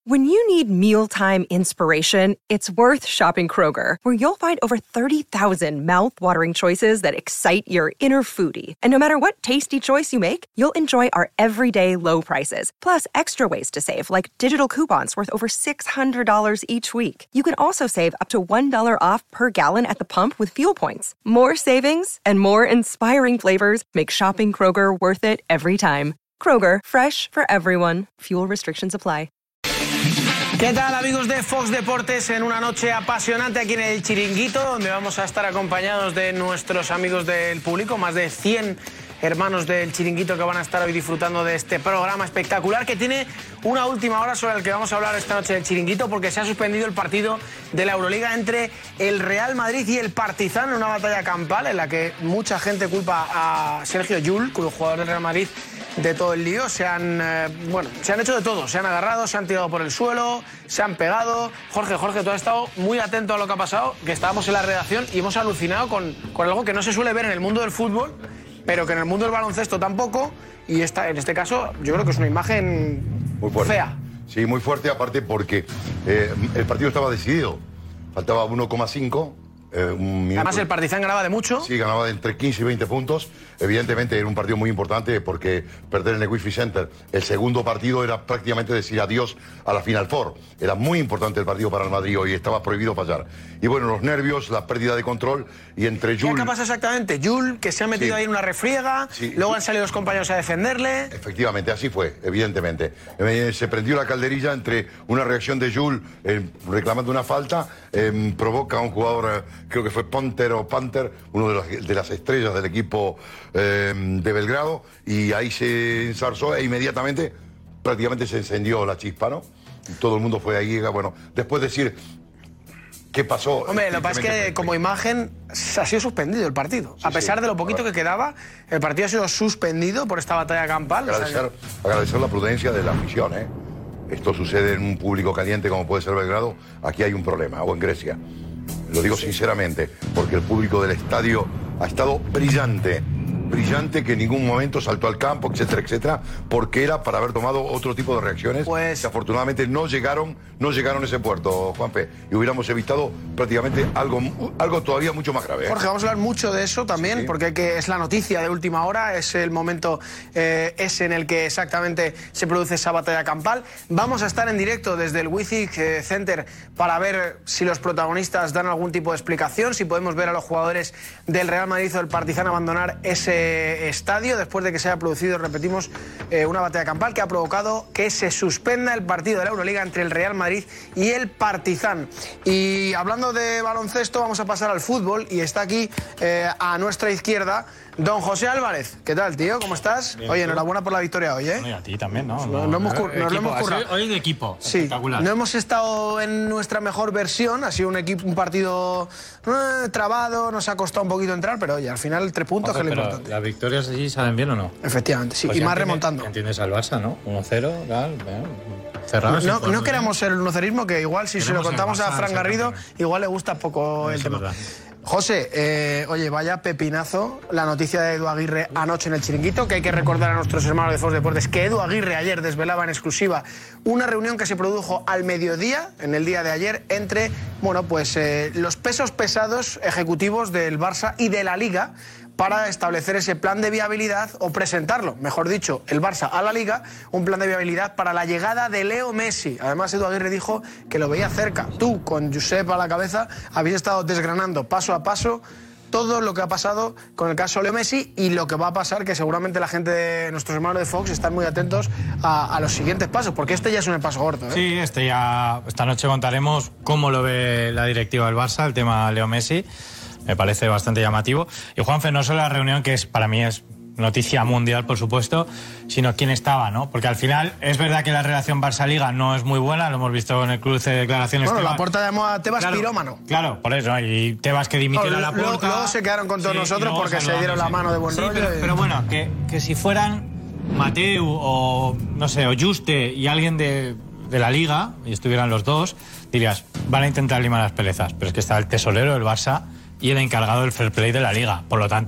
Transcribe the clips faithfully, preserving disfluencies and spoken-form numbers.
When you need mealtime inspiration, it's worth shopping Kroger, where you'll find over thirty thousand mouth-watering choices that excite your inner foodie. And no matter what tasty choice you make, you'll enjoy our everyday low prices, plus extra ways to save, like digital coupons worth over six hundred dollars each week. You can also save up to one dollar off per gallon at the pump with fuel points. More savings and more inspiring flavors make shopping Kroger worth it every time. Kroger, fresh for everyone. Fuel restrictions apply. ¿Qué tal, amigos de Fox Deportes? En una noche apasionante aquí en el Chiringuito, donde vamos a estar acompañados de nuestros amigos del público, más de cien hermanos del Chiringuito que van a estar hoy disfrutando de este programa espectacular que tiene una última hora sobre el que vamos a hablar esta noche del Chiringuito, porque se ha suspendido el partido de la Euroliga entre el Real Madrid y el Partizan, en una batalla campal en la que mucha gente culpa a Sergio Llull, jugador del Real Madrid, de todo el lío. Se han, eh, bueno, se han hecho de todo, se han agarrado, se han tirado por el suelo, se han pegado. Jorge, Jorge, tú has estado muy atento a lo que ha pasado, que estábamos en la redacción y hemos alucinado con, con algo que no se suele ver en el mundo del fútbol, pero que en el mundo del baloncesto tampoco, y esta, en este caso yo creo que es una imagen muy fuerte. Fea. Sí, muy fuerte, aparte porque eh, el partido estaba decidido, faltaba uno coma cinco. Eh, un Además el Partizan ganaba de mucho. Sí, ganaba de entre quince y veinte puntos. Evidentemente era un partido muy importante porque perder en el Wi-Fi Center el segundo partido era prácticamente decir adiós a la Final Four. Era muy importante el partido para el Madrid hoy, estaba prohibido fallar. Y bueno, los nervios, la pérdida de control y entre Llull... ¿Qué pasa exactamente? Llull, que se ha metido sí. ahí en una refriega, sí. luego han salido los compañeros a defenderle... Efectivamente, así fue, evidentemente. Eh, se prendió la calderilla entre una reacción de Llull eh, reclamando una falta, eh, provoca a un jugador... Eh, creo que fue Ponter o Panther, uno de, los, de las estrellas del equipo eh, de Belgrado, y ahí se ensarzó e inmediatamente prácticamente se encendió la chispa, ¿no? Todo el mundo fue ahí, bueno, después de decir qué pasó... Hombre, lo que pasa es que como imagen ha sido suspendido el partido. Sí, a pesar sí, de lo poquito ahora. que quedaba, el partido ha sido suspendido por esta batalla campal. Agradecer, o sea que... agradecer la prudencia de la afición, ¿eh? Esto sucede en un público caliente como puede ser Belgrado, aquí hay un problema, o en Grecia. Lo digo sinceramente, porque el público del estadio ha estado brillante, brillante, que en ningún momento saltó al campo, etcétera, etcétera, porque era para haber tomado otro tipo de reacciones pues... que afortunadamente no llegaron, no llegaron a ese puerto, Juanpe, y hubiéramos evitado prácticamente algo, algo todavía mucho más grave. ¿eh? Jorge, vamos a hablar mucho de eso también, sí. porque hay que, es la noticia de última hora, es el momento eh, ese en el que exactamente se produce esa batalla campal. Vamos a estar en directo desde el Wi-Fi Center para ver si los protagonistas dan algún tipo de explicación, si podemos ver a los jugadores del Real Madrid o del Partizan abandonar ese estadio después de que se haya producido, repetimos, eh, una batalla campal que ha provocado que se suspenda el partido de la Euroliga entre el Real Madrid y el Partizan. Y hablando de baloncesto, vamos a pasar al fútbol y está aquí eh, a nuestra izquierda don José Álvarez. ¿Qué tal, tío? ¿Cómo estás? Bien, Oye, ¿tú? enhorabuena por la victoria hoy, ¿eh? No, y a ti también, ¿no? Nos, no, no hemos, no, nos lo hemos currado. Hoy de equipo, sí, espectacular. No hemos estado en nuestra mejor versión, ha sido un equipo, un partido eh, trabado, nos ha costado un poquito entrar, pero oye, al final tres puntos, Ojo, que es lo importante. ¿Las victorias allí salen bien o no? Efectivamente, sí, pues y más entiende, remontando. Entiendes al Barça, ¿no? uno cero, tal, cerrado. No, no, no queremos ser el unocerismo, que igual si se lo contamos a Fran Garrido, igual le gusta poco el tema. José, eh, oye, vaya pepinazo la noticia de Edu Aguirre anoche en el Chiringuito, que hay que recordar a nuestros hermanos de Fox Deportes que Edu Aguirre ayer desvelaba en exclusiva una reunión que se produjo al mediodía, en el día de ayer, entre, bueno, pues eh, los pesos pesados ejecutivos del Barça y de la Liga, para establecer ese plan de viabilidad, o presentarlo, mejor dicho, el Barça a la Liga, un plan de viabilidad para la llegada de Leo Messi. Además, Edu Aguirre dijo que lo veía cerca. Tú, con Josep a la cabeza, habéis estado desgranando paso a paso todo lo que ha pasado con el caso Leo Messi y lo que va a pasar, que seguramente la gente de nuestros hermanos de Fox están muy atentos a, a los siguientes pasos, porque este ya es un paso corto, ¿eh? Sí, este ya, esta noche contaremos cómo lo ve la directiva del Barça, el tema Leo Messi. Me parece bastante llamativo. Y Juanfe, no solo la reunión, que es para mí es noticia mundial, por supuesto, sino quién estaba, ¿no? Porque al final es verdad que la relación Barça-Liga no es muy buena, lo hemos visto en el cruce de declaraciones. Bueno, Tebas, Laporta llamó a Tebas claro, pirómano. Claro, por eso, y Tebas que dimitió no, a Laporta. Luego, luego se quedaron con todos sí, nosotros porque se dieron la mano de buen sí, rollo. Pero, y... pero bueno, que, que si fueran Mateu o, no sé, o Juste y alguien de, de la Liga, y estuvieran los dos, dirías, van a intentar limar las perezas. Pero es que está el tesorero del Barça y el encargado del fair play de la Liga. Por lo tanto,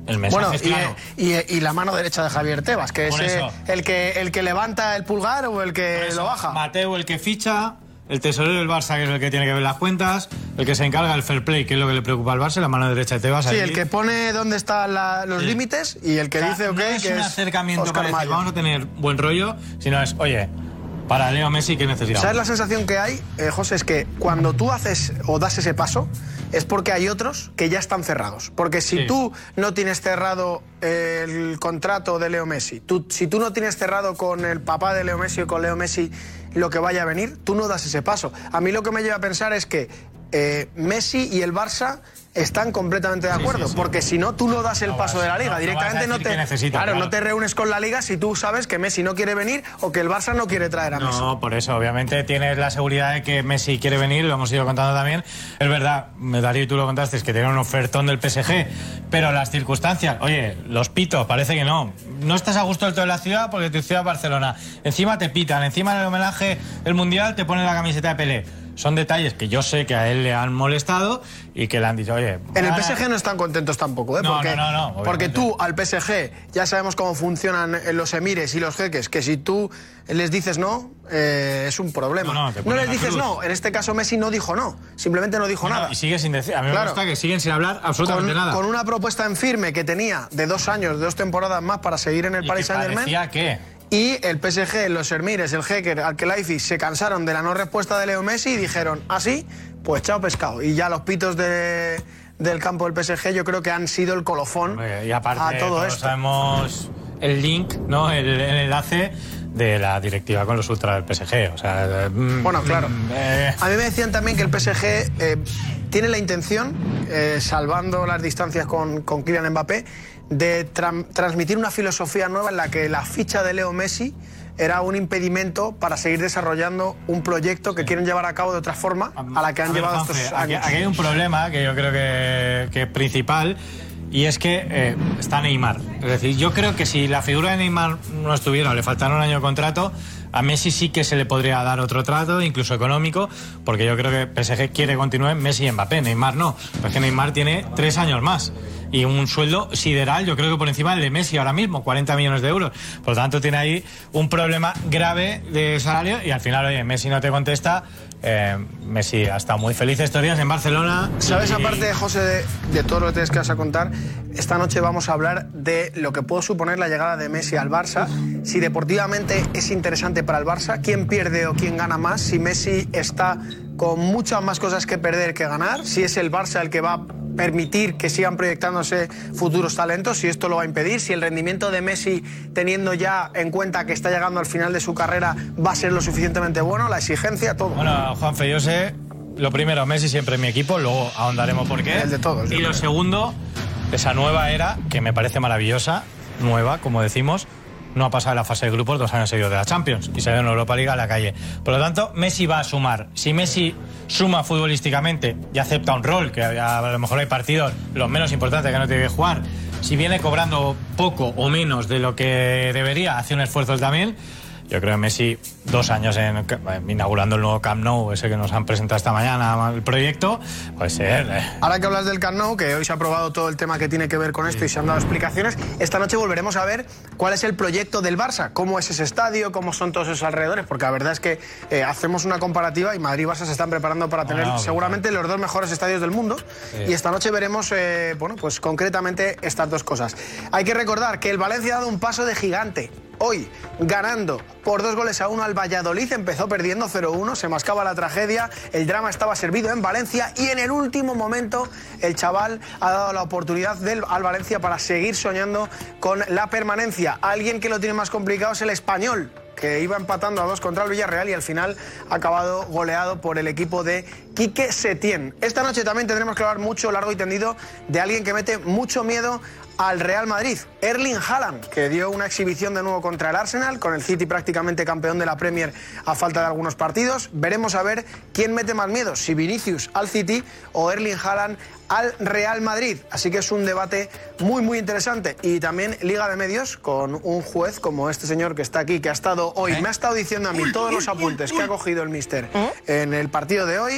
El mensaje bueno, es claro. y, y, y la mano derecha de Javier Tebas, que Por es eso. el que, el que levanta el pulgar o el que Eso, lo baja. Mateu el que ficha, el tesorero del Barça que es el que tiene que ver las cuentas, el que se encarga del fair play, que es lo que le preocupa al Barça, la mano derecha de Tebas. Sí, allí. el que pone dónde están la, los Sí. límites y el que O sea, dice ok, no es que un es acercamiento Óscar para decir, Mayo. vamos a tener buen rollo, sino es, oye, para Leo Messi, ¿qué necesitamos? ¿Sabes la sensación que hay, eh, José? Es que cuando tú haces o das ese paso, es porque hay otros que ya están cerrados. Porque si Sí. tú no tienes cerrado el contrato de Leo Messi, tú, si tú no tienes cerrado con el papá de Leo Messi o con Leo Messi lo que vaya a venir, tú no das ese paso. A mí lo que me lleva a pensar es que eh, Messi y el Barça están completamente de acuerdo, sí, sí. porque si no, tú no das el No paso vas- de la Liga. no- no Directamente vas a no, decir te, que necesita, claro, claro. no te reúnes con la Liga si tú sabes que Messi no quiere venir o que el Barça no quiere traer a Messi. No, por eso, obviamente tienes la seguridad de que Messi quiere venir, lo hemos ido contando también. Es verdad, Darío, y tú lo contaste, es que tiene un ofertón del P S G, pero las circunstancias, oye, los pitos, parece que no. No estás a gusto del todo de la ciudad porque tu ciudad es Barcelona. Encima te pitan, encima en el homenaje del Mundial te ponen la camiseta de Pelé. Son detalles que yo sé que a él le han molestado y que le han dicho, oye... En el ahora- P S G no están contentos tampoco, ¿eh? No, porque, no, no, no, obviamente. porque tú al P S G ya sabemos cómo funcionan los emires y los jeques, que si tú les dices no, eh, es un problema. No, no, te ponen les la dices cruz. no, en este caso Messi no dijo no, simplemente no dijo No, no, nada. y sigue sin decir, a mí Claro. me gusta que siguen sin hablar absolutamente con, nada. con una propuesta en firme que tenía de dos años, de dos temporadas más para seguir en el Y Paris que Saint-Germain. parecía que... Y el P S G, los Emires, el Jeque, Al-Khelaifi se cansaron de la no respuesta de Leo Messi y dijeron, así, pues chao pescado. Y ya los pitos de, del campo del P S G yo creo que han sido el colofón Hombre, y aparte, a todo todos esto. sabemos el link, ¿no? El, el enlace de la directiva con los ultras del P S G. O sea, mm, Bueno, claro. mm, eh, A mí me decían también que el P S G eh, tiene la intención, eh, salvando las distancias con, con Kylian Mbappé, de tra- transmitir una filosofía nueva en la que la ficha de Leo Messi era un impedimento para seguir desarrollando un proyecto que quieren llevar a cabo de otra forma a la que han a ver, llevado Juanfe, estos aquí, años. aquí hay un problema que yo creo que, que es principal. Y es que eh, está Neymar. Es decir, yo creo que si la figura de Neymar no estuviera o le faltara un año de contrato, a Messi sí que se le podría dar otro trato, incluso económico, porque yo creo que P S G quiere continuar Messi y Mbappé. Neymar no. Porque Neymar tiene tres años más. Y un sueldo sideral, yo creo que por encima del de Messi ahora mismo, cuarenta millones de euros. Por lo tanto, tiene ahí un problema grave de salario y al final, oye, Messi no te contesta. Eh, Messi ha estado muy feliz estos días en Barcelona. ¿Sabes, y- aparte, José, de, de todo lo que tienes que vas a contar? Esta noche vamos a hablar de lo que puede suponer la llegada de Messi al Barça. Si deportivamente es interesante para el Barça, quién pierde o quién gana más, si Messi está con muchas más cosas que perder que ganar, si es el Barça el que va a permitir que sigan proyectándose futuros talentos, si esto lo va a impedir, si el rendimiento de Messi, teniendo ya en cuenta que está llegando al final de su carrera, va a ser lo suficientemente bueno, la exigencia, todo. Bueno, Juanfe, yo sé, lo primero, Messi siempre en mi equipo, luego ahondaremos por qué. El de todos, yo Y lo creo. segundo, esa nueva era, que me parece maravillosa, nueva, como decimos, no ha pasado de la fase de grupos dos años seguidos de la Champions y se ve en Europa League a la calle. Por lo tanto, Messi va a sumar. Si Messi suma futbolísticamente y acepta un rol, que a lo mejor hay partidos, los menos importantes que no tiene que jugar, si viene cobrando poco o menos de lo que debería, hace un esfuerzo él también. Yo creo que Messi, dos años en, inaugurando el nuevo Camp Nou, ese que nos han presentado esta mañana, el proyecto, puede ser. Eh. Ahora que hablas del Camp Nou, que hoy se ha aprobado todo el tema que tiene que ver con esto y se han dado explicaciones, esta noche volveremos a ver cuál es el proyecto del Barça, cómo es ese estadio, cómo son todos esos alrededores, porque la verdad es que eh, hacemos una comparativa y Madrid y Barça se están preparando para tener no, seguramente los dos mejores estadios del mundo Sí. y esta noche veremos, eh, bueno, pues concretamente estas dos cosas. Hay que recordar que el Valencia ha dado un paso de gigante. Hoy, ganando por dos goles a uno al Valladolid, empezó perdiendo cero uno, se mascaba la tragedia, el drama estaba servido en Valencia y en el último momento el chaval ha dado la oportunidad del, al Valencia para seguir soñando con la permanencia. Alguien que lo tiene más complicado es el Español, que iba empatando a dos contra el Villarreal y al final ha acabado goleado por el equipo de Quique Setién. Esta noche también tendremos que hablar mucho, largo y tendido, de alguien que mete mucho miedo al Real Madrid, Erling Haaland, que dio una exhibición de nuevo contra el Arsenal, con el City prácticamente campeón de la Premier a falta de algunos partidos. Veremos a ver quién mete más miedo, si Vinicius al City o Erling Haaland al Real Madrid. Así que es un debate muy, muy interesante. Y también Liga de Medios, con un juez como este señor que está aquí, que ha estado hoy, me ha estado diciendo a mí todos los apuntes que ha cogido el míster en el partido de hoy.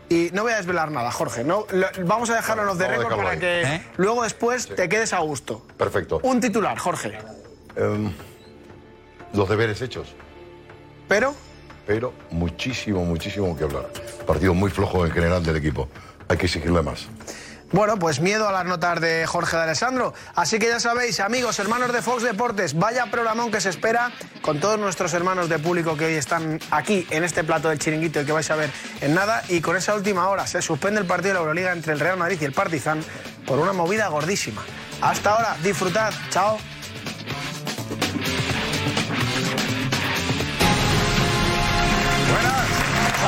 y no voy a desvelar nada, Jorge. No, lo, vamos a dejarlo en los de récord para ahí. que ¿Eh? luego después sí. te quedes a gusto. Perfecto. Un titular, Jorge. Um, los deberes hechos. ¿Pero? Pero muchísimo, muchísimo que hablar. Partido muy flojo en general del equipo. Hay que exigirle más. Bueno, pues miedo a las notas de Jorge de Alessandro. Así que ya sabéis, amigos, hermanos de Fox Deportes, vaya programón que se espera con todos nuestros hermanos de público que hoy están aquí en este plato del Chiringuito y que vais a ver en nada. Y con esa última hora se suspende el partido de la Euroliga entre el Real Madrid y el Partizan por una movida gordísima. Hasta ahora, disfrutad. Chao. Buenas.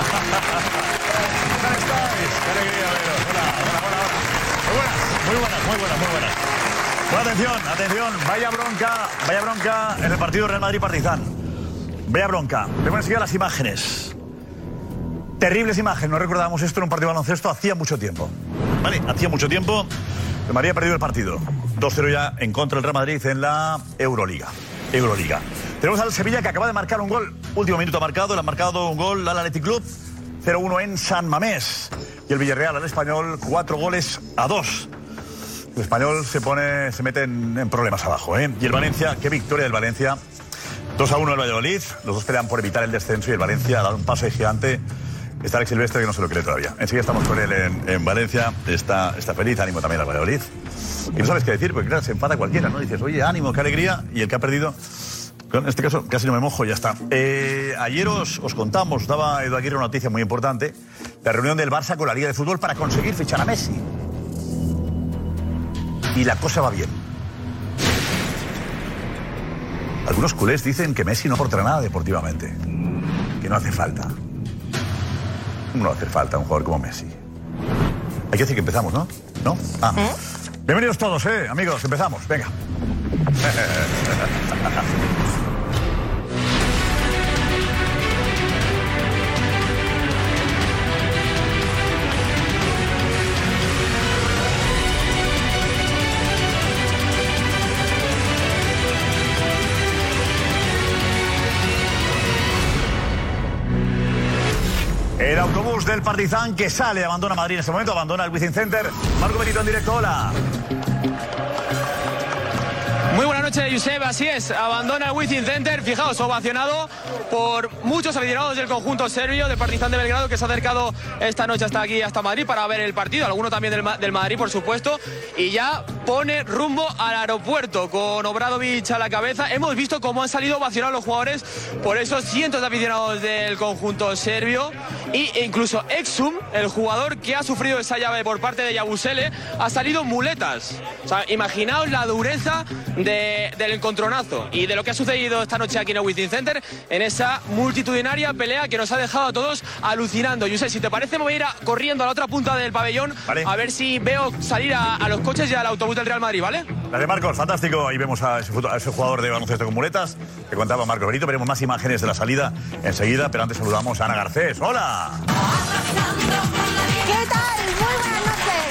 ¿Cómo estáis? Qué alegría veros. Hola, hola, hola. Muy buenas, muy buenas, muy buenas. Bueno, atención, atención. Vaya bronca, vaya bronca en el partido Real Madrid-Partizan. Vaya bronca. Vemos enseguida las imágenes. Terribles imágenes. No recordábamos esto en un partido de baloncesto hacía mucho tiempo. Vale, hacía mucho tiempo. El Madrid ha perdido el partido. dos cero ya en contra del Real Madrid en la Euroliga. Euroliga. Tenemos al Sevilla que acaba de marcar un gol. Último minuto ha marcado. Le ha marcado un gol al Athletic Club. cero uno en San Mamés. Y el Villarreal al Español, cuatro goles a dos. El Español se pone, se mete en, en problemas abajo, ¿eh? Y el Valencia, qué victoria del Valencia. dos a uno el Valladolid. Los dos pelean por evitar el descenso y el Valencia ha dado un paso de gigante. Está Alex Silvestre que no se lo cree todavía. Enseguida estamos con él en, en Valencia. Está, está feliz, ánimo también al Valladolid. Y no sabes qué decir, porque claro, se enfada cualquiera, ¿no? Dices, oye, ánimo, qué alegría. Y el que ha perdido... En este caso casi no me mojo, ya está. Eh, ayer os, os contamos, daba Edu Aguirre una noticia muy importante, la reunión del Barça con la Liga de Fútbol para conseguir fichar a Messi. Y la cosa va bien. Algunos culés dicen que Messi no aportará nada deportivamente, que no hace falta. No hace falta un jugador como Messi. Hay que decir que empezamos, ¿no? ¿No? Ah. ¿Eh? Bienvenidos todos, eh, amigos, empezamos, venga. El autobús del Partizan que sale, abandona Madrid en este momento, abandona el Wizzing Center. Marco Benito en directo, hola. Muy buenas noches, Josep, así es, abandona el Wizzing Center, fijaos, ovacionado por muchos aficionados del conjunto serbio, del Partizan de Belgrado, que se ha acercado esta noche hasta aquí, hasta Madrid, para ver el partido, alguno también del, del Madrid, por supuesto, y ya pone rumbo al aeropuerto, con Obradovic a la cabeza. Hemos visto cómo han salido ovacionados los jugadores por esos cientos de aficionados del conjunto serbio, e incluso Exum, el jugador que ha sufrido esa llave por parte de Yabusele, ha salido muletas. O sea, imaginaos la dureza de, del encontronazo y de lo que ha sucedido esta noche aquí en el Wizzing Center, en esa multitudinaria pelea que nos ha dejado a todos alucinando. Josep, si te parece, me voy a ir a, corriendo a la otra punta del pabellón, vale, a ver si veo salir a, a los coches y al autobús del Real Madrid, ¿vale? Dale, Marcos, fantástico. Ahí vemos a ese, a ese jugador de baloncesto con muletas que contaba Marcos Benito. Veremos más imágenes de la salida enseguida, pero antes saludamos a Ana Garcés. ¡Hola! ¿Qué tal? Muy buenas noches.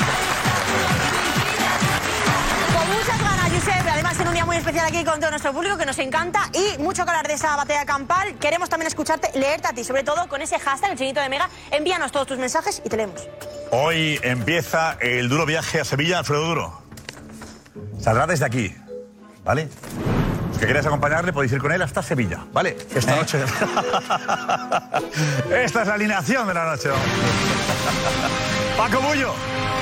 Con muchas ganas, Josep, además en un día muy especial aquí con todo nuestro público que nos encanta y mucho que hablar de esa batalla campal. Queremos también escucharte, leerte a ti, sobre todo con ese hashtag, el Chiringuito de Mega. Envíanos todos tus mensajes y te leemos. Hoy empieza el duro viaje a Sevilla, Alfredo Duro. Saldrá desde aquí, ¿vale? Los que queráis acompañarle podéis ir con él hasta Sevilla, ¿vale? Esta ¿Eh? noche. Esta es la alineación de la noche. Paco Bullo.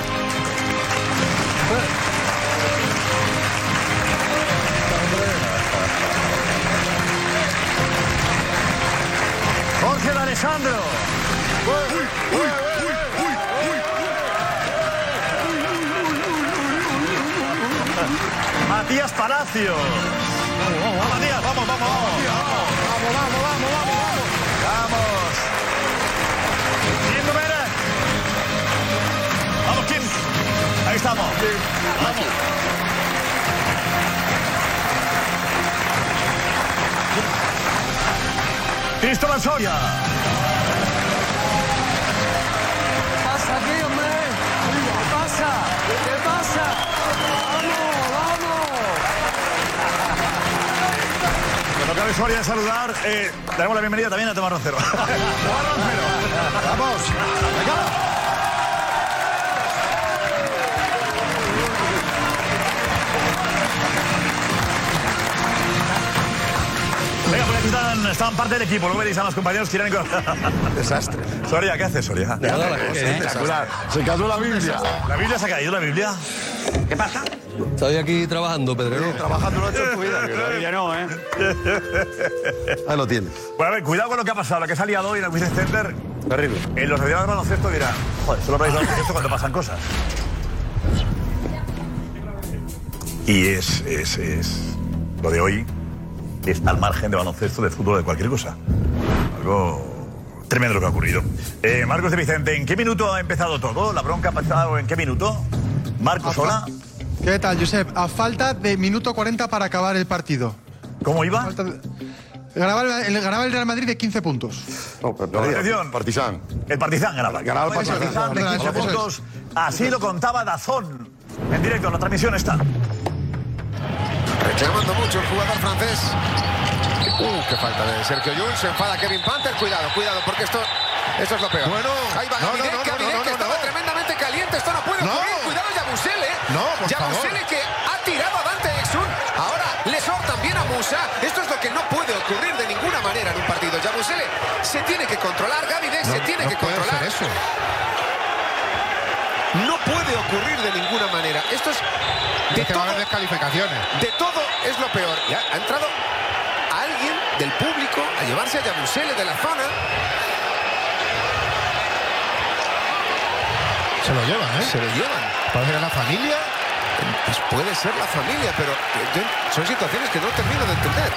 Jorge de Alessandro. Uy, uy, uy, uy, uy. Matías Palacios. Vamos, vamos, Matías, vamos, vamos, vamos. Vamos, vamos, vamos, vamos. Vamos. Kim Domènech. Vamos, Kim. Ahí estamos. Vamos. Cristóbal Soria. ¿Qué pasa aquí, hombre? ¿Qué pasa? ¿Qué pasa? ¡Vamos, vamos! Cuando acabe Soria de saludar, eh, daremos la bienvenida también a Tomás Roncero. Tomás Roncero. Vamos. Venga, pues aquí están, están parte del equipo. Luego veréis a los compañeros que irán con... Desastre. Soria, ¿qué haces, Soria? Nada, espectacular. Se cayó la Biblia. ¿La Biblia se ha caído, la Biblia? ¿Qué pasa? Estoy aquí trabajando, Pedrero. Sí, trabajando lo has hecho en tu vida. Ya no, ¿eh? Ahí lo tienes. Bueno, a ver, cuidado con lo que ha pasado, lo que se ha liado hoy en el Within Center. Terrible. En los aficionados de baloncesto dirán, joder, solo veis baloncesto cuando pasan cosas. Y es, es, es... Lo de hoy está al margen de baloncesto, de fútbol, de cualquier cosa. Algo tremendo lo que ha ocurrido. Eh, Marcos de Vicente, ¿en qué minuto ha empezado todo? ¿La bronca ha pasado en qué minuto? Marcos, hola. ¿Qué tal, Josep? A falta de minuto cuarenta para acabar el partido. ¿Cómo iba? De... Ganaba, el, ganaba el Real Madrid de quince puntos. No, pero atención. Partizan. El Partizan ganaba. Ganaba el Partizan. Partizan de quince puntos. Así lo contaba Dazón. En directo, la transmisión está. Reclamando mucho el jugador francés. Uh, qué falta de Sergio Llull. Se enfada Kevin Panther. Cuidado, cuidado, porque esto, esto es lo peor. Bueno, ahí va no, Gavidec, no, no, Gavidec, no, no, que no, estaba no. tremendamente caliente. Esto no puede No. ocurrir. Cuidado Yabusele. No, por Yabusele favor. que ha tirado a Dante Exum. Ahora Lesor también a Musa. Esto es lo que no puede ocurrir de ninguna manera en un partido. Yabusele se tiene que controlar. Gavidec No, se tiene no que puede controlar. hacer eso. No puede ocurrir de ninguna manera. Esto es de Es que va a todo, haber descalificaciones. de todo es lo peor. Ya ha entrado alguien del público a llevarse a Yabusele de la zona. Se lo llevan, ¿eh? Se lo llevan. ¿Puede ser la familia? Pues puede ser la familia, pero yo- son situaciones que no termino de entender.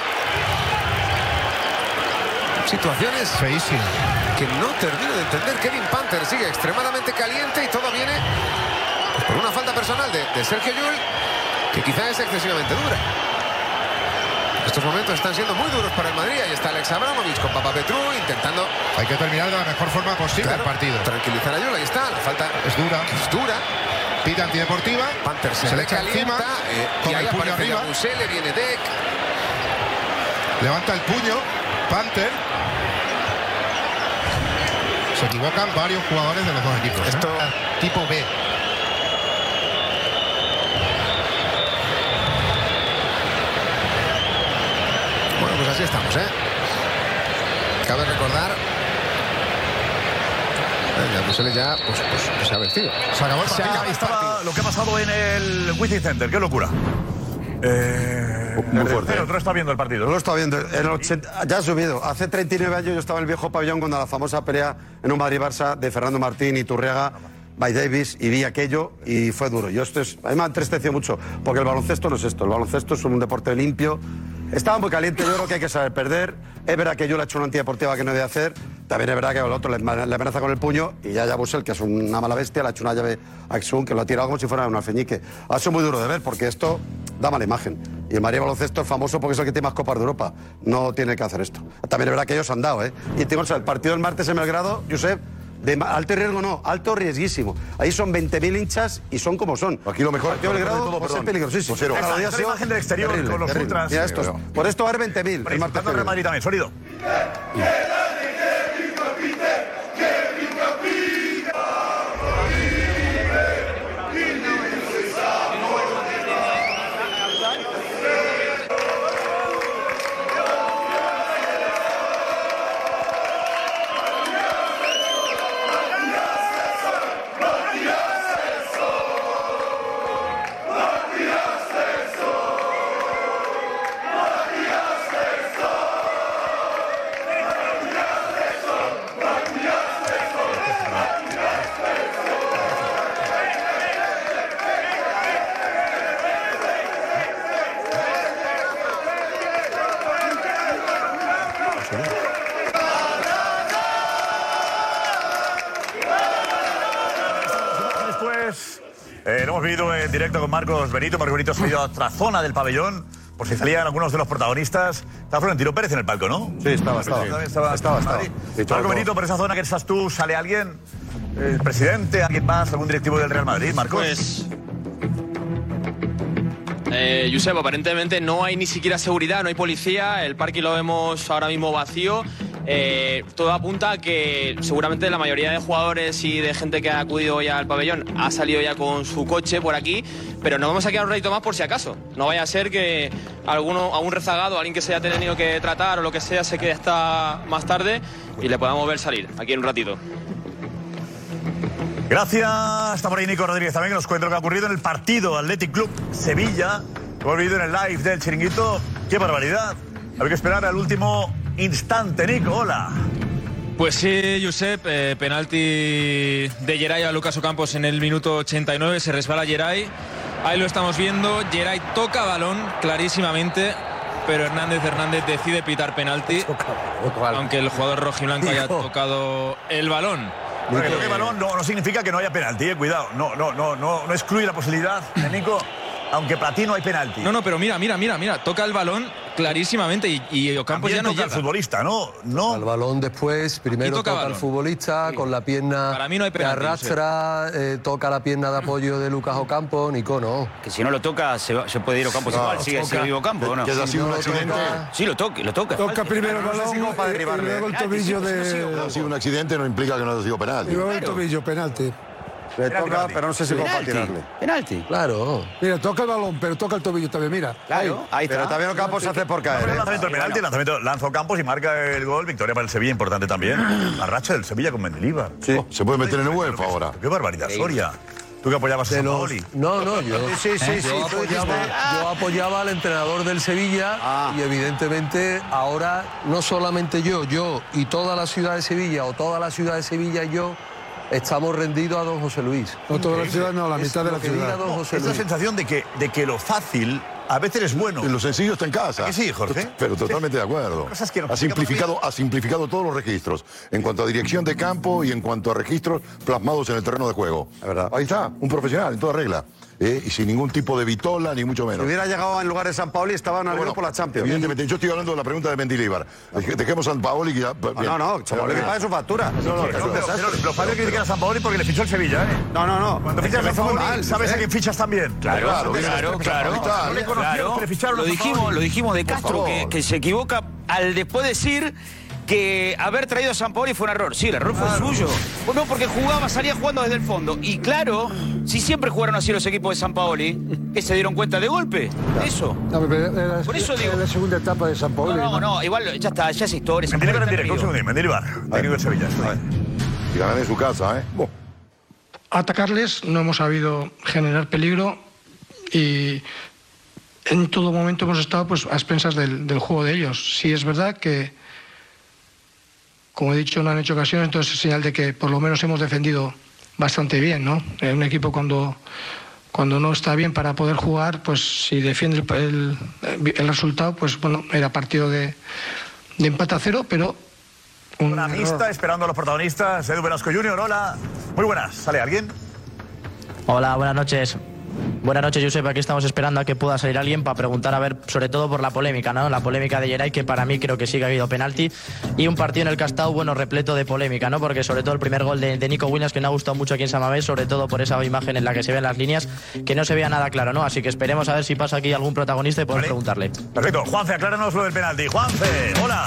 Situaciones Feísimo. que no termino de entender. Kevin Panther sigue extremadamente caliente y todo viene pues, por una falta personal de, de Sergio Llull, que quizá es excesivamente dura. Estos momentos están siendo muy duros para el Madrid. Ahí está Alex Abramovich con Papa Petru intentando Hay que terminar de la mejor forma posible claro, el partido. tranquilizar a Llull. Ahí está, la falta Es dura. es dura. Pita antideportiva. Panther se, Se le le echa calienta encima, eh, con y ahí el puño aparece arriba. Yabusele, viene Deck. Levanta el puño. Panther. Se equivocan varios jugadores de los dos equipos. Esto- ¿eh? Tipo B. Bueno, pues así estamos, ¿eh? Cabe recordar... Eh, Yabusele ya pues, pues, pues se ha vestido. Se acabó el Se partido. acaba Ahí el estaba partido. lo que ha pasado en el Within Center. ¡Qué locura! Eh, Muy fuerte. Pero tú no estás viendo el partido. No lo está viendo. En el ochenta ya ha subido. Hace treinta y nueve años yo estaba en el viejo pabellón cuando la famosa pelea en un Madrid-Barça de Fernando Martín y Turriaga, by Davis, y vi aquello y fue duro. Yo esto es, a mí me ha entristecido mucho, porque el baloncesto no es esto. El baloncesto es un deporte limpio. Estaba muy caliente, yo creo que hay que saber perder. Es verdad que yo le he hecho una antideportiva que no debe hacer. También es verdad que el otro le, le amenaza con el puño y ya Yabusel, que es una mala bestia, le ha hecho una llave a Exum, que lo ha tirado como si fuera un alfeñique. Ha sido muy duro de ver porque esto da mala imagen. Y el Madrid Baloncesto es famoso porque es el que tiene más copas de Europa. No tiene que hacer esto. También es verdad que ellos han dado, ¿eh? Y tengo, o sea, el partido del martes en Belgrado, Josep, de ma- alto riesgo no, alto riesguísimo. Ahí son veinte mil hinchas y son como son. Aquí lo mejor- El partido de lo mejor de Belgrado todo, va a ser perdón. peligrosísimo. Josero. Cada Esta- día esta ha sido imagen del exterior con los ultras. Mira Sí, estos. veo. Por esto va a haber veinte mil. El martes Disfrutando que el Real Madrid viene. también, sólido. Después, eh, lo hemos vivido en directo con Marcos Benito. Marcos Benito ha salido a otra zona del pabellón, por si salían algunos de los protagonistas. Estaba Florentino Pérez en el palco, ¿no? Sí, estaba, estaba. También estaba, Estaba, en estaba. Madrid. Sí, todo, Marcos todo. Benito, por esa zona que estás tú, ¿sale alguien? ¿El presidente? ¿Alguien más? ¿Algún directivo del Real Madrid, Marcos? Pues... Eh, Josep, aparentemente no hay ni siquiera seguridad, no hay policía, el parking lo vemos ahora mismo vacío Eh, todo apunta a que seguramente la mayoría de jugadores y de gente que ha acudido ya al pabellón ha salido ya con su coche por aquí, pero nos vamos a quedar un ratito más por si acaso. No vaya a ser que alguno, algún rezagado, alguien que se haya tenido que tratar o lo que sea, se quede hasta más tarde y le podamos ver salir aquí en un ratito. Gracias. Está por ahí Nico Rodríguez también, que nos cuenta lo que ha ocurrido en el partido Athletic Club Sevilla. Hemos vivido en el live del Chiringuito. ¡Qué barbaridad! Hay que esperar al último instante, Nico. Hola. Pues sí, Josep, eh, penalti de Geray a Lucas Ocampos en el minuto ochenta y nueve, se resbala Geray, ahí lo estamos viendo, Geray toca balón clarísimamente, pero Hernández Hernández decide pitar penalti, aunque el jugador rojiblanco haya tocado el balón. Porque toque el balón no, no significa que no haya penalti, eh, cuidado, no, no, no, no, no excluye la posibilidad de Nico, aunque para ti no hay penalti. No, no, pero mira, mira, mira, mira, toca el balón clarísimamente y, y Ocampos También ya no toca llega. al futbolista, ¿no? No. El balón después, primero toca toca al balón. futbolista, sí. Con la pierna Para mí no hay que penalti, arrastra, eh, toca la pierna de apoyo de Lucas Ocampos, Nico no. Que si no lo toca, se, va, se puede ir Ocampos No, igual, sigue, toca. sigue vivo Ocampos, ¿o no? Que haya sido un accidente. Sí, lo toca, lo toca. Toca primero el balón y luego el tobillo de... Si un accidente no implica que no haya sido penalti. Y luego el tobillo, penalti. Le toca, pero no sé si como para tirarle. Penalti. Claro. Mira, toca el balón, pero toca el tobillo también, mira. Claro, ahí está. Pero también Ocampos se hace por caer. El ¿eh? lanzamiento del penalti, el lanzamiento lanza Ocampos y marca el gol. Victoria para el Sevilla, importante también. La racha del Sevilla con Mendilibar. Sí. Oh, se puede meter en el UEFA ahora. Qué barbaridad, Soria. Tú que apoyabas a De San los- Paoli. No, no, yo, Sí, sí, sí, yo, tú apoyaba, dijiste- yo apoyaba al entrenador del Sevilla Ah. y evidentemente ahora no solamente yo, yo y toda la ciudad de Sevilla o toda la ciudad de Sevilla y yo estamos rendidos a don José Luis. No toda la ciudad, no, la Es mitad de lo la que diga ciudad. don José Es la Luis. sensación de que, de que lo fácil a veces es bueno. Lo sencillo está en casa. ¿A que sí, Jorge? Pero totalmente de acuerdo. Cosas que nos Ha simplificado, ha simplificado todos los registros. En cuanto a dirección de campo y en cuanto a registros plasmados en el terreno de juego. Ahí está, un profesional en toda regla. ¿eh? Y sin ningún tipo de vitola, ni mucho menos. Si hubiera llegado en lugar de San Paoli, estaban arriba Bueno, por la Champions. Evidentemente, yo estoy hablando de la pregunta de Mendilibar. Deje- Dejemos a San Paoli que ya. No, no, no, San Paoli que pague su factura. No, no, No, es un pero, desastre. pero los padres critican a San Paoli porque le fichó el Sevilla, ¿eh? No, no, no. Cuando Es que fichas lo a hizo muy Paoli, mal, ¿sabes ¿eh? a quién fichas también? Claro, Claro, claro, claro. claro. No le conocían Claro. los que le ficharon Lo a San dijimos, Paoli. lo dijimos de Castro, Por que, favor. que se equivoca al después decir que haber traído a San Paoli fue un error. Sí, el error fue suyo. Pues no, porque jugaba, salía jugando desde el fondo. Y claro, si siempre jugaron así los equipos de San Paoli, que se dieron cuenta de golpe. Eso. No, pero era, Por eso digo- era la segunda etapa de San No, Paoli. no, no, igual ya está, ya es historia. San Mendilibar en Paoli directo, un está segundo. Mendilibar, técnico del Sevilla. Y ganan en su casa, ¿eh? Buah. Atacarles, no hemos sabido generar peligro y en todo momento hemos estado pues, a expensas del, del juego de ellos. Sí es verdad que, como he dicho, no han hecho ocasiones, entonces es señal de que por lo menos hemos defendido bastante bien, ¿no? Eh, un equipo cuando, cuando no está bien para poder jugar, pues si defiende el, el, el resultado, pues bueno, era partido de, de empate a cero, pero... Un Una mixta error. esperando a los protagonistas. Edu Velasco junior, hola. Muy buenas. ¿Sale alguien? Hola, buenas noches. Buenas noches, Josep. Aquí estamos esperando a que pueda salir alguien para preguntar, a ver, sobre todo por la polémica, ¿no? La polémica de Geray, que para mí creo que sí que ha habido penalti. Y un partido en el que ha estado, bueno, repleto de polémica, ¿no? Porque sobre todo el primer gol de, de Nico Williams, que me ha gustado mucho aquí en San Mamés, sobre todo por esa imagen en la que se ven las líneas, que no se veía nada claro, ¿no? Así que esperemos a ver si pasa aquí algún protagonista y podemos preguntarle. Perfecto. Juanfe, acláranos lo del penalti. Juanfe, hola.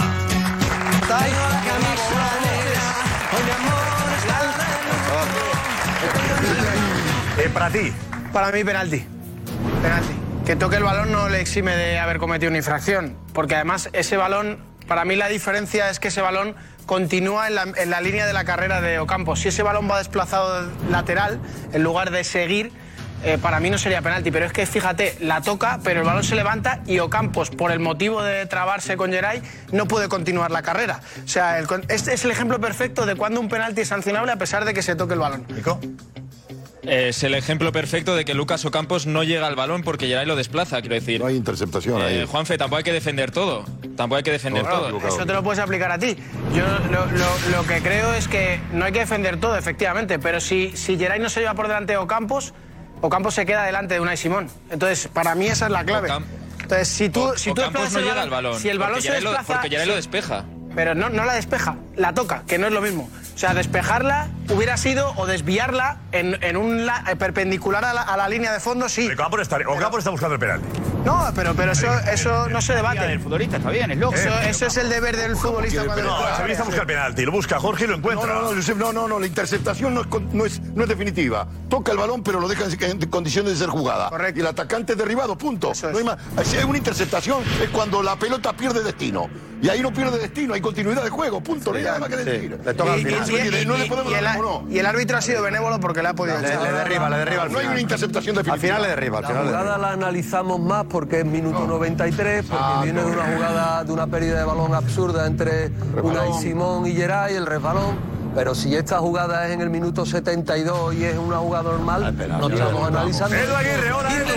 Eh, para ti. Para mí, penalti. Penalti. Que toque el balón no le exime de haber cometido una infracción. Porque además, ese balón, para mí la diferencia es que ese balón continúa en la, en la línea de la carrera de Ocampos. Si ese balón va desplazado lateral, en lugar de seguir, eh, para mí no sería penalti. Pero es que, fíjate, la toca, pero el balón se levanta y Ocampos, por el motivo de trabarse con Geray, no puede continuar la carrera. O sea, el, este es el ejemplo perfecto de cuando un penalti es sancionable a pesar de que se toque el balón. ¿Nico? Es el ejemplo perfecto de que Lucas Ocampos no llega al balón porque Geray lo desplaza, quiero decir. No hay interceptación ahí. Eh, Juanfe, tampoco hay que defender todo. Tampoco hay que defender No, todo. eso te lo puedes aplicar a ti. Yo lo, lo- lo que creo es que no hay que defender todo, efectivamente, pero si, si Geray no se lleva por delante de Ocampos, Ocampos se queda delante de Unai Simón. Entonces, para mí esa es la clave. Ocam- Entonces, si tú, si tú Ocampos desplazas no el llega al balón. si el balón porque se Geray lo- desplaza, Porque Geray lo sí. despeja. Pero no, no la despeja, la toca, que no es lo mismo. O sea, despejarla hubiera sido o desviarla en, en un la- eh, perpendicular a la, a la línea de fondo, sí. Ocampos está, Ocampos está buscando el penalti. No, pero, pero eso, eso no se debate. El futbolista está bien, es lógico. Eso, eso es el deber del futbolista. No, el sevillista busca el penalti, lo busca Jorge y lo encuentra. No, no, no, Josep, no, no, no, la interceptación no es, con- no, es, no es definitiva. Toca el balón, pero lo deja en, en condiciones de ser jugada. Correcto. Y el atacante es derribado, punto. Eso es. No hay más. Si hay una interceptación, es cuando la pelota pierde destino. Y ahí no pierde destino, hay continuidad de juego, punto. No hay nada más que decir. Le toca al Y- final. y- y- y no le podemos y el, dar como no. y el árbitro ha sido benévolo porque le ha podido Le, echar. le derriba, le derriba al No hay final. una interceptación definitiva. Al final le derriba, al La final le jugada derriba. la analizamos más porque es minuto noventa y tres, porque Ah, viene de una jugada, de una pérdida de balón absurda entre Unai Simón y Geray, el resbalón. Pero si esta jugada es en el minuto setenta y dos y es una jugada normal, no estamos analizando. Edu Aguirre, hola Edu.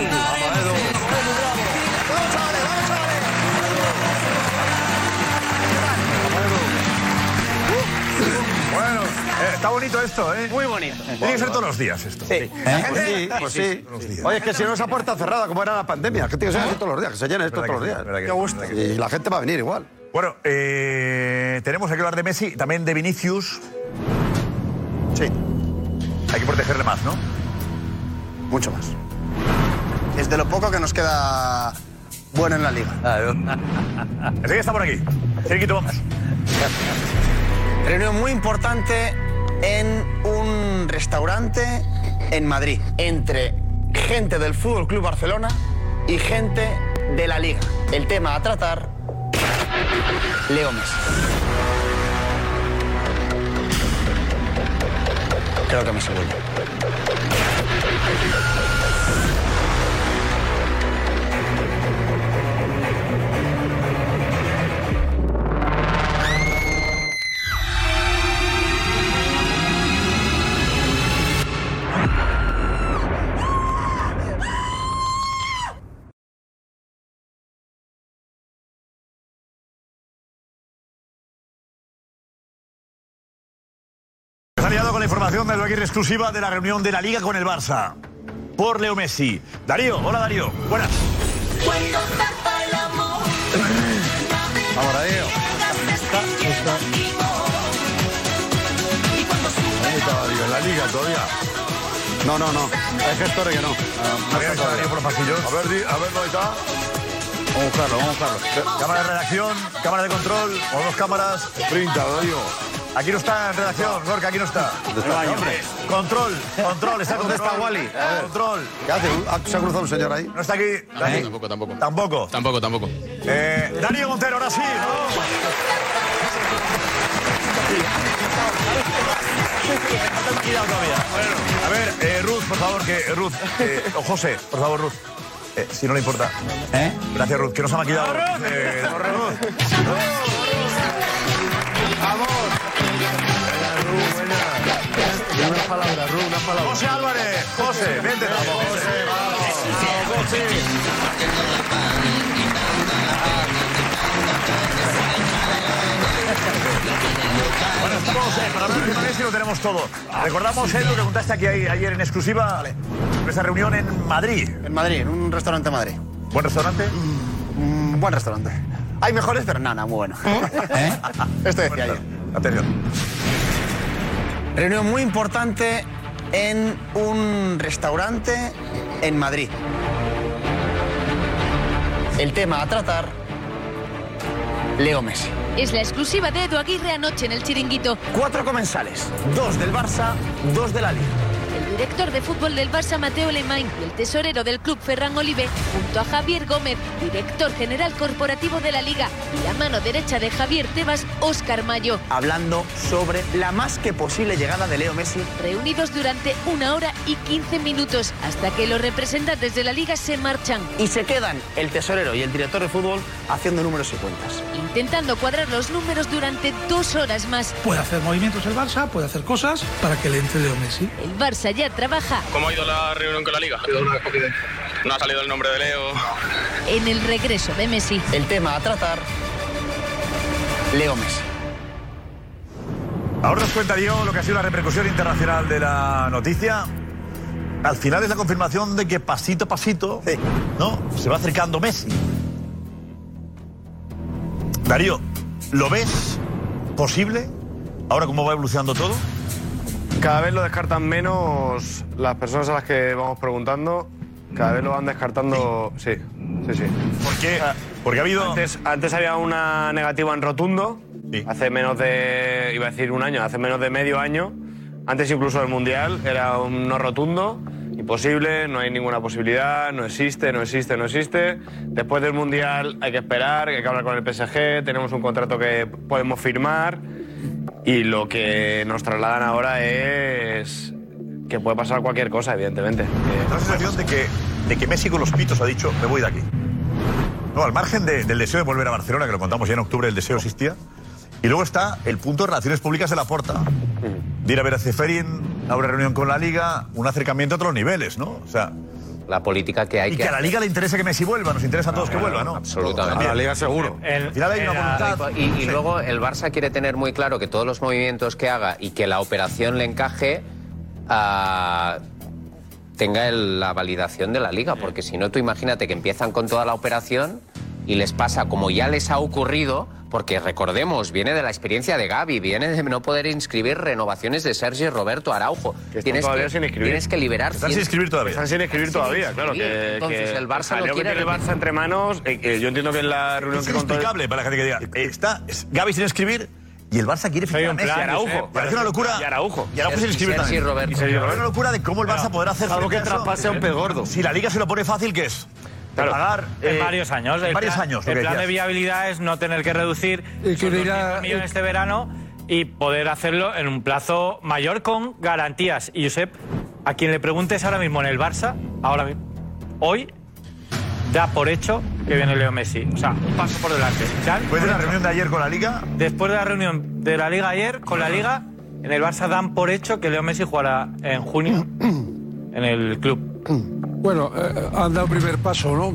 Bueno, eh, está bonito esto, ¿eh? Muy bonito. Tiene que ser todos los días esto. Sí. ¿Eh? Pues sí, pues sí. Oye, es que si no es a puerta cerrada, como era la pandemia, que tiene que ser así todos los días, que se llene esto Verdad todos que los sí, días. verdad que Qué sí, gusto. verdad que Y la gente va a venir igual. Bueno, eh, tenemos que hablar de Messi, también de Vinicius. Sí. Hay que protegerle más, ¿no? Mucho más. Es de lo poco que nos queda bueno en la liga. Enseguida está por aquí. Chiringuito, vamos. Reunión muy importante en un restaurante en Madrid entre gente del Fútbol Club Barcelona y gente de la Liga. El tema a tratar: Leo Messi. Creo que Messi vuelve. Se ha liado con la información de Edu Aguirre exclusiva de la reunión de la Liga con el Barça. Por Leo Messi. Darío, hola Darío. Buenas. Vamos, Darío. Ahí está Darío, en la liga todavía. No, no, no. Hay gestores que no. ¿No había visto a Darío por los pasillos? A ver, di- a ver dónde está. Vamos a buscarlo, vamos a buscarlo. Cámara de redacción, cámara de control, o dos cámaras. Printa, Darío. Aquí no está en redacción, Gorka, aquí no está. Hombre, control, control, está ¿Dónde está Wally? A ver. Control. ¿Qué hace? Ah, ¿se ha cruzado un señor ahí? No está aquí. Dani. Tampoco, tampoco. Tampoco. Tampoco, tampoco. Eh, Darío Montero, ahora sí, ¿no? Falta el maquillado todavía. Bueno, a ver, eh, Ruth, por favor, que eh, Ruth, eh, o José, por favor, Ruth. Eh, si no le importa. ¿Eh? Gracias, Ruth, que nos ha maquillado. Eh, Ruth. Una palabra, Ru, una palabra. José Álvarez, José, vente. Bueno, estamos eh, para hablar de Messi, lo tenemos todo. Recordamos, Ed, lo que contaste aquí ayer en exclusiva, esa reunión en Madrid. En Madrid, en un restaurante en Madrid. ¿Buen restaurante? Un buen restaurante. Hay mejores, pero nada, muy bueno. ¿Eh? Esto decía yo. Atención. Reunión muy importante en un restaurante en Madrid. El tema a tratar: Leo Messi. Es la exclusiva de Edu Aguirre anoche en el Chiringuito. Cuatro comensales, dos del Barça, dos de la Liga. El director de fútbol del Barça, Mateo Lemain, y el tesorero del club, Ferran Olive, junto a Javier Gómez, director general corporativo de la Liga, y la mano derecha de Javier Tebas, Óscar Mayo. Hablando sobre la más que posible llegada de Leo Messi. Reunidos durante una hora y quince minutos, hasta que los representantes de la Liga se marchan. Y se quedan el tesorero y el director de fútbol haciendo números y cuentas. Intentando cuadrar los números durante dos horas más. Puede hacer movimientos el Barça, puede hacer cosas para que le entre Leo Messi. El Barça ya trabaja ¿Cómo ha ido la reunión con la Liga? No ha salido el nombre de Leo. en el regreso de Messi. El tema a tratar: Leo Messi. Ahora nos cuenta Diego lo que ha sido la repercusión internacional de la noticia. Al final es la confirmación de que pasito a pasito, sí, ¿no?, se va acercando Messi. Darío, ¿lo ves posible ahora cómo va evolucionando todo? Cada vez lo descartan menos las personas a las que vamos preguntando. Cada vez lo van descartando. Sí, sí, sí. ¿Por qué? Porque ha habido. Antes, antes había una negativa en rotundo. Sí. Hace menos de. Iba a decir un año, hace menos de medio año. Antes incluso del Mundial era un no rotundo. Imposible, no hay ninguna posibilidad, no existe, no existe, no existe. Después del Mundial hay que esperar, hay que hablar con el P S G, tenemos un contrato que podemos firmar y lo que nos trasladan ahora es que puede pasar cualquier cosa, evidentemente. La sensación de que, de que Messi con los pitos ha dicho, me voy de aquí. No, al margen de, del deseo de volver a Barcelona, que lo contamos ya en octubre, el deseo existía. Y luego está el punto de relaciones públicas de Laporta. De ir a ver a Ceferin, a una reunión con la Liga, un acercamiento a otros niveles, ¿no? O sea, la política que hay y que... que a la Liga le interese que Messi vuelva, nos interesa a todos no, que vuelva, ¿no? Absolutamente. A la Liga seguro. El, Al final hay una voluntad... Y, y sí. luego el Barça quiere tener muy claro que todos los movimientos que haga y que la operación le encaje uh, tenga el, la validación de la Liga, porque si no, tú imagínate que empiezan con toda la operación y les pasa como ya les ha ocurrido... Porque recordemos, viene de la experiencia de Gavi, viene de no poder inscribir renovaciones de Sergio Roberto Araujo. Que tienes, todavía que, sin escribir. tienes que liberar... Están sin escribir todavía. Están sin escribir todavía, sin claro. escribir. Que, Entonces que el Barça lo lo quiere... que tiene el Barça entre manos, eh, eh, yo entiendo que en la reunión es que contó... Es inexplicable para la gente que diga, está es Gavi sin escribir y el Barça quiere fichar a Messi. Y Araujo. Parece una locura. Y Araujo. Y Araujo sin escribir también. Roberto. Es una locura de cómo el Barça podrá hacer... Algo que traspase a un pez gordo. Si la Liga se lo pone fácil, ¿qué es? Claro, pagar en eh, varios años. En varios plan, años. El plan de viabilidad es no tener que reducir esos doscientos millones este verano y poder hacerlo en un plazo mayor con garantías. Y Josep, a quien le preguntes ahora mismo en el Barça, ahora mismo, hoy, da por hecho que viene Leo Messi. O sea, un paso por delante. Después de la reunión de ayer con la Liga. Después de la reunión de la Liga ayer con la Liga, en el Barça dan por hecho que Leo Messi jugará en junio en el club. Bueno, eh, han dado primer paso, ¿no?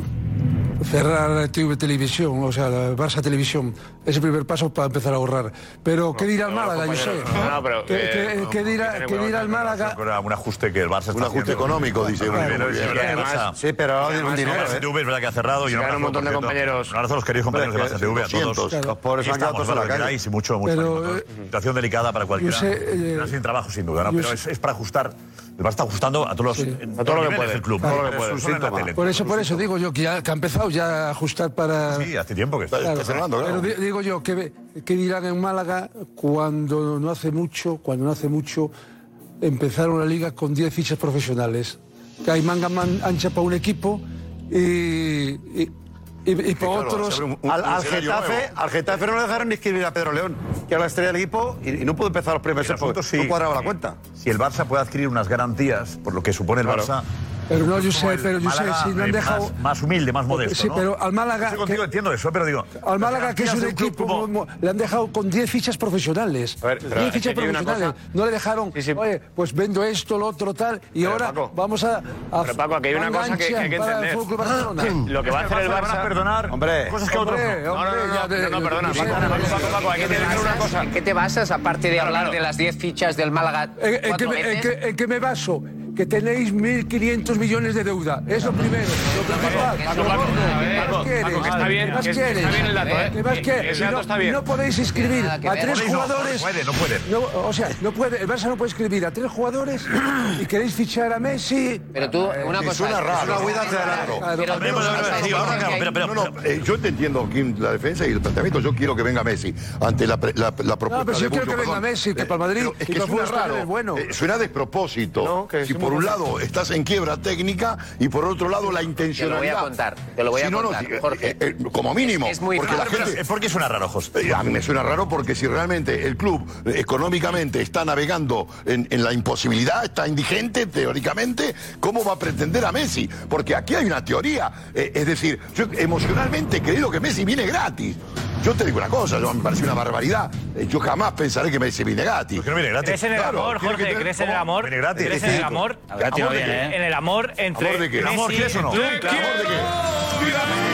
Cerrar T V Televisión, o sea, la Barça Televisión. Es el primer paso para empezar a ahorrar. Pero, ¿qué dirá el Málaga, yo sé? No, no, pero... ¿Qué, qué, eh, qué dirá, ¿qué dirá el Málaga? Un ajuste que el Barça está Un ajuste haciendo. económico, dice. Claro, además, sí, pero ahora tiene un dinero. Es verdad que ha cerrado. Y un un montón de compañeros. Un abrazo a los queridos compañeros de Barça T V, a todos. Los pobres han quedado todos en la calle. Y mucho, mucho. Pero, eh, situación delicada para cualquiera. sé, eh, sin trabajo, sin duda, ¿no? Pero es, es para ajustar. El Barça está ajustando a todos los, Sí. en A todo lo que niveles puede. del club. Todo ¿no? lo que Pero puede. es un síntoma. Por eso, por eso digo yo que, ya, que ha empezado ya a ajustar para... Sí, hace tiempo que está, Claro, está cerrando, claro. Pero di- digo yo, ¿qué, ¿qué dirán en Málaga cuando no hace mucho, cuando no hace mucho, empezaron la liga con diez fichas profesionales? Que hay manga man- ancha para un equipo y, y, y, y para Claro, otros... se abre un- un- Al, al Getafe, al Getafe no le dejaron ni escribir a Pedro León, que era la estrella del equipo, y, y no pudo empezar los primeros meses porque sí. no cuadraba la cuenta. Si el Barça puede adquirir unas garantías por lo que supone el Claro. Barça. Pero no, yo es como sé, el pero yo sé, Málaga, si no han eh, dejado... Más, más humilde, más modesto. Sí, ¿no? pero al Málaga... Estoy contigo, que- entiendo eso, pero digo. Al Málaga, que es un garantías de club equipo, como- mo- le han dejado con diez fichas profesionales. A ver, pero diez es que fichas aquí hay una profesionales. cosa- No le dejaron, Sí, sí. oye, pues vendo esto, lo otro, tal, y Pero, ahora Paco, vamos a... a Pero Paco, aquí hay una cosa que, que hay que para el entender. Fútbol Club Barcelona. Lo que va a hacer el van a Barça... perdonar Hombre, cosas que otros Hombre, no. No, no, no, ya no, te- no, no, perdona, yo sé, Paco, Paco, Paco, Paco, hay que entender una cosa. ¿En qué te basas, aparte de Claro, hablar claro. de las diez fichas del Málaga ¿En, en cuatro qué, me- en veces? qué- en qué me baso? Que tenéis mil quinientos millones de deuda. Es lo primero. Lo principal. Paco, Lo Paco, gordo. a ver, ¿Qué Paco, más quieres? Paco, que está bien, ¿Qué más que es- quieres? está bien el dato, ¿eh? ¿Qué más Que- quieres? que ese Si dato no, está bien. no podéis inscribir Nada que a ver. tres Podéis no, jugadores. no puede, no puede. No, o sea, no puede, el Barça no puede escribir a tres jugadores y queréis fichar a Messi. Pero tú, una Me cosa... suena raro. Es una huida hacia adelante. Pero- Hombre, bueno, bueno, bueno, digo, ahora, espera, espera, No, no, eh, yo te entiendo, Kim, la defensa y el planteamiento. Yo quiero que venga Messi ante la, pre- la, la propuesta No, pero si de yo quiero Bullo, que venga perdón. Messi, que Eh, para el Madrid, pero es y que para suena Fútbol raro. es bueno. Eh, suena despropósito. No, que si es por muy un lado estás en quiebra técnica y por otro lado la intencionalidad. Te lo voy a contar, te lo voy a Si no, no, contar, si- eh, Jorge. eh, eh, como mínimo. Es muy porque la raro. gente, ¿Por qué suena raro, José? Eh, A mí me suena raro porque si realmente el club eh, económicamente está navegando en, en la imposibilidad, está indigente teóricamente, ¿cómo va a pretender a Messi? Porque aquí hay una teoría. Eh, es decir, yo emocionalmente he creído que Messi viene gratis. Yo te digo una cosa, yo, me parece una barbaridad. Eh, yo jamás pensaré que Messi viene gratis. ¿Por qué no viene gratis? ¿Crees en el Claro, amor, tiene que Jorge? tener- ¿Crees en el ¿cómo? amor? Viene gratis. ¿Crees en el amor? ¿Amor de qué? En el amor entre ¿Amor de qué? ¿El amor Messi quieres o no? y tú. ¿Amor de qué?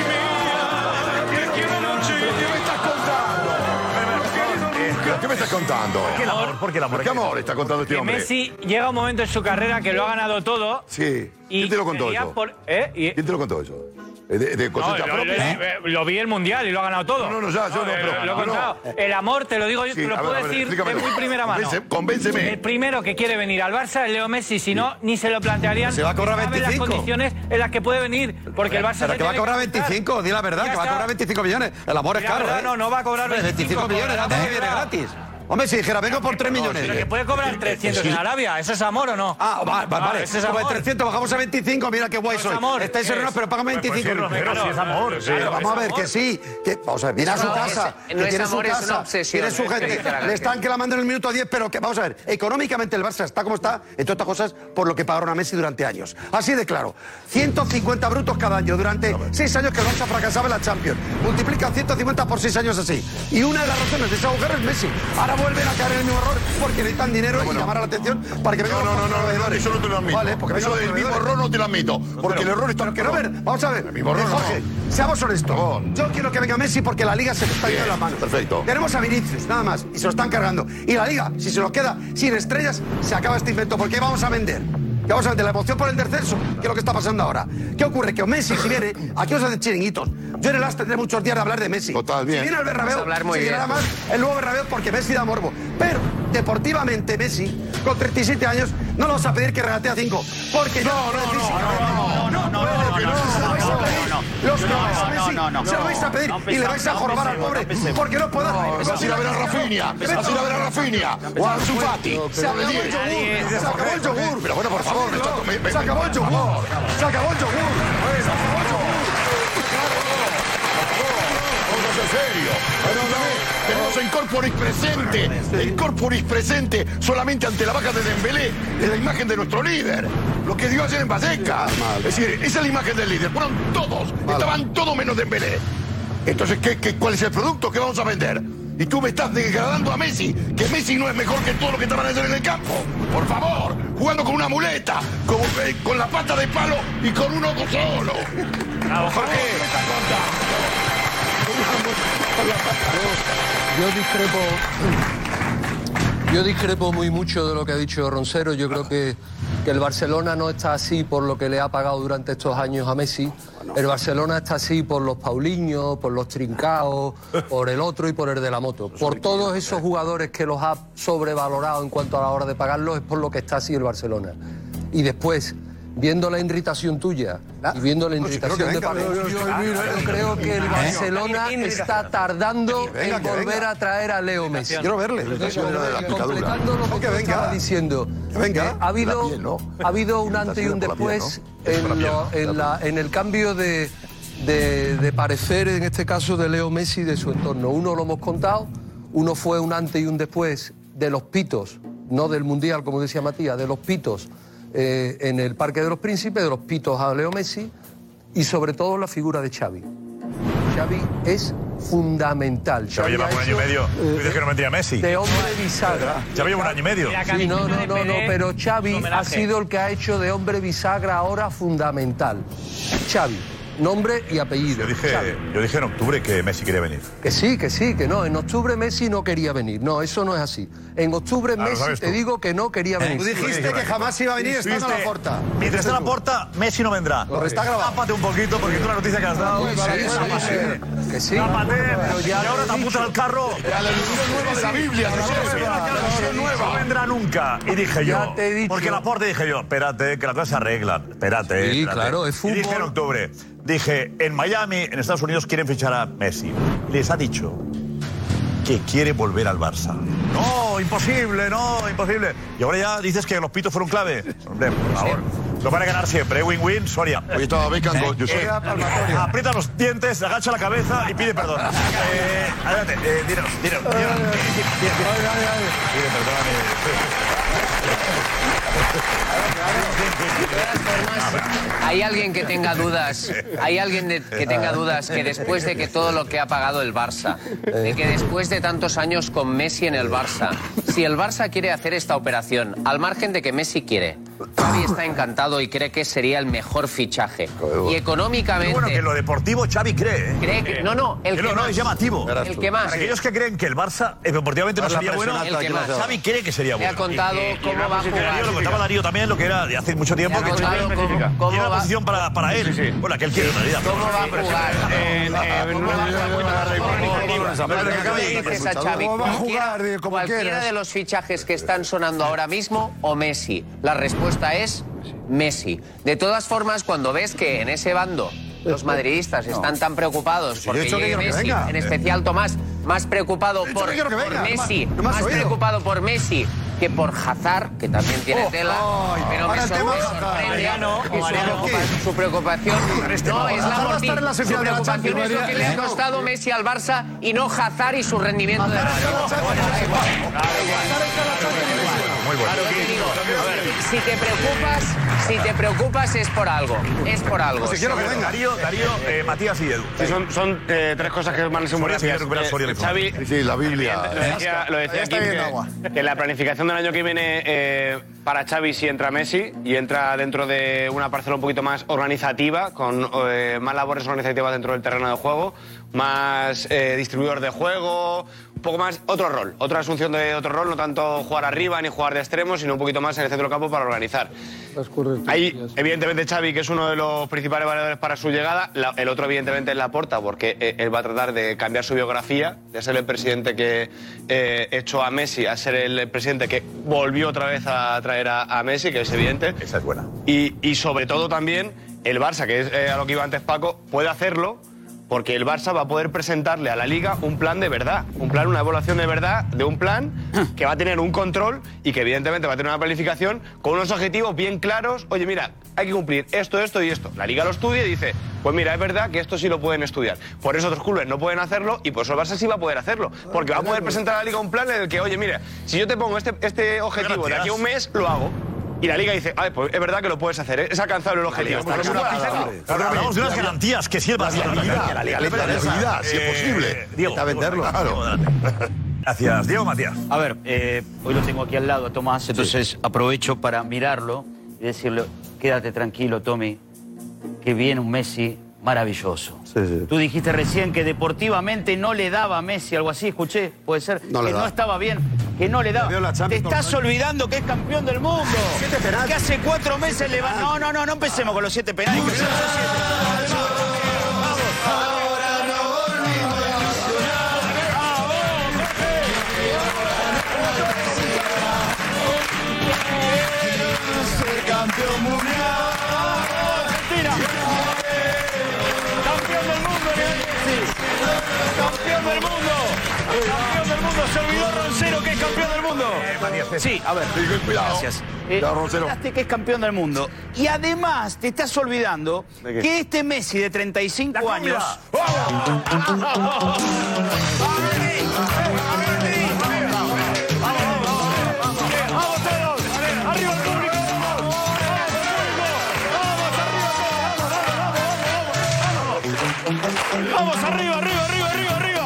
¿Qué me estás contando? ¿Por qué el amor? ¿Por qué el amor? ¿Qué amor está contando este Que hombre? Messi llega un momento en su carrera que lo ha ganado todo. Sí. Y ¿Quién te lo contó sería eso? por- ¿eh? Y- ¿Quién te lo contó eso? de, de cosecha no, propia. Lo, lo, lo vi el Mundial y lo ha ganado todo. No, no, no, ya, yo no, pero, lo, lo he no, contado. no. El amor, te lo digo yo, Sí, te lo a ver, puedo a ver, decir de explícamelo. muy primera mano. Convence- convénceme. El primero que quiere venir al Barça es Leo Messi, si no, ni se lo plantearían. Se va a cobrar sabe veinticinco. las condiciones en las que puede venir, porque el Barça Pero se que va a tiene cobrar juntar. veinticinco, di la verdad, Y ya que va a está. cobrar veinticinco millones. El amor es Y la caro, verdad, ¿eh? no, no va a cobrar Hombre, veinticinco, millones, cobrará antes que más, viene ¿verdad? gratis. Hombre, si dijera, vengo por tres millones. Pero que puede cobrar trescientos en Arabia, ¿eso es amor o no? Ah, va- va- vale. eso es Como de amor. trescientos bajamos a veinticinco, mira qué guay No es soy. amor, Estáis ¿qué serenos, es? pero págame Pues veinticinco. sí, Romero, sí es amor, sí, Pero vamos a es ver, amor. que sí. Que, vamos a ver, viene a su No, casa. es- que no es tiene amor, su es casa, una obsesión, tiene su es que gente. dice la Le gente. están clamando en el minuto diez, pero que, vamos a ver, económicamente el Barça está como está, entre otras cosas, por lo que pagaron a Messi durante años. Así de claro. ciento cincuenta brutos cada año durante seis años que el Barça fracasaba en la Champions. Multiplica ciento cincuenta por seis años así. Y una de las razones de ese agujero es Messi. Ahora vuelven a caer en el mismo error porque necesitan dinero y llamar a la atención para que vengan No, no, los no, no, proveedores. eso no te lo admito. Vale, porque Eso vengan los del mismo proveedores. error no te lo admito. Porque el error está... Pero que no, ver, vamos a ver. El mismo error Eh, no. Jorge, seamos honestos. Yo quiero que venga Messi porque la Liga se le está yendo de las manos. Perfecto. Tenemos a Vinicius, nada más, y se lo están cargando. Y la Liga, si se nos queda sin estrellas, se acaba este invento. ¿Por qué vamos a vender? ¿Qué vamos a vender? La emoción por el descenso, que es lo que está pasando ahora. ¿Qué ocurre? Que Messi, si viene, aquí os hacen chiringuitos. Yo en el As tendré muchos días de hablar de Messi. Total, bien. Si viene al Bernabéu, Vas a hablar muy se llenará bien. más el nuevo Bernabéu porque Messi da morbo. Pero, deportivamente, Messi, con treinta y siete años, no le vamos a pedir que regate a cinco. Porque no, no, no, no, no, no, no, no, los que vais a Messi, se lo vais a pedir y le vais a jorobar al pobre porque no puedo. Vas a ir a ver a Rafinha, vas a ir a ver a Rafinha o a Ansu Fati. Se acabó el yogur, se acabó el yogur. Pero bueno, por favor, me está- me- me- Se acabó el yogur, se acabó el yogur. Se acabó el yogur. Vamos a ser serios. Pero no, tenemos el corporis presente, el corporis presente solamente ante la baja de Dembélé, de la imagen de nuestro líder. Lo que dio ayer en Vallecas. Es decir, esa es la imagen del líder. Fueron todos, estaban todos menos Dembélé. Entonces, ¿qué, qué, ¿cuál es el producto que vamos a vender? Y tú me estás degradando a Messi, que Messi no es mejor que todo lo que estaban ayer en el campo. Por favor, jugando con una muleta, con, eh, con la pata de palo y con un ojo solo. Bravo, Jorge. Yo discrepo. Yo discrepo muy mucho de lo que ha dicho Roncero. Yo creo que, que el Barcelona no está así por lo que le ha pagado durante estos años a Messi. El Barcelona está así por los Paulinho, por los Trincaos, por el otro y por el de la moto. Por todos esos jugadores que los ha sobrevalorado en cuanto a la hora de pagarlos, es por lo que está así el Barcelona. Y después, viendo la irritación tuya y viendo la irritación de Paco, yo creo que el Barcelona está tardando venga, en que volver venga. a traer a Leo Messi. Quiero verle. Completando lo que Que tú venga. estabas diciendo, Que venga. eh, ha, habido, La piel, ¿no? ha habido un antes y un por la piel, después ¿no? Es por la en, piel, lo- ¿no? en la- en el cambio de, de- de parecer, en este caso de Leo Messi y de su entorno. Uno lo hemos contado, uno fue un antes y un después de los pitos, no del Mundial, como decía Matías, de los pitos eh, en el Parque de los Príncipes, de los pitos a Leo Messi y sobre todo la figura de Xavi. Xavi es fundamental. Xavi lleva ha un año y hecho, medio. Tú eh, dices que no metía a Messi. de hombre bisagra. Xavi lleva un año y medio. Sí, no, no, no, no, pero Xavi ha sido el que ha hecho de hombre bisagra ahora fundamental. Xavi, nombre y apellido. Yo dije, Xavi. yo dije en octubre que Messi quería venir. Que sí, que sí, que no. En octubre Messi no quería venir. No, eso no es así. En octubre Ah, lo Messi sabes te tú. digo que no quería venir. Tú dijiste que jamás iba a venir estando en la porta. Mientras esté en la porta, Messi no vendrá. Está grabado. Tápate un poquito porque tú la noticia que has dado. Sí, sí, sí, sí. Que sí. Tápate. Pero Y ya ahora lo te he apuntas dicho. al carro. La lección nueva de la Biblia, No vendrá nunca. Y dije Ya yo, te he dicho. porque la porta dije yo, espérate, que las cosas se arreglan. Espérate. Sí, espérate. claro, es Y dije fútbol. en octubre, dije, en Miami, en Estados Unidos, quieren fichar a Messi. Les ha dicho que quiere volver al Barça. No, imposible, no, imposible. Y ahora ya dices que los pitos fueron clave. Hombre, por favor. Lo van a ganar siempre, ¿eh? Win-win, Soria. Hoy estaba becando, yo sé. Eh, aprieta los dientes, agacha la cabeza y pide perdón. Eh, adelante, eh, dinos, dinos, dinos. Pide perdón. ¿Hay alguien que tenga dudas? ¿Hay alguien de- que tenga dudas que después de que todo lo que ha pagado el Barça, de que después de tantos años con Messi en el Barça, si el Barça quiere hacer esta operación, al margen de que Messi quiere, Xavi está encantado y cree que sería el mejor fichaje. Y económicamente... Pero bueno, que en lo deportivo Xavi cree, ¿eh? Cree que... No, no, el que, que no, más. no, es llamativo. El que más. Para aquellos que creen que el Barça eh, deportivamente no sería bueno, el que más. Xavi cree que sería Le bueno. ha contado Y- y- y cómo una va a posición, jugar. Darío, lo contaba Darío también, lo que era de hace mucho tiempo. Le ha Que contado tiene cómo- cómo una va- posición para, para él. Sí, sí. Bueno, que él quiere en realidad. ¿Cómo va a jugar? En, en una ¿Qué dices a Xavi? ¿Cómo va a Cualquiera- jugar? Digo, como Cualquiera quieras. de los fichajes que están sonando ahora mismo o Messi. La respuesta es Messi. De todas formas, cuando ves que en ese bando los madridistas están tan preocupados Si yo he porque dicho que llegue quiero que Messi, venga. en especial Tomás, más preocupado He dicho por, que quiero que por venga. Messi, No me has más oído. preocupado por Messi que por Hazard, que también tiene Oh, tela, ay, pero me, ahora el sor- tema me Hazard. sorprende Mariano, que su, Mariano. preocupa- su preocupación no es la Hazard va a Morti, estar en la su semifinal de la preocupación Champions, es lo que le ha Mariano. costado Messi al Barça y no Hazard y su rendimiento de la Muy bueno. Claro que digo, si te preocupas, si te preocupas es por algo, es por algo. Si quiero que venga. Darío, Darío eh, Matías y Edu. Sí, son son eh, tres cosas que van a ser muy Soria, si rápidas. quieres recuperar Eh, Soria, por favor. Xavi, Sí, la Biblia. Lo decía, lo decía Ya está Kim, bebiendo que, agua. que la planificación del año que viene eh, para Xavi si entra Messi y entra dentro de una parcela un poquito más organizativa, con eh, más labores organizativas dentro del terreno de juego, más eh, distribuidor de juego, un poco más otro rol, otra asunción de otro rol, no tanto jugar arriba ni jugar de extremo, sino un poquito más en el centro del campo para organizar. Ahí, evidentemente, Xavi, que es uno de los principales variadores para su llegada. La- el otro, evidentemente, es Laporta, porque eh, él va a tratar de cambiar su biografía, de ser el presidente que eh, echó a Messi a ser el presidente que volvió otra vez a traer a, a Messi, que es evidente. Esa es buena. Y, y sobre todo también el Barça, que es eh, a lo que iba antes Paco, puede hacerlo porque el Barça va a poder presentarle a la Liga un plan de verdad, un plan, una evaluación de verdad de un plan que va a tener un control y que evidentemente va a tener una planificación con unos objetivos bien claros. Oye, mira, hay que cumplir esto, esto y esto. La Liga lo estudia y dice, pues mira, es verdad que esto sí lo pueden estudiar. Por eso otros clubes no pueden hacerlo y por eso el Barça sí va a poder hacerlo. Porque va a poder presentar a la Liga un plan en el que, oye, mira, si yo te pongo este, este objetivo de aquí a un mes, lo hago. Y la Liga dice, ay, pues es verdad que lo puedes hacer, ¿eh? Es alcanzable el objetivo. Liga está Pero no claro, puedo hacerlo. hombre. Pero hablamos de unas garantías que sí el Barça. La viabilidad, La Liga la viabilidad, si es posible. Diego, Está venderlo. Claro. Gracias, Diego Matías. A ver, eh, hoy lo tengo aquí al lado a Tomás, entonces aprovecho para mirarlo y decirle, quédate tranquilo, Tommy, que viene un Messi maravilloso. Sí, sí. Tú dijiste recién que deportivamente no le daba a Messi, algo así, escuché, puede ser, No le que da. no estaba bien, que no le daba. Perdió la Te Champions estás con- olvidando que es campeón del mundo. Siete penales. Que hace cuatro meses le va... No, no, no, no empecemos con los siete penales. que son siete. Ser campeón mundial. Argentina. Campeón del mundo, Lionel Messi. Campeón del mundo. Campeón del mundo. Se olvidó Roncero que es campeón del mundo. Sí, a ver. Gracias. Eh, Cuidado, Roncero. olvidaste que es campeón del mundo. Y además te estás olvidando ¿De qué? que este Messi de treinta y cinco años. ¡Vamos todos! ¡Arriba el público! ¡Vamos! ¡Vamos! ¡Vamos arriba, arriba, arriba, arriba, arriba!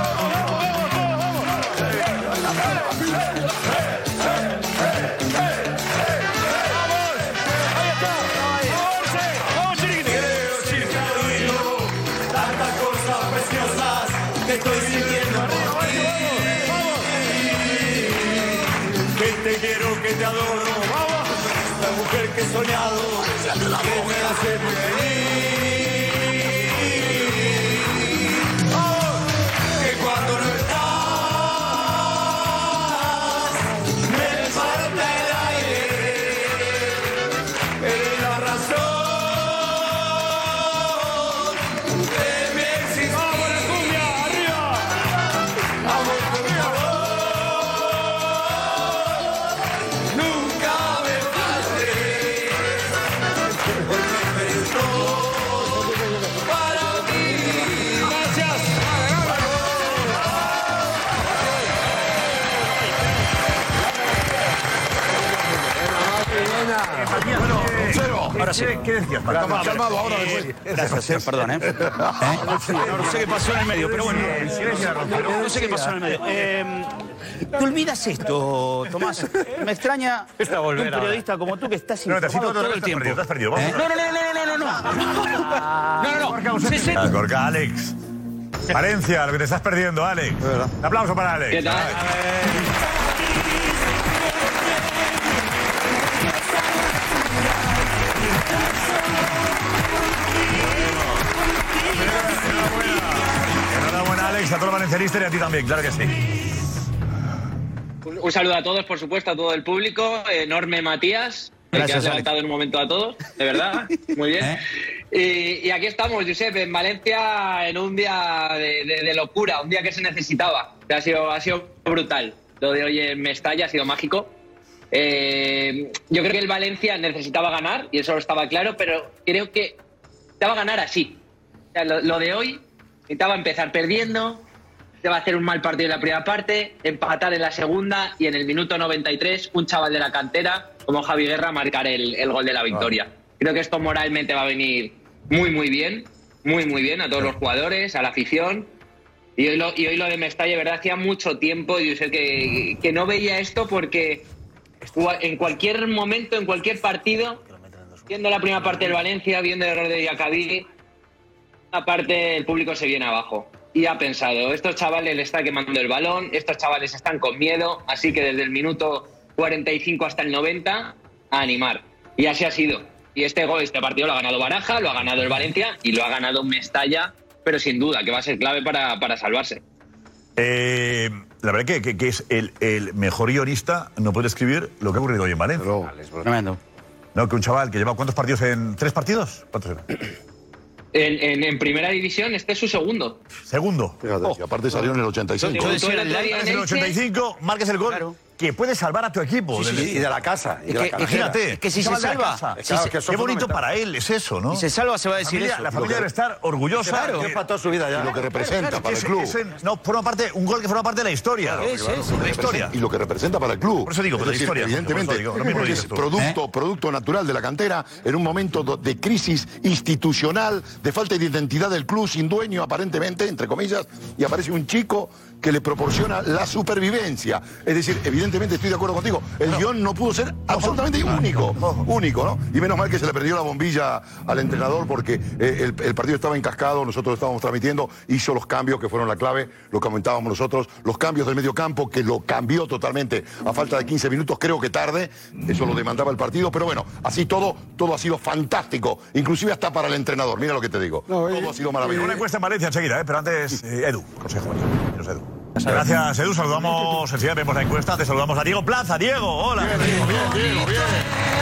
¡Vamos, chiquitito! Tantas cosas preciosas que estoy sintiendo por ti. Que te quiero, que te adoro. ¡Vamos! La mujer que he soñado, que me hace muy feliz. ¡Vamos! Que cuando no estás, me falta el aire. Eres la razón de mi existencia. ¡Vamos, la cumbia! ¡Arriba! ¡Vamos, por favor! Nunca me faltes, porque eres todo para mí. Gracias. Ahora sí. ¿Qué decías? Está más calmado ahora después. Gracias, perdón, ¿eh? ¿Eh? No, no sé qué pasó en el medio, pero bueno. No sé qué pasó en el medio. Eh, Te olvidas esto, Tomás. Me extraña un periodista como tú que estás informado todo el tiempo. Te has perdido. ¿Eh? No, no, no, no, no, no, no. No, no, no. Ah, Gorka, Alex. Valencia, lo que te estás perdiendo, Alex. Un aplauso para Alex. ¿Qué tal? Enhorabuena, Alex, a todos los valencianistas y a ti también, claro que sí. Un, un saludo a todos, por supuesto, a todo el público. Enorme Matías, el Gracias, que has levantado Alex. en un momento a todos, de verdad. Muy bien. ¿Eh? Y, y aquí estamos, Josep, en Valencia, en un día de, de- de locura, un día que se necesitaba. Que ha sido, ha sido brutal. Lo de hoy en Mestalla ha sido mágico. Eh, yo creo que el Valencia necesitaba ganar, y eso estaba claro, pero creo que necesitaba ganar así. O sea, lo, lo de hoy necesitaba empezar perdiendo, te va a hacer un mal partido en la primera parte, empatar en la segunda y en el minuto noventa y tres un chaval de la cantera como Javi Guerra marcar el, el gol de la victoria. Creo que esto moralmente va a venir muy muy bien, muy muy bien a todos los jugadores, a la afición. Y hoy lo, y hoy lo de Mestalla, verdad, hacía mucho tiempo yo sé que, que no veía esto porque en cualquier momento, en cualquier partido, viendo la primera parte del Valencia, viendo el error de Diacabí, aparte el público se viene abajo. Y ha pensado, estos chavales le está quemando el balón, estos chavales están con miedo, así que desde el minuto cuarenta y cinco hasta el noventa, a animar. Y así ha sido. Y este gol, este partido lo ha ganado Baraja, lo ha ganado el Valencia y lo ha ganado Mestalla, pero sin duda que va a ser clave para, para salvarse. Eh, la verdad que, que, que es el, el mejor guionista, no puede escribir lo que ha ocurrido hoy en Valencia. Tremendo. No, que un chaval que lleva ¿cuántos partidos en tres partidos? ¿Cuántos eran? En, en, en primera división, este es su segundo. Segundo. Fíjate, y aparte salió en el ochenta y cinco. Yo decía, el otro día En el ochenta y cinco marques el gol que puede salvar a tu equipo. Sí, sí, sí, y de la casa. Y de Es la que- casa. Imagínate. es que si un se chaval de la salva, casa. si Claro, se- que eso Qué es bonito fundamental. para él es eso, ¿no? Si se salva, se va a decir familia- eso. La familia debe estar orgullosa. Claro. de- Es para toda su vida ya. Lo que representa Claro, para que el es- club. es en- no, forma parte, un gol que forma parte de la historia. Claro, es eso. De la historia. Y lo que representa para el club. Por eso digo, Es de la decir, historia. evidentemente, Por eso digo, lo mismo porque dices es tú. producto, producto natural de la cantera en un momento do- de crisis institucional, de falta de identidad del club, sin dueño aparentemente, entre comillas, y aparece un chico que le proporciona la supervivencia. Es decir, evidentemente estoy de acuerdo contigo, el guión no pudo ser absolutamente único, único, ¿no? Y menos mal que se le perdió la bombilla al entrenador porque eh, el, el partido estaba encascado, nosotros estábamos transmitiendo, hizo los cambios que fueron la clave, lo comentábamos nosotros, los cambios del medio campo que lo cambió totalmente a falta de quince minutos, creo que tarde, eso lo demandaba el partido, pero bueno, así todo, todo ha sido fantástico, inclusive hasta para el entrenador, mira lo que te digo, No, todo y- ha sido Una maravilloso. encuesta en Valencia enseguida, ¿eh? Pero antes, eh, Edu, consejo. Dinos, Edu. Gracias, Edu. Saludamos, enseguida vemos la encuesta. Te saludamos a Diego Plaza. Diego, hola. Bien, bien, bien, bien, bien.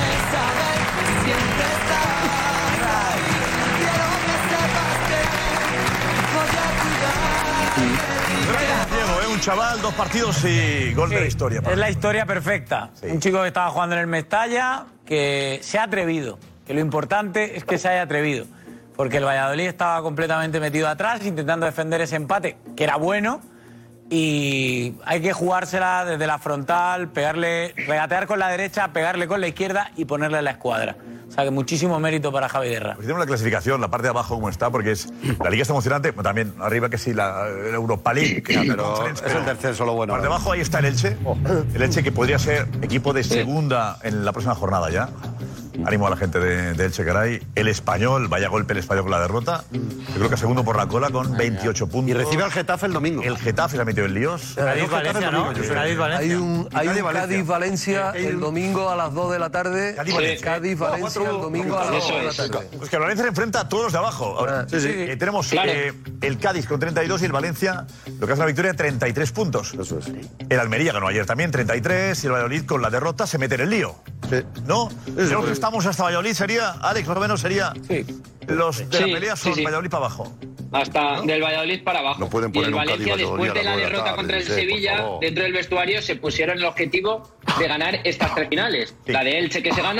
Gracias, Diego, ¿eh? Un chaval, dos partidos y gol de la historia. Es la historia perfecta. Un chico que estaba jugando en el Mestalla, que se ha atrevido. Que lo importante es que se haya atrevido. Porque el Valladolid estaba completamente metido atrás, intentando defender ese empate, que era bueno. Y hay que jugársela desde la frontal, pegarle, regatear con la derecha, pegarle con la izquierda y ponerle la escuadra. O sea que muchísimo mérito para Javi Guerra. Pues tenemos la clasificación, la parte de abajo cómo está, porque es la liga está emocionante, pero también arriba que sí, la, la Europa League. Que Pero es el descenso lo bueno. Parte de abajo ahí está el Elche, el Elche que podría ser equipo de segunda en la próxima jornada ya. Ánimo a la gente de, de Elche, caray. El Español, vaya golpe el Español con la derrota. Yo creo que segundo por la cola con veintiocho puntos. Y recibe al Getafe el domingo. El Getafe se ha metido en líos. Cádiz-Valencia, ¿no? Hay un, hay un Cádiz-Valencia el domingo a las dos de la tarde. Cádiz-Valencia. Cádiz-Valencia el domingo a las dos de la tarde. Pues que el Valencia se enfrenta a todos los de abajo. Ahora, Sí, sí. eh, tenemos Claro. eh, el Cádiz con treinta y dos y el Valencia, lo que hace la victoria, treinta y tres puntos. Eso es. El Almería ganó ayer también, treinta y tres, y el Valladolid con la derrota se mete en el lío. ¿No? Creo que estamos hasta Valladolid, sería, Alex, más o menos sería los de Sí, la pelea sí, son sí. Valladolid para abajo. Hasta del Valladolid para abajo. No pueden y poner el un Valencia, Cádiz-Valladolid después de a la las dos de la derrota tarde, contra el Josep, por Sevilla, favor. dentro del vestuario se pusieron el objetivo de ganar estas tres finales. La de Elche que se ganó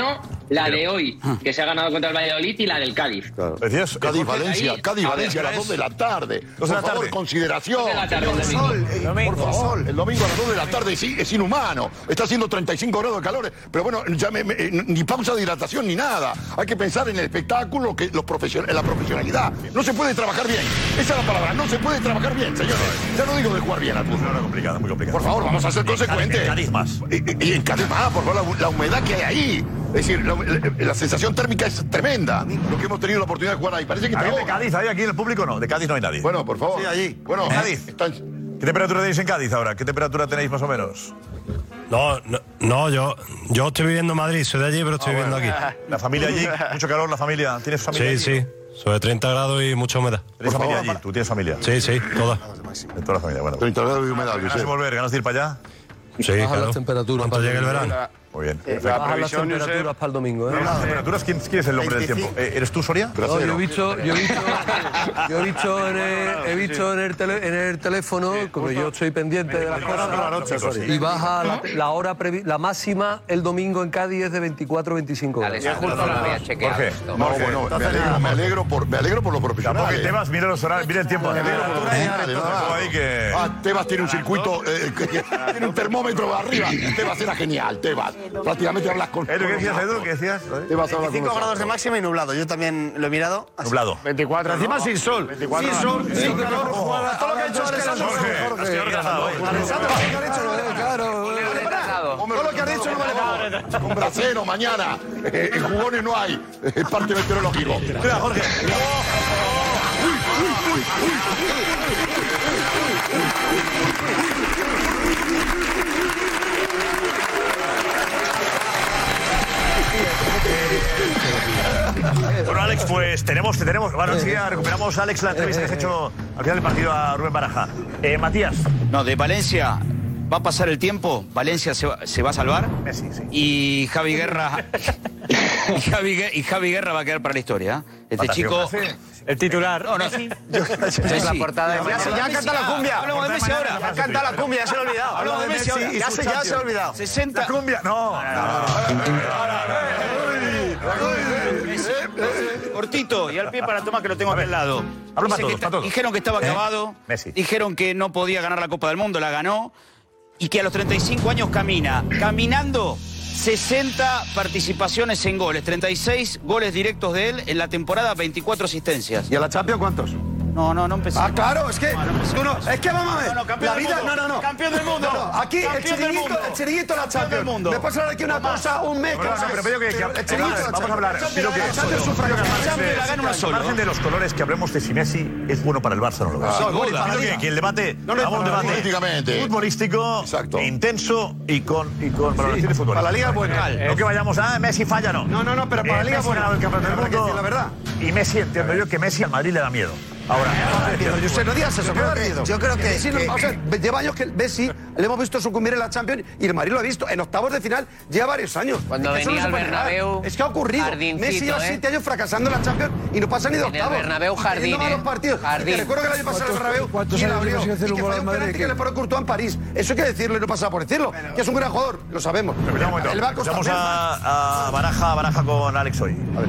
La de hoy, que se ha ganado contra el Valladolid, y la del Cádiz. Claro. Decías, Cádiz, Valencia, ahí, Cádiz, Valencia a las dos de la tarde. Por favor, tarde. consideración. De la tarde, el sol, el domingo. Por favor, el domingo a las dos de la tarde sí, es inhumano. Está haciendo treinta y cinco grados de calor. Pero bueno, ya me, me, ni pausa de hidratación ni nada. Hay que pensar en el espectáculo, que los profesion, en la profesionalidad. No se puede trabajar bien. Esa es la palabra. No se puede trabajar bien, señores. Ya no digo de jugar bien al fútbol. No, complicado, muy complicado. Por favor, vamos a ser consecuentes. En Cádiz más. Y, y en Cádiz más, por favor, la, la humedad que hay ahí. Es decir, la, la, la sensación térmica es tremenda. Lo que hemos tenido la oportunidad de jugar ahí. Parece que ¿Alguien de Cádiz hay aquí en el público? No, de Cádiz no hay nadie. Bueno, por favor. Sí, allí. Bueno, ¿En Cádiz? Están... ¿Qué temperatura tenéis en Cádiz ahora? ¿Qué temperatura tenéis más o menos? No, no, no yo, yo estoy viviendo en Madrid, soy de allí, pero estoy ah, bueno. viviendo aquí. ¿La familia allí? ¿Mucho calor la familia? ¿Tienes familia Sí, allí? sí. Sobre treinta grados y mucha humedad. ¿Tienes familia allí? ¿Tú tienes familia? Sí, sí, toda. De toda la familia, bueno. treinta grados y humedad. ¿Ganas de volver? ¿Ganas de ir para allá? Sí, claro. Las temperaturas cuando llegue el verano. Muy bien. Eh, bajan las temperaturas para el domingo. ¿eh? Las temperaturas, ¿quién, ¿quién es el hombre del tiempo? Eh, ¿Eres tú, Soria? No, yo he visto, yo he visto, yo he visto en el, he visto en el, tele, en el teléfono, como yo estoy pendiente de las cosas, y baja la, la hora previ, la máxima el domingo en Cádiz es de veinticuatro a veinticinco grados. Dale, justo lo había chequeado. Jorge, esto. No, bueno, me alegro, me alegro por, me alegro por los profesionales. Tampoco Tebas, mira los horarios, mira el tiempo. Ah, Tebas tiene un circuito, eh, tiene un termómetro arriba. Tebas era genial, Tebas. Prácticamente hablas con... ¿Qué decías, Edu? ¿Qué decías? veinticinco grados de máxima y nublado. Yo también lo he mirado. Así. Nublado. veinticuatro. Encima sin sol. veinticuatro. Sin sol. Sin calor. Todo lo que ha hecho Alessandro. Todo lo que ha dicho no vale para con bracero mañana. Eh, en jugones no hay. Es parte meteorológico. Mira, Jorge. Bueno, Alex, pues tenemos, tenemos. Bueno, enseguida recuperamos, Alex, la entrevista que has hecho al final del partido a Rubén Baraja. Eh, Matías. No, de Valencia va a pasar el tiempo, Valencia se va, se va a salvar. Messi, sí. Y Javi Guerra. y, Javi, y Javi Guerra va a quedar para la historia. Este chico. El titular. No, no. Es la portada de Messi. Ya canta la cumbia. Hablamos de Messi ahora. Ya canta la cumbia, ya se lo ha olvidado. Hablamos de Messi ahora. Ya se, ya se ha olvidado. sesenta. La cumbia. No. Cortito y al pie para toma que lo tengo aquí al lado. Hablo para todos, que para todos. Dijeron que estaba acabado. Messi. Dijeron que no podía ganar la Copa del Mundo, la ganó. Y que a los treinta y cinco años camina. Caminando sesenta participaciones en goles, treinta y seis goles directos de él en la temporada, veinticuatro asistencias. ¿Y a la Champions cuántos? No, no, no empecé. Ah, claro, es que no, no, tú no, es que vamos a ver. No, no, campeón la vida, del mundo. no, no, no. Campeón del mundo. No, no, aquí campeón el chiringuito, el chiringuito la Champions. Del mundo. Me puedes hablar aquí una cosa, un mes. No, no, pero creo que, que, el chiringuito, vamos a hablar. Pero que la Champions sufra que la gana una sola. Al margen de los colores, que hablemos de si Messi es bueno para el Barça, no lo veo. Sin duda. Creo que el debate, No, no, vamos a un debate políticamente. futbolístico, Exacto. intenso y con y con valoraciones futbolísticas. Para la Liga es bueno. No que vayamos a Messi falla, no. No, no, no, pero para la Liga es bueno. el campeonato del mundo. La verdad. Y Messi, entiendo yo que Messi al Madrid le da miedo. Ahora, yo sé, no digas eso, creo que, yo creo que, Messi, que, no, o sea, lleva años que Messi le hemos visto sucumbir en la Champions y el Madrid lo ha visto en octavos de final lleva varios años. Cuando es que venía no al Bernabéu, es que ha ocurrido. Messi lleva ¿eh? siete años fracasando en la Champions y no pasa ni de en octavos. el Bernabéu jardín, no malos partidos. Jardín. Te recuerdo que el año pasado el Bernabéu ¿Cuántos ¿quién años abrió? tiene que hacer Y un que gol falló al un Madrid? penalti que le paró Courtois en París. Eso hay que decirlo y no pasa por decirlo. Que es un gran jugador, lo sabemos. El Barco Vamos a, a Baraja, a Baraja con Alex hoy. A ver.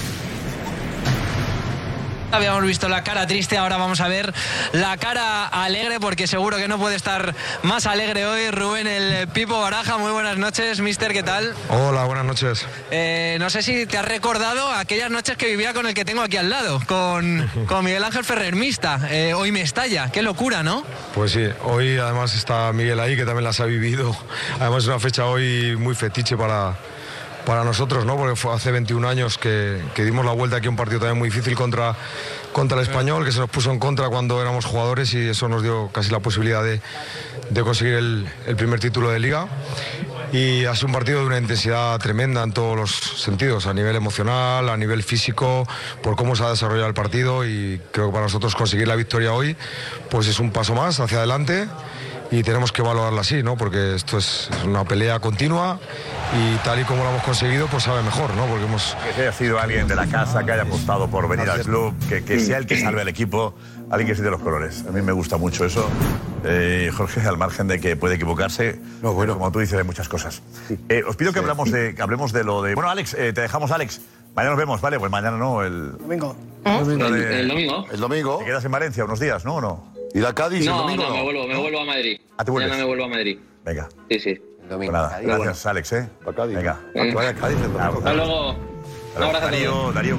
Habíamos visto la cara triste, ahora vamos a ver la cara alegre, porque seguro que no puede estar más alegre hoy. Rubén el Pipo Baraja, muy buenas noches, mister, ¿qué tal? Hola, buenas noches. Eh, no sé si te has recordado aquellas noches que vivía con el que tengo aquí al lado, con, con Miguel Ángel Ferrer Mista. Eh, hoy me estalla, qué locura, ¿no? Pues sí, hoy además está Miguel ahí, que también las ha vivido. Además es una fecha hoy muy fetiche para... para nosotros, ¿no? Porque fue hace veintiún años que, que dimos la vuelta aquí a un partido también muy difícil contra, contra el Español, que se nos puso en contra cuando éramos jugadores y eso nos dio casi la posibilidad de, de conseguir el, el primer título de Liga. Y ha sido un partido de una intensidad tremenda en todos los sentidos, a nivel emocional, a nivel físico, por cómo se ha desarrollado el partido, y creo que para nosotros conseguir la victoria hoy pues es un paso más hacia adelante y tenemos que valorarla así, ¿no? Porque esto es una pelea continua y tal y como lo hemos conseguido, pues sabe mejor, ¿no? Porque hemos... Que haya sido alguien de la casa, que haya apostado por venir al club, que, que sea el que salve al equipo, alguien que siente los colores. A mí me gusta mucho eso. Eh, Jorge, al margen de que puede equivocarse, no, bueno, como tú dices, hay muchas cosas. Eh, os pido que, hablamos de, que hablemos de lo de... Bueno, Alex, eh, te dejamos, Alex. Mañana nos vemos, ¿vale? Pues mañana no, el... Domingo. ¿Eh? El, De... el domingo. El domingo. Te quedas en Valencia unos días, ¿no? ¿O no? ¿Y la Cádiz no, el domingo? No, no, me vuelvo, me vuelvo a Madrid. ¿Ah, te vuelves? Mañana me vuelvo a Madrid. Venga. Sí, sí. El domingo. Pues nada, gracias, Alex, ¿eh? A Cádiz. Venga. Eh. Vaya Cádiz el domingo. Hasta luego. Un abrazo a Darío, todos. Darío.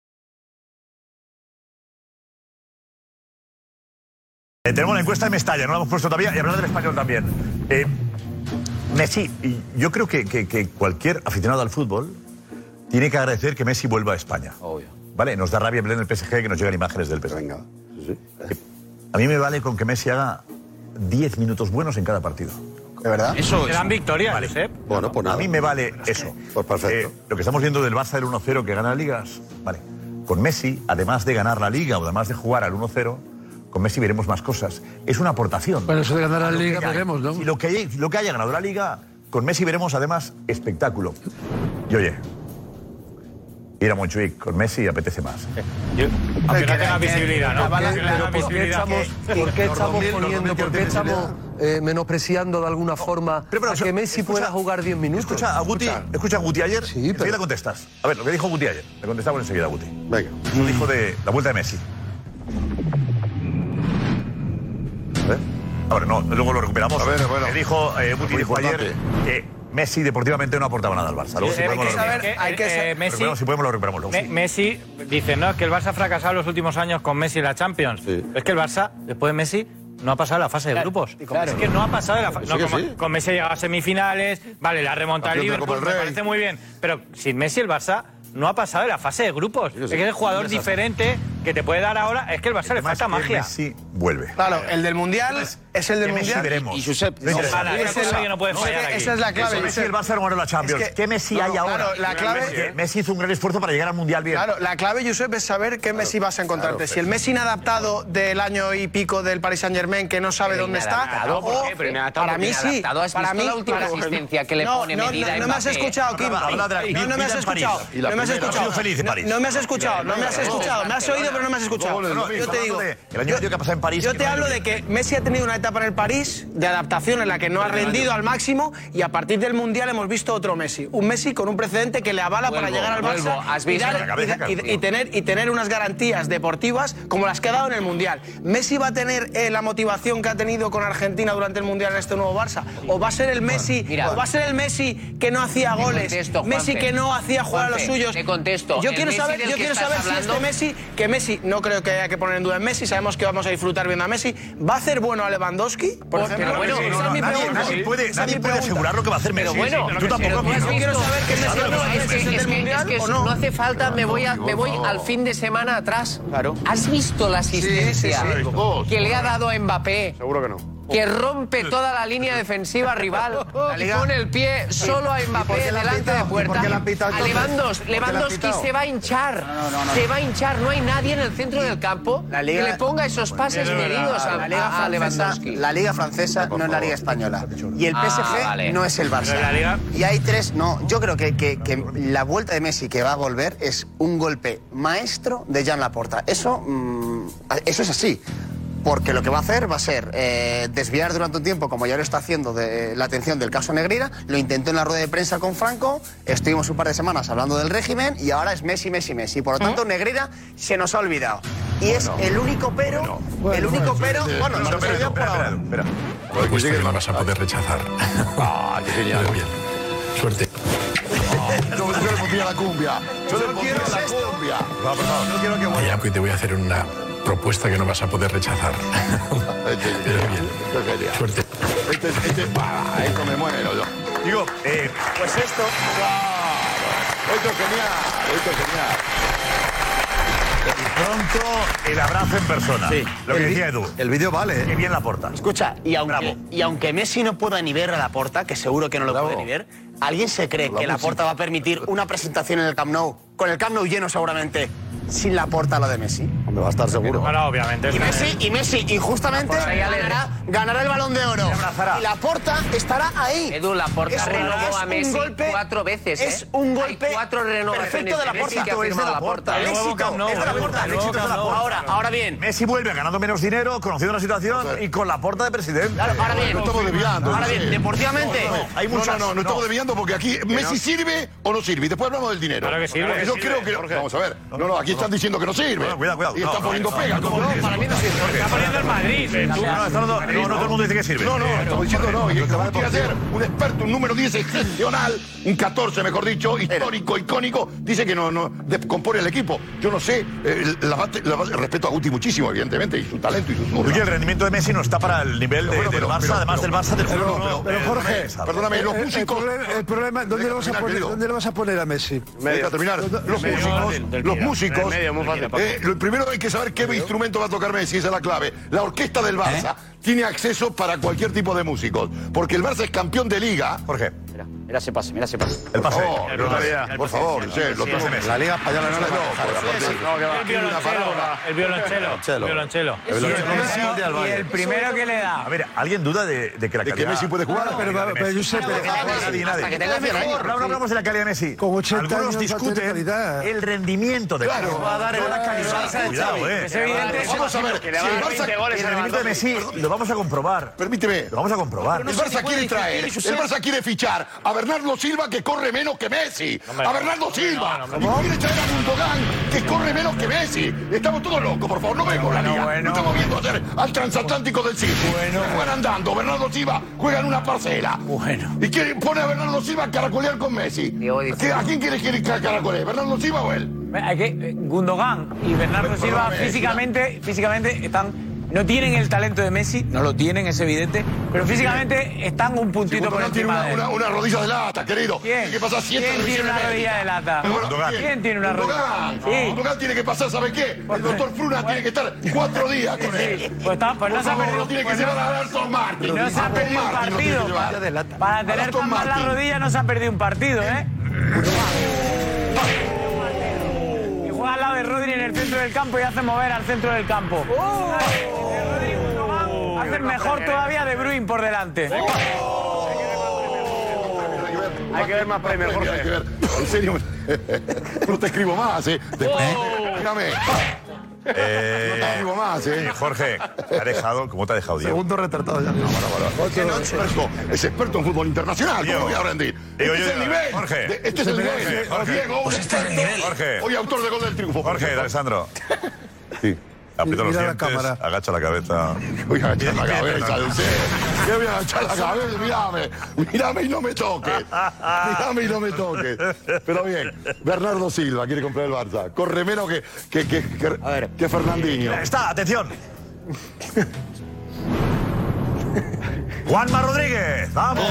Eh, tenemos la encuesta de Mestalla, no la hemos puesto todavía, y hablar del español también. Eh, Messi, yo creo que, que, que cualquier aficionado al fútbol tiene que agradecer que Messi vuelva a España. Obvio. Vale, nos da rabia en el P S G que nos llegan imágenes del P S G. Venga. Sí, sí. A mí me vale con que Messi haga diez minutos buenos en cada partido. ¿De verdad? Eso Serán victorias, vale. Josep. Bueno, pues nada. A mí me vale eso. Pues perfecto. Eh, lo que estamos viendo del Barça del uno cero que gana ligas, vale. Con Messi, además de ganar la liga o además de jugar al uno cero, con Messi veremos más cosas. Es una aportación. Bueno, eso de ganar la Lo que liga haya- veremos, ¿no? Y lo que, haya, lo que haya ganado la liga, con Messi veremos además espectáculo. Y oye, ir a Montjuic con Messi apetece más. Aunque no tenga visibilidad, ¿no? Pero Aunque no tenga ¿por qué visibilidad. estamos, ¿por qué estamos poniendo, por qué estamos eh, menospreciando de alguna forma a que Messi pueda jugar diez minutos? Escucha a Guti, escucha a Guti ayer, sí, enseguida contestas. A ver, lo que dijo Guti ayer, le contestamos enseguida a Guti. Venga. Lo dijo de la vuelta de Messi. A ver. Ahora, no, luego lo recuperamos. A ver, bueno. Le dijo, eh, Guti Muy dijo ayer importante. que Messi deportivamente no aportaba nada al Barça. Luego, si Eh, podemos, hay que lo saber, recuperamos. hay que Lo saber- Messi, recuperamos, si podemos, lo recuperamos luego. Me- Messi dice, no, es que el Barça ha fracasado los últimos años con Messi en la Champions. Es que el Barça, después de Messi, no ha pasado la fase de grupos. Es que no ha pasado de la fase. Sí No, que como- sí. con Messi llega a semifinales, vale, la remonta al Campeón de Liverpool, Copa me del Rey. parece muy bien. Pero sin Messi el Barça no ha pasado de la fase de grupos. Es que es el jugador Sí, sí. diferente que te puede dar ahora. Es que el Barça le falta magia. Messi vuelve. Claro, el del Mundial es el del ¿Qué Messi Mundial. veremos? Y Josep, No interesa. Ojalá, Esa esa es cosa la- que no puede no, fallar es que aquí. esa es la clave. Eso, Messi y el Barça no ganó la Champions. Es que- ¿Qué Messi no, hay ahora? claro, la clave- Que Messi hizo un gran esfuerzo para llegar al Mundial bien. Claro, la clave, Josep, es saber qué Messi vas a encontrarte. si el Messi inadaptado del año y pico del Paris Saint-Germain, que no sabe Pero dónde está, inadaptado, ¿por o qué? Pero inadaptado, para porque mí sí. inadaptado, ¿has Para visto mí, la última para- asistencia que le no, pone no, medida no, a no me has Mbappé? escuchado, Kim. Habla- habla de la No, no me vida has en escuchado. París. Y la No me has primera. Ha sido escuchado. feliz en París. No me has escuchado, no me has escuchado. Me has oído, pero no me has escuchado. No, no, Yo te digo. El año medio que ha pasado en París. Yo que te no ha hablo ido de bien. que Messi ha tenido una etapa en el París de adaptación en la que no ha rendido al máximo y a partir del Mundial hemos visto otro Messi. Un Messi con un precedente que le avala para Vuelvo, llegar al vuelvo. Barça ¿Has y, visto dar- la cabeza, y- claro. y- y tener, y tener unas garantías deportivas como las que ha dado en el Mundial. ¿Messi va a tener eh, la motivación que ha tenido con Argentina durante el Mundial en este nuevo Barça? ¿O va a ser el Messi, Mira. o va a ser el Messi que no hacía Te goles? contesto, Messi Juanfe. que no hacía jugar a los Juanfe, suyos. te contesto. Yo El quiero Messi saber, del yo que quiero estás saber si hablando- este Messi, que Messi, no creo que haya que poner en duda en Messi, sabemos que vamos a disfrutar viendo a Messi, ¿va a hacer bueno a Lewandowski? Por Pero ejemplo, bueno, esa no, es mi Nadie, pregunta. nadie puede, Esa es nadie mi puede pregunta. asegurar lo que va a hacer Messi. Pero bueno, tú tampoco. pero Yo has quiero visto- saber que Messi No, no, no es que, es del es que- Mundial es que o no no. hace falta, me voy, a- me voy al fin de semana atrás. Claro. ¿Has visto la asistencia sí, sí. que le ha dado a Mbappé? Seguro que no. Que rompe toda la línea defensiva rival y Liga- pone el pie solo a por Mbappé qué la han delante de pitado? ¿Y puerta. por qué la han pitado A entonces? Levandos- ¿Por qué la han Lewandowski pitado? se va a hinchar. No, no, no. Se va a hinchar. No hay nadie en el centro del campo La Liga- que le ponga esos pases medidos a, La Liga a- a francesa, Lewandowski. la Liga francesa no es la Liga española. Y el Ah, P S G vale. no es el Barça. Pero la Liga- Y hay tres. No, yo creo que, que- que la vuelta de Messi que va a volver es un golpe maestro de Jan Laporta. Eso, mm, eso es así. Porque lo que va a hacer va a ser eh, desviar durante un tiempo, como ya lo está haciendo, de la atención del caso Negreira. Lo intentó en la rueda de prensa con Franco, estuvimos un par de semanas hablando del régimen y ahora es Messi, Messi, Messi. Por lo tanto, Negreira se nos ha olvidado. Y es el único pero, el único pero, bueno, No, se nos espera, olvidó por espera, ahora. espera. Pues que la vas a poder rechazar. Ah, qué genial. Muy bien. Suerte. Yo, yo le pondría la cumbia. Yo le pondría la cumbia. No, por favor. No quiero que Oye, pues te voy a hacer una propuesta que no vas a poder rechazar. Pero bien. Esto es genial. Suerte. Este, este, ah, esto me muero yo. Digo, eh, Pues esto. Claro. Esto es genial. Esto es genial. pronto el abrazo en persona. Sí. Lo que El vi- decía Edu. El vídeo vale. Que bien la porta. Escucha, y aunque, y aunque Messi no pueda ni ver a Laporta, que seguro que no lo puede ni ver, ¿alguien se cree La que Laporta va a permitir una presentación en el Camp Nou, con el Camp Nou lleno seguramente, sin Laporta a lo de Messi? Me va a estar seguro. Bueno, obviamente. Y Messi, y Messi injustamente ganará, ganará el Balón de Oro. Y Laporta estará ahí. Edu, Laporta Es- renovó es a un Messi golpe- cuatro veces, ¿eh? Es un golpe Hay cuatro renovaciones perfecto de de Messi Laporta. que ha firmado Laporta. El éxito es de Laporta. El éxito es de Laporta. Ahora, ahora bien. Messi vuelve ganando menos dinero, conociendo la situación y con la porta de presidente. Claro, ahora bien. No estamos desviando. Ahora no sé. bien, deportivamente. No, no, hay No, muchas- no, no, no estamos no. desviando porque aquí Messi sirve o no sirve. Y después hablamos del dinero. Claro que sirve. Porque yo creo que. Jorge. Vamos a ver. No, no, aquí están diciendo que no sirve. No, cuidado, cuidado. Y No, están no, poniendo no, pegas. no, ¿Cómo no, no? no, Para mí no sirve. Está poniendo el Madrid. No, no, está hablando- no, no todo el mundo dice que sirve. No, no, estamos diciendo no. Y el que quiere hacer un experto, un número diez excepcional, un catorce, mejor dicho, histórico, icónico, dice que no, no descompone el equipo. Yo no sé, eh, la base- la base- respeto a Guti muchísimo, evidentemente, y su talento y su zurda. Oye, el rendimiento de Messi no está para el nivel de- Bueno, del pero- Barça, pero- además pero- del Barça del pero- juro, pero- no, pero eh, Jorge, no me- perdóname, los El- el músicos. problema- El problema, ¿dónde le vas a Terminar, poner, querido. ¿dónde le vas a poner a Messi? Deja terminar. Los medio, músicos, del- del los Mira, músicos. del medio, muy fácil. eh, lo primero hay que saber qué instrumento va a tocar Messi, esa es la clave. La orquesta del Barça tiene acceso para cualquier tipo de músicos, porque el Barça es campeón de liga. ¿Por qué? Mira, mira ese pase, mira ese pase. El pase. Por favor, por favor, sí, lo tengo. La Liga Española no la va a dejar. El violonchelo. El violonchelo. Violonchelo. El violonchelo. Y el primero que le da. A ver, ¿alguien duda de, de que la ¿De que calidad... Messi puede jugar? No, Pero, pero, pero, Josep, pero- Nadie, nadie. Hasta que tenga cien años. No, no hablamos de la calidad de Messi. Con ochenta Algunos años va a tener discuten calidad. el rendimiento de Claro. Messi. Va a dar No el- la calidad. Cuidado, eh. Es evidente. Vamos a ver, Que le si va a el dar Barça, veinte goles El a rendimiento de Messi lo vamos a comprobar. permíteme, Lo vamos a comprobar. el Barça quiere traer, el Barça quiere fichar a Bernardo Silva que corre menos que Messi. A Bernardo Silva. Y quiere traer a Gundogan que corre menos que Messi. Estamos todos locos, por favor, no vemos la liga. bueno. No estamos viendo hacer al transatlántico del City. Juegan andando, Bernardo Silva juega en una parcela. Bueno. Y quiere, pone a Bernardo Silva a caracolear con Messi. Diego dice- ¿Qué- ¿A quién quiere que caracolee? ¿Bernardo Silva o él? Hay que, eh, Gundogan y Bernardo Perdóname, Silva es físicamente, físicamente están, no tienen el talento de Messi, no lo tienen, es evidente, pero físicamente están un puntito por Gundogan tiene encima una, de él. una, una rodilla de lata, querido. ¿Quién? Tiene que pasar siete ¿Quién tiene una revisiones rodilla de médicas. lata? Pero bueno, Gundogan. ¿Quién tiene una rodilla? Gundogan. Sí. Gundogan tiene que pasar, ¿sabe qué? El doctor Fruna tiene que estar cuatro días con él. Pues, está, pues no Por se ha favor, perdido, lo tiene que pues llevar no- a Aston Martin. no se ha Aston perdido un Martin lo tiene que partido. llevar. Para, para tener Aston tan mal la Martin. rodilla no se ha perdido un partido, ¿eh? Y juega al lado de Rodri en el centro del campo y hace mover al centro del campo. Rodri y Gundogan hacen mejor todavía de Bruyne por delante. Hay que ver más premios, Hay que Jorge. ver. En serio, no te escribo más, ¿eh? Después, mírame. Eh, No te escribo más, ¿eh? sí, Jorge, te ha dejado, ¿cómo te ha dejado Diego? Segundo retratado ya. Es experto, es experto en fútbol internacional. Diego. ¿Cómo voy a rendir? Diego, Este es yo- el nivel. Jorge. De- Este es el nivel. Jorge. Diego, un experto. Jorge. Hoy autor de Gol del Triunfo. por Jorge, cierto. Alessandro. Sí. Aprieta los Mira la dientes, cámara. agacha la cabeza. Voy a agachar la cabeza, no sé. Yo voy a agachar la cabeza, mírame. Mírame y no me toques. Mírame y no me toques. Pero bien, Bernardo Silva quiere comprar el Barça. Corre menos que, que, que, que, que Fernandinho. Está, atención. Juanma Rodríguez, vamos.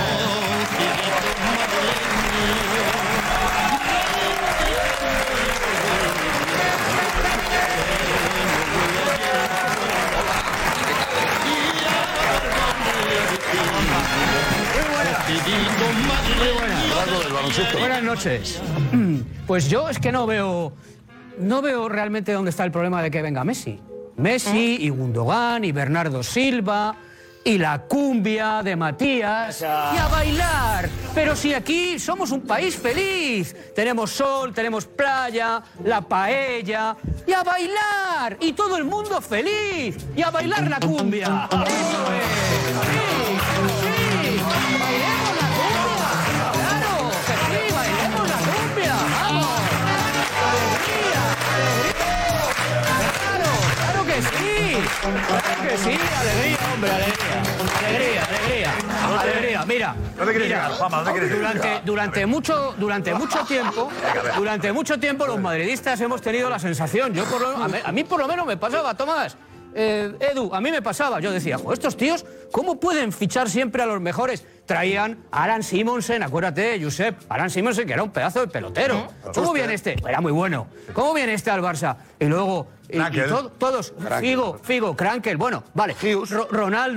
Buenas noches. Pues yo es que no veo, no veo realmente dónde está el problema de que venga Messi. Messi y Gundogan y Bernardo Silva y la cumbia de Matías y a bailar. Pero si aquí somos un país feliz, tenemos sol, tenemos playa, la paella y a bailar y todo el mundo feliz y a bailar la cumbia. Eso es. Sí, sí. Bailemos la cumbia. Claro, que sí, bailemos la cumbia. Vamos. Alegría, alegría. Claro, claro que sí. Claro que sí, alegría, hombre, alegría. Alegría, alegría. Alegría, mira. ¿Dónde quieres mira, llegar, Juanma? ¿Dónde quieres llegar? durante, durante mucho, durante mucho tiempo, durante mucho tiempo los madridistas hemos tenido la sensación, yo por lo, a, mí, a mí por lo menos me pasaba, Tomás, eh, Edu, a mí me pasaba, yo decía, jo, estos tíos, ¿cómo pueden fichar siempre a los mejores? Traían a Alan Simonsen, acuérdate, Josep, Alan Simonsen, que era un pedazo de pelotero. ¿Cómo viene este? Era muy bueno. ¿Cómo viene este al Barça? Y luego, y, y to- todos, Figo, Figo, Krankel, bueno, vale, Ro- Ronaldo,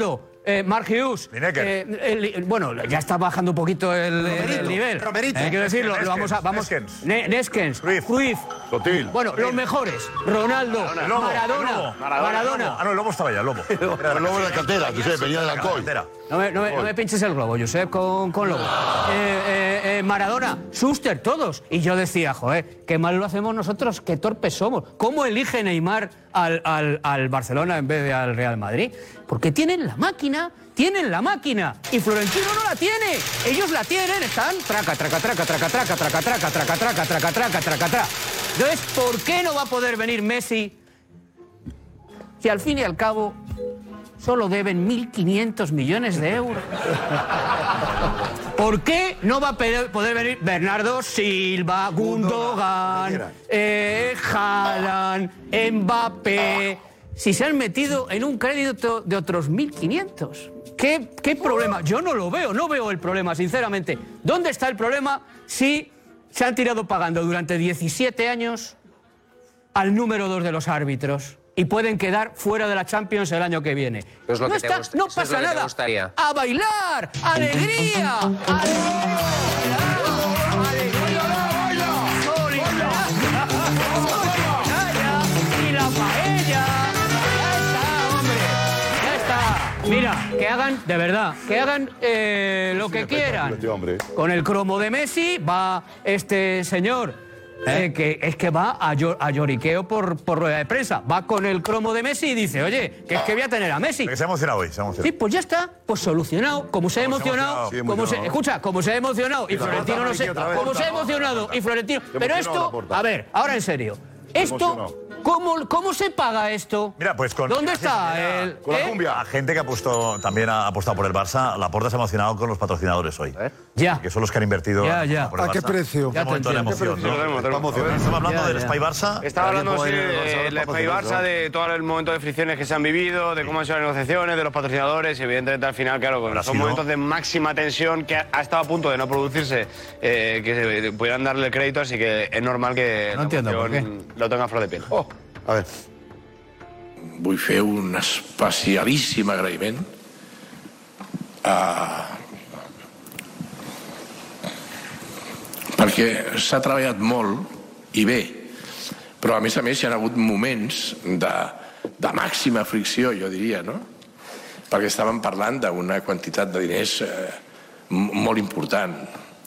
eh, Mark Hughes. Eh, el- bueno, ya está bajando un poquito el, el- el nivel. Romerito. Eh, quiero decirlo, lo vamos a. Vamos, Ne- Neskens, Cruyff. Bueno, los mejores. Ronaldo, El Lobo, Maradona. el Lobo. Maradona. Ah, no, el Lobo estaba ya, el Lobo. El Lobo de la cantera, Josep, venía del Alcoy. No me, no me- no me pinches el globo, Josep, con, con Lobo. Eh, eh, eh, Maradona, Schuster, todos. Y yo decía, joder, qué mal lo hacemos nosotros, qué torpes somos. ¿Cómo elige Neymar al, al, al Barcelona en vez de al Real Madrid? Porque tienen la máquina, tienen la máquina. Y Florentino no la tiene. Ellos la tienen, están traca, traca, traca, traca, traca, traca, traca, traca, traca, traca, traca, traca, traca. Entonces, ¿por qué no va a poder venir Messi si al fin y al cabo solo deben mil quinientos millones de euros? ¿Por qué no va a poder venir Bernardo Silva, Gundogan, eh, Haaland, Mbappé, si se han metido en un crédito de otros mil quinientos? ¿Qué, ¿Qué problema? Yo no lo veo, no veo el problema, sinceramente. ¿Dónde está el problema si se han tirado pagando durante diecisiete años al número dos de los árbitros y pueden quedar fuera de la Champions el año que viene? Es lo no que te está- gusta- no eso es pasa lo que te nada. gustaría. ¡A bailar! ¡Alegría! ¡Y la paella! ¡Ya está, hombre! ¡Ya está! Mira, que hagan, de verdad, que hagan eh, lo que quieran. Con el cromo de Messi va este señor, eh, que es que va a, llo- a lloriqueo por, por rueda de prensa. Va con el cromo de Messi y dice, oye, que es que voy a tener a Messi. Que se ha emocionado hoy, se ha emocionado. Sí, pues ya está, pues solucionado. Como se ha Como se ha emocionado, emocionado. Sí, como se, emocionado. escucha, como se ha emocionado y Sí, la Florentino porta, no sé, Ricky, otra vez. como se ha emocionado y Florentino. Se Pero emocionó la esto, porta. a ver, ahora en serio, esto, ¿cómo, cómo se paga esto? Mira, pues con. ¿Dónde está el? Con la ¿eh? cumbia. A gente que ha puesto, también ha apostado por el Barça, Laporta se ha emocionado con los patrocinadores hoy. Ya. Que son los que han invertido Ya, ya. por el ¿A qué Barça. precio? Es Ya el te momento de la entiendo. emoción, ¿Qué precio? ¿no? Tenemos, tenemos. Estamos hablando Ya, del ya. Spy Barça. Estaba hablando sí, Alguien puede- del Spy Barça, de todo el momento de fricciones que se han vivido, de cómo han sido las negociaciones, de los patrocinadores, y evidentemente al final, claro, Habrá son sido- momentos de máxima tensión que ha ha estado a punto de no producirse, eh, que se pudieran darle el crédito, así que es normal que No entiendo por emoción lo tenga a flor de piel. A ver. Vull fer un especialíssim agraïment a... perquè s'ha treballat molt i bé, però a més a més hi ha hagut moments de, de màxima fricció, jo diria, no? Perquè estàvem parlant d'una quantitat de diners eh, m- molt important.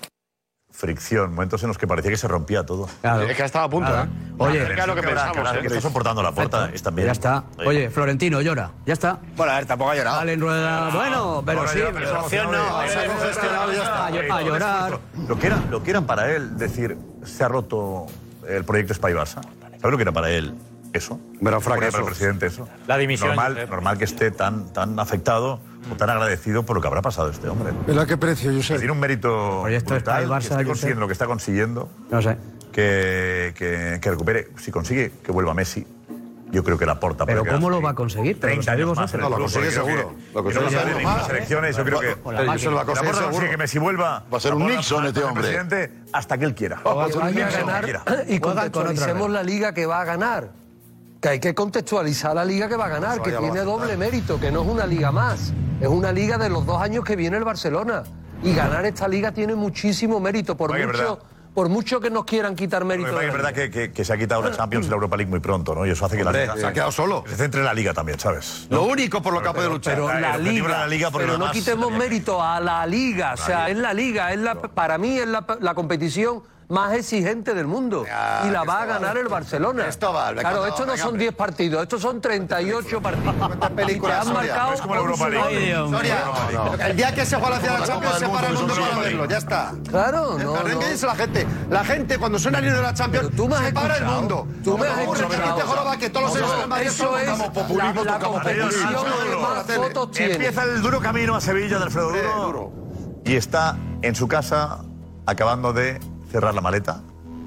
Fricción, momentos en los que parecía que se rompía todo. Claro. Es que estaba a punto, Nada. ¿eh? Oye, es lo que Que habrá- que pensamos, habrá- ¿eh? que está soportando la puerta y también. Ya está. Oye, Florentino llora, ya está. Bueno, a ver, tampoco ha llorado. Dale en rueda. Bueno, pero Ahora sí, ya, pero pero emoción no, no. se ha congestionado, ya está. A llo- a llorar. Lo que, era, lo que eran para él decir, se ha roto el proyecto Spy Barça. ¿Sabes lo que era para él eso? Era Para un fracaso. el presidente eso. La dimisión, Normal, Josep. normal que esté tan, tan afectado o tan agradecido por lo que habrá pasado este hombre. ¿Pero a qué precio, Josep? Tiene un mérito Proyecto brutal, Spy Barça, que esté Josep. consiguiendo lo que está consiguiendo. No sé. Que, que, que recupere, si consigue que vuelva Messi, yo creo que la porta. Pero ¿cómo lo va a conseguir? Pero lo treinta años sabemos más. hacer. en el No, lo club, consigue porque creo seguro. que- Lo que consigue no seguro. sale en las elecciones, yo creo que. Con la máquina. Yo se lo va a la conseguir porta consigue seguro. que Messi vuelva. Va a ser un la porta Nixon va a este ser hombre. presidente hasta que él quiera. Oh, Que vaya a Nixon ganar quiera. y contextualicemos la liga que va a ganar. Que hay que contextualizar la liga que va a ganar, que tiene doble mérito, que no es una liga más, es una liga de los dos años que viene el Barcelona. Y ganar esta liga tiene muchísimo mérito, por Oye, es mucho, verdad. por mucho que nos quieran quitar Lo que mérito. pasa de es la verdad liga. que, que- que se ha quitado la Champions y la Europa League muy pronto, ¿no? Y eso hace que Hombre, la liga se ha quedado solo. que se centre en la liga también, ¿sabes? Lo único por lo que ha podido luchar. Pero el la objetivo liga, era la liga porque pero lo no demás quitemos tenía que- mérito a la liga, o sea, es la liga, es la, para mí es la, la competición más exigente del mundo Ya, y la va a Cristóbal. ganar el Barcelona. Cristóbal, venga, claro, no, estos no venga, son hombre. diez partidos, estos son treinta y ocho partidos. películas, Y te han Soria. marcado Es como la Europa League. once goles. Soria, el día que se juega hacia la Champions se para el mundo para verlo, ya está. Claro, El no, carnet no. que dice la gente. La gente cuando suena el himno de la Champions Pero tú me has se para el escuchado. mundo. Tú me has Como escuchado. repite Joroba que todos los años en Madrid Eso somos- es tocamos populismo, la, la tocamos competición populismo. que más Tele. fotos tiene. Empieza el duro camino a Sevilla de Alfredo Duro, y está en su casa acabando de cerrar la maleta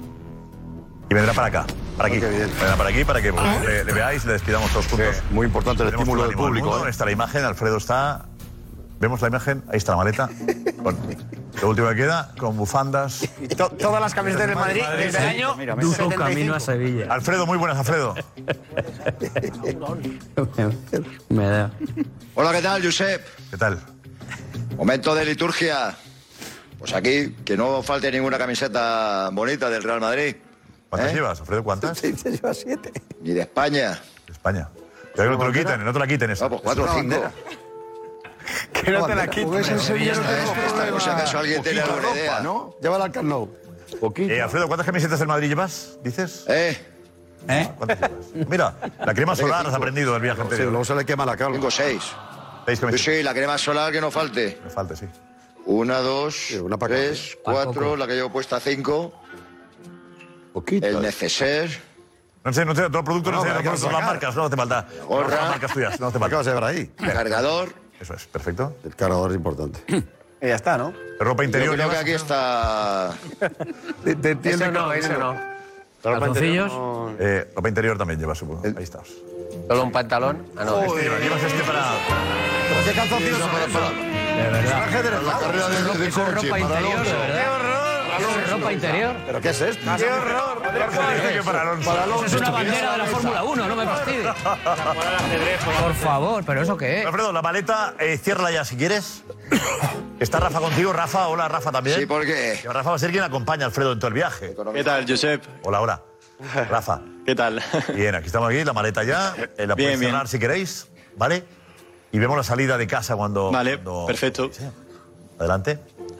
y vendrá para acá, para aquí. Vendrá para aquí para que pues, le, le veáis y le despidamos todos juntos. Muy importante el Tenemos estímulo todo del ánimo público. mundo. ¿eh? Ahí está la imagen, Alfredo está Vemos la imagen, ahí está la maleta. Con lo último que queda, con bufandas. To todas las camisetas del Madrid desde el año Duro camino a Sevilla. Alfredo, muy buenas, Alfredo. Me da. Hola, ¿qué tal, Josep? ¿Qué tal? Momento de liturgia. Pues aquí, que no falte ninguna camiseta bonita del Real Madrid. ¿Cuántas ¿Eh? llevas, Alfredo? ¿Cuántas? Se lleva siete. Y de España. De España. Que no te lo quiten, no te la quiten esa. No, pues cuatro o cinco. Que no te la quiten. Pues en Sevilla no tenemos Esta, problema. por si acaso alguien tiene Poquito alguna ropa, idea. ¿no? Llévala al Camp Nou. Poquito. Eh, Alfredo, ¿cuántas camisetas del Madrid llevas? ¿Dices? ¿Eh? ¿Eh? ¿Cuántas llevas? Mira, la crema solar has aprendido del viaje Sí, anterior. luego se le quema la calma. Cinco o seis. ¿Seis Sí, camisetas? sí, la crema solar que no falte. Me falta, sí. Una, dos, una pa' tres, cada- cuatro, la que llevo puesta cinco. Poquito. El neceser. No sé, no sé, todo el producto no, No, sé, pero hay que no son las sacar. marcas, no te falta. Gorra. No son las marcas tuyas, no te ¿Qué falta. vas a llevar ahí? Cargador. Eso es, perfecto. El cargador es importante. Y ya está, ¿no? Ropa Yo interior. creo que llevas? aquí está. De, de piel de Eso no, eso no. ¿Calzoncillos? Eh, ropa interior también llevas, supongo. Ahí estás. ¿Solo un pantalón? Ah, no. Este llevas, llevas este para. ¿Pero qué calzoncillos son esos? De verdad. Traje de La carrera de, de Eso es coche. ropa para interior, Alonso. de verdad. Eso es ropa interior. ¿Pero qué es esto? ¡Qué horror! Dice que para Alonso. Eso es una bandera de la Fórmula uno, no me fastidies. Por favor, ¿pero eso qué es? Alfredo, la maleta, eh, ciérrala ya si quieres. Está Rafa contigo. Rafa, hola, Rafa también. Sí, ¿por qué? Y Rafa va a ser quien acompaña a Alfredo en todo el viaje. ¿Qué tal, Josep? Hola, hola. Rafa. ¿Qué tal? Bien, aquí estamos aquí, la maleta ya. Eh, la Bien, podéis bien. cerrar si queréis, ¿vale? Y vemos la salida de casa cuando... Vale, cuando- perfecto. Sí. Adelante.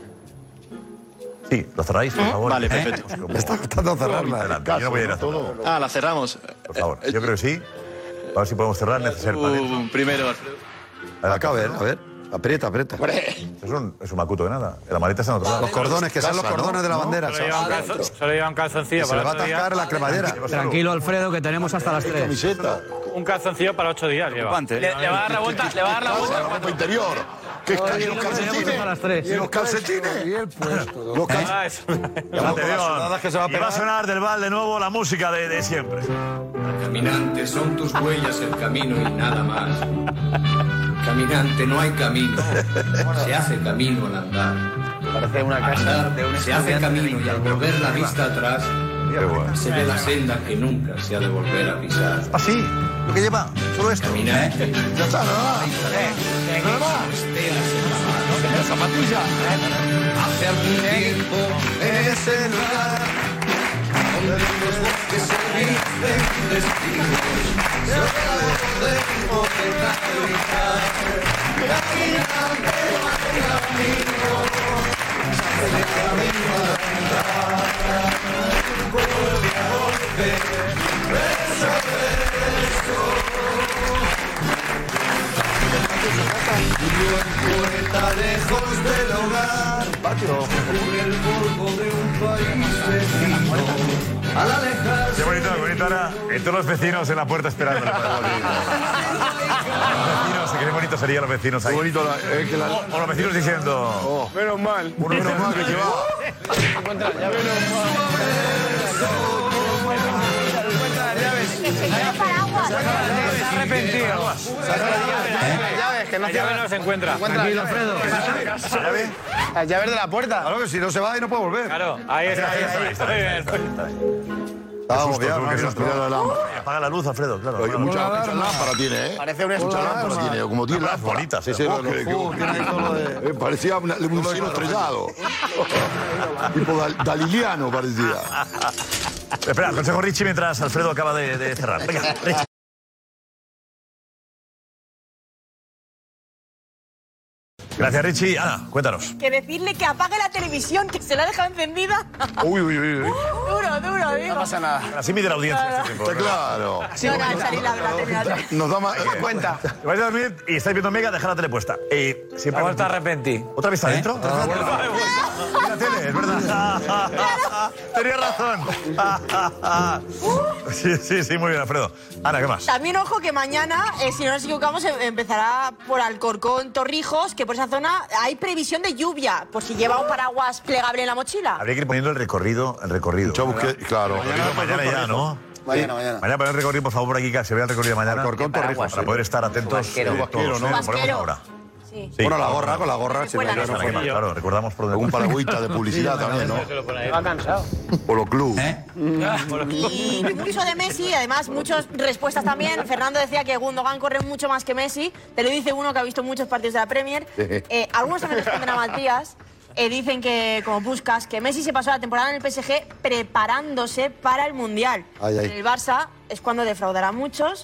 Sí, lo cerráis, por favor. Vale, ¿Eh? perfecto. Me está costando cerrarla. Adelante, yo no voy a ir a cerrarla. Ah, la cerramos. Por favor, yo creo que sí. A ver si podemos cerrar, necesario para adentro. Uh, primero, Alfredo. Acá, a ver, a ver. Aprieta, aprieta. Es un, es un macuto de nada. La maleta está en otro lado. Los cordones, que son los Casa, ¿no? cordones de la bandera. Solo lleva un, calzo- solo lleva un calzoncillo Se le para va a ocho días. atascar la cremallera. Tranquilo, Alfredo, que tenemos hasta las tres. Camiseta. Un calzoncillo para ocho días lleva. Le, le va a dar la vuelta, le va a dar la vuelta. Ropa interior. ¿Qué está? ¿Y los calcetines? hasta las tres. ¿Y los calcetines? Bien puesto. Los calcetines. Ah, eso. Atención. que se va a Y va a pegar. sonar del Val de nuevo la música de, de siempre. Caminante, son tus huellas el camino y nada más. Caminante, no hay camino. Se hace camino al andar. Parece una Al casa andar de un se hace estudiante de camino y al volver la vista atrás Qué bueno. se ve la senda que nunca se ha de volver a pisar. ¿Ah, sí? ¿Lo que lleva? Solo esto. Caminante, Ya está, nada más. nada más. Zapatilla. Hace algún tiempo en ese lugar donde los bosques se visten vestidos sobre la podemos dejar. Caminante, no hay camino, se hace camino al andar. Golpe a golpe, verso a verso. Murió el poeta lejos del hogar, cubre el polvo de un país vecino. Al alejarse. Qué bonito, qué bonito ahora. eh, todos los vecinos en la puerta esperándole para morir. Los vecinos, qué bonito serían los vecinos ahí. Qué bonito la- es que la- o, o los vecinos diciendo. Menos mal. Uno menos mal que lleva. Está arrepentido. Las llaves, que no La llave no se encuentra. Tranquilo, Alfredo. Las llaves de la puerta. Claro que si no se va y no puede volver. Claro, ahí está, ahí está. Ahí está. Muy bien. Estaba Qué susto, agobiado, tú, qué mira, susto. mira la lámpara. Apaga la luz, Alfredo, claro. Oye, apaga la luz. mucha, mucha lámpara tiene, ¿eh? Parece un Mucha lámpara tiene, como tiene Lámparas lámpara. bonitas, Sí, sí, ¿no? no, que- que- eh, parecía una- un cielo estrellado. Tipo dal- daliliano parecía. Espera, consejo Richie mientras Alfredo acaba de, de cerrar. Venga, Richie. Gracias, Richie. Ana, cuéntanos. Que decirle que apague la televisión, que se la ha dejado encendida. Uy, uy, uy, uy. Duro, duro, digo. No pasa nada. Así mide la audiencia este tiempo. Está claro. No, no, al salir la, la terminal. Nos da más cuenta. Te vais a dormir y estáis viendo Mega, dejad la tele puesta. Eh, siempre Ha vuelto a arrepentir. ¿Otra vez está dentro? ¿Otra vez está dentro? En la tele, es verdad. Tenía razón. Sí, sí, sí, muy bien, Alfredo. Ana, ¿qué más? También ojo que mañana, eh, si no nos equivocamos, em- empezará por Alcorcón, Torrijos, que por esa zona hay previsión de lluvia, por si lleva un paraguas plegable en la mochila. Habría que ir poniendo el recorrido. El recorrido. Claro. Mañana, mañana ya, ¿no? Mañana, mañana. Mañana poner el recorrido, por favor, por aquí, que se vea el recorrido de mañana. Alcorcón, Torrijos, Para sí. poder estar atentos. Vasquero. eh, todos, Vasquero, ¿no? ¿eh? Lo ponemos Vasquero. ahora. Sí. Bueno, la gorra, con la gorra. Si no, Fue la no, noche. no, Claro, recordamos por Un paragüita de publicidad también, ¿no? Va cansado. Polo Club. Y mucho de Messi, además, muchas respuestas también. Fernando decía que Gundogan corre mucho más que Messi. Te lo dice uno que ha visto muchos partidos de la Premier. Eh, algunos también responden a Matías. Eh, dicen que, como Puskás, que Messi se pasó la temporada en el P S G preparándose para el Mundial. Ay, ay. En el Barça es cuando defraudará a muchos.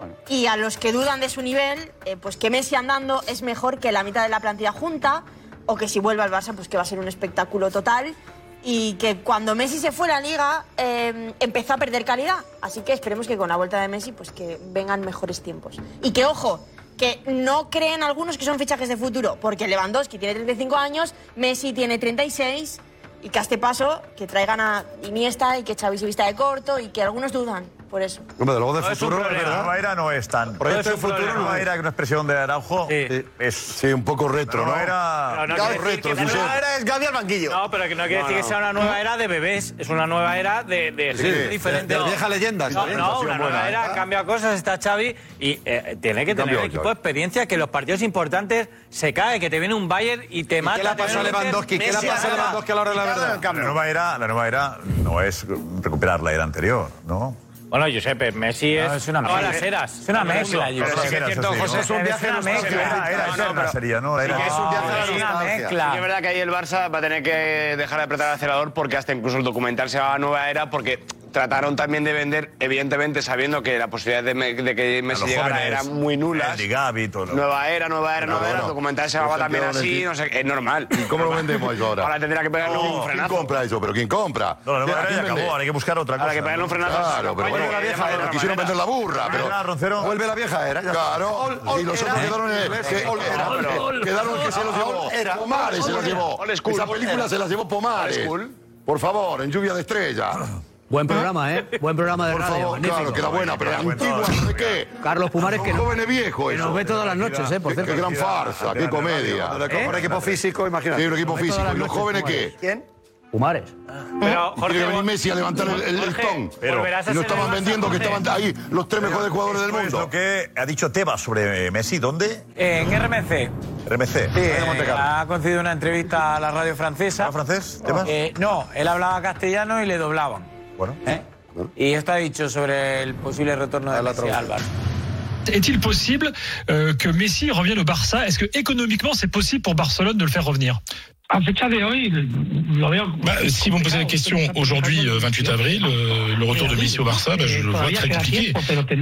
Y a los que dudan de su nivel, eh, pues que Messi andando es mejor que la mitad de la plantilla junta, o que si vuelve al Barça, pues que va a ser un espectáculo total. Y que cuando Messi se fue a la Liga, eh, empezó a perder calidad. Así que esperemos que con la vuelta de Messi, pues que vengan mejores tiempos. Y que, ojo, que no creen algunos que son fichajes de futuro, porque Lewandowski tiene treinta y cinco años, Messi tiene treinta y seis, y que a este paso que traigan a Iniesta y que Xavi se vista de corto, y que algunos dudan, por eso. Hombre, luego de No es un futuro, problema, ¿verdad? la nueva era no es tan. Proyecto No es de un futuro problema, no nueva es. era, que una expresión de Araujo. Es, Sí, un poco retro, la ¿no? nueva era. Pero no Ya quiere es decir retro, que la Josep. nueva era es Gavi al banquillo. No, pero que no quiere No, decir no. que sea una nueva era de bebés. Es una nueva era de, de Sí, gente diferente. de- de vieja leyenda. No, Sí, no, ha sido una nueva buena, era, ¿eh? cambia cosas, está Xavi y eh, tiene que tener Cambió, un equipo Xavi. de experiencia, que los partidos importantes se cae, que te viene un Bayern y te mata. ¿Qué le ha te pasado a viene un Lewandowski? ¿Qué le ha Messi pasado a acaba- Lewandowski a la hora de la verdad? La nueva era, la nueva era no es recuperar la era anterior, ¿no? Bueno, Giuseppe, Messi es, No, es una todas mezcla. las eras. Es una mezcla, Pero Giuseppe. sí que es cierto, Eso sí, José, ¿no? es un viaje Es una nostálgico. mezcla. Era, era No, no, eterna pero- sería, ¿no? Era- que es un viaje a la Es una nostalgia. mezcla. Sí que es verdad que ahí el Barça va a tener que dejar de apretar el acelerador porque hasta incluso el documental se llama Nueva Era porque trataron también de vender, evidentemente sabiendo que la posibilidad de, me- de que Messi los llegara jóvenes, eran muy nulas. Andy Gavi, todo lo- Nueva Era, nueva era, No, nueva era. bueno. El documental se llamaba Eso también quiero así, decir. no sé, es normal. ¿Y cómo lo vendemos eso ahora? Ahora tendría que pegarle un ¿Quién frenazo. compra eso? ¿Pero quién compra? No, la nueva era ¿Quién ya acabó, vende? ahora hay que buscar otra cosa. Ahora que pegarle un frenazo. Claro, pero bueno, Vuelve la vieja era. quisieron vender la burra, pero... Venga, Roncero. Vuelve la vieja era. ya está. Claro, y los otros quedaron en el... que- Ol era, quedaron- Quedaron que se los llevó Era. Pomares, se los llevó. Old school. Esa película se las llevó Pomares. Old school. Por favor, en Lluvia de Estrellas. Buen programa, ¿eh? Buen programa de Por radio, favor, magnífico. claro, que era buena, pero Bueno, antigua, bueno. no sé qué. Carlos Pumares, que, Son no, jóvenes viejos que nos eso. ve todas las noches, ¿eh? Por Qué, cierto. qué gran farsa, qué comedia. Con equipo físico, imagínate. Sí, un equipo Nos ve todas físico. las ¿Y los noches, jóvenes Pumares. qué? ¿Quién? Pumares. Pero, Tiene que venir Messi a levantar el, el Jorge, listón. Pero- volverás a Y no ser el estaban Barça, vendiendo que Jorge. estaban ahí los tres mejores jugadores del Esto es mundo. lo que ha dicho Tebas sobre eh, Messi. ¿Dónde? En R M C. R M C. Sí, de Monte Carlo. ha concedido una entrevista a la radio francesa. ¿Habla francés, Tebas? Eh, no, él hablaba castellano y le doblaban. Bueno. ¿Eh? Y esto ha dicho sobre el posible retorno de Messi al Barça. Est-il possible euh, que Messi revienne au Barça? Est-ce que économiquement c'est possible pour Barcelone de le faire revenir? A fecha de hoy lo veo. Bah, si vous me posez la question aujourd'hui, euh, vingt-huit avril, euh, le retour de Messi au Barça, bah, je le vois très compliqué.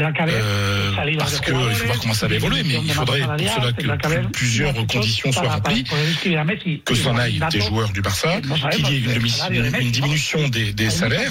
Euh, parce qu'il faut voir comment ça va évoluer, mais il faudrait pour cela que plus- plusieurs conditions soient remplies, que s'en aillent des joueurs du Barça, qu'il y ait une, demi- une diminution des, des salaires,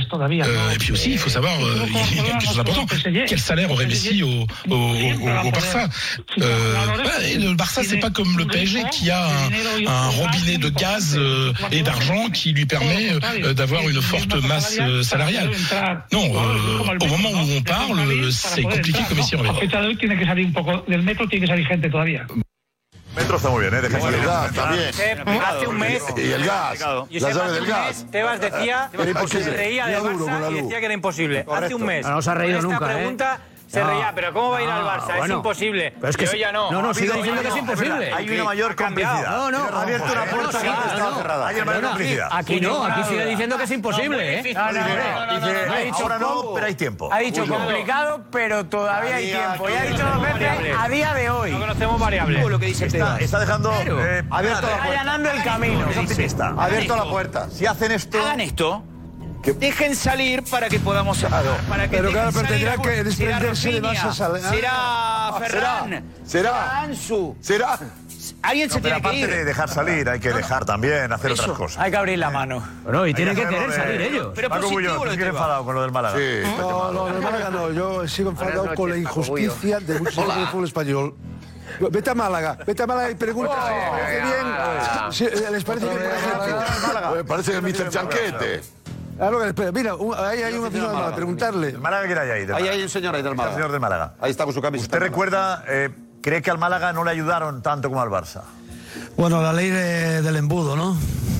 euh, et puis aussi il faut savoir, euh, il y a quelque chose d'important, quel salaire aurait Messi au, au, au, au Barça. Euh, voilà, et le Barça c'est pas comme le P S G qui a un, un robinet de gaz euh, et d'argent qui lui permet euh, d'avoir une forte masse euh, salariale. Non, euh, au moment où on parle, c'est compliqué que Messi A revienne. fecha de hoy tiene que salir un poco del metro, tiene que salir gente todavía. Metro está muy bien, ¿eh? Deja Y el gas también. Josep, hace un mes. Y el gas. Josep, La llave hace del un gas. mes, Tebas decía Era que imposible. se reía del Día duro con la Barça y luz. decía que era imposible. Hace un mes. No, no se ha reído Con esta nunca, ¿eh? pregunta se No. reía, pero ¿cómo va a ir al No, Barça? Es bueno. imposible. Pero es que y sí. hoy ya no. No, no, Ha sigue habido- diciendo que es no, imposible. Hay una mayor Ha cambiado. complicidad. No, no. Ha abierto una No, puerta no, que sí, estaba no. cerrada. Hay una mayor Perdona, complicidad. aquí no, aquí sigue diciendo que es imposible, ¿eh? No, no, no, Dice, no, no, dice, no, ha dicho ahora no, poco. pero hay tiempo. Ha dicho complicado, pero todavía hay tiempo. Y ha dicho dos veces a día de hoy. No conocemos variables. Todo lo que dice Está, Tebas. está dejando eh, Abierto la Está puerta. allanando el camino. es optimista. Abierto la puerta. Si hacen esto, Hagan esto. Dejen salir para que podamos hablar. Para que Pero dejen claro, pero salir tendrá a- que será desprenderse de Rafinha, Barça sal- será Ferran, Será. Ansu. Será. Alguien se pero tiene que aparte de ir. dejar salir, hay que dejar también, hacer otras cosas. Hay que abrir la mano. Bueno, y tienen que hacerlo querer de- salir ellos. Pero Paco positivo Bullo, lo ¿tú de quieres Tebas. enfadado con lo del Málaga? Sí. No, no, de Málaga no. Yo sigo enfadado Buenas con la noches, Paco injusticia de muchos equipos del fútbol español. Vete a Málaga, vete a Málaga y pregunta si les parece bien. Si les parece bien, por ejemplo. Pues parece el mister Chanquete. Claro que les espera. Mira, un- ahí hay un aficionado de Málaga, preguntarle. ¿El Málaga quién hay ahí? del Ahí Málaga? hay un señor ahí del El Málaga. señor del Málaga. Ahí está con su camiseta. ¿Usted recuerda, eh, cree que al Málaga no le ayudaron tanto como al Barça? Bueno, la ley de- del embudo, ¿no?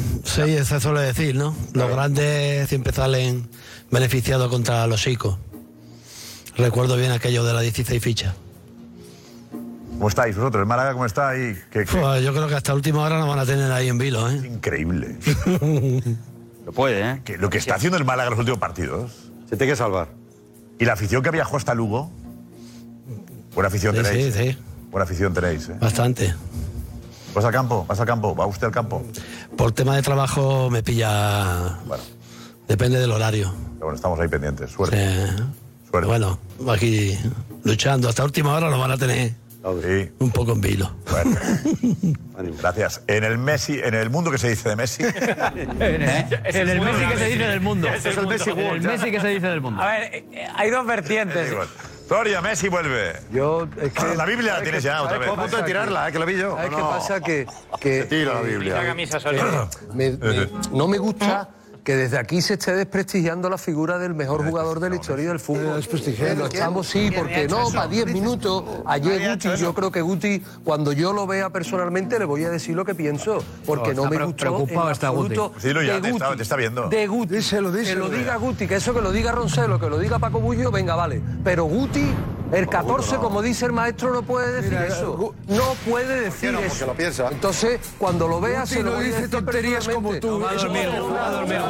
Sí, se suele decir, ¿no? Los grandes siempre salen beneficiados contra los chicos. Recuerdo bien aquello de las dieciséis fichas. ¿Cómo estáis vosotros? ¿El Málaga cómo está ahí? ¿Qué, qué? Pues yo creo que hasta última hora nos van a tener ahí en vilo, ¿eh? Increíble. Lo puede, ¿eh? Que lo que está haciendo el Málaga en los últimos partidos. Se tiene que salvar. ¿Y la afición que viajó hasta Lugo? Buena afición Sí, tenéis. sí, sí. Buena afición tenéis, ¿eh? Bastante. ¿Vas al campo? ¿Vas al campo? ¿Va usted al campo? Por tema de trabajo me pilla... Bueno. Depende del horario. Pero bueno, estamos ahí pendientes. Suerte. Sí. Suerte. Bueno, aquí luchando. Hasta última hora nos van a tener sí. un poco en vilo. Bueno. Gracias. En el Messi, en el mundo que se dice de Messi. ¿Eh? En el Messi que se dice del mundo. Es el Messi En el Messi que se dice del mundo. A ver, eh, hay dos vertientes. Gloria, Messi vuelve. Yo, es que, la Biblia la tienes ya otra vez. A punto de tirarla, eh, que lo vi yo. ¿Sabes No, qué no. pasa? Que, que Tira la Biblia. me- me- no me gusta que desde aquí se esté desprestigiando la figura del mejor jugador de la historia del fútbol. Eh, lo estamos, sí, porque no, para diez minutos. Ayer Guti, yo creo que Guti, cuando yo lo vea personalmente, le voy a decir lo que pienso, porque no, está me pre- gustó preocupado en está Guti. absoluto Dilo ya, de te Guti. está, te está viendo. De Guti. Díselo, díselo. Que lo diga Guti, que eso que lo diga Roncelo, que lo diga Paco Bullo, venga, vale. Pero Guti, el catorce, como dice el maestro, no puede decir Mira, eso. No puede decir no? Porque eso. lo piensa. Entonces, cuando lo veas, Guti se lo no voy a dice decir tonterías como personalmente. tú. Va a dormir, va a dormir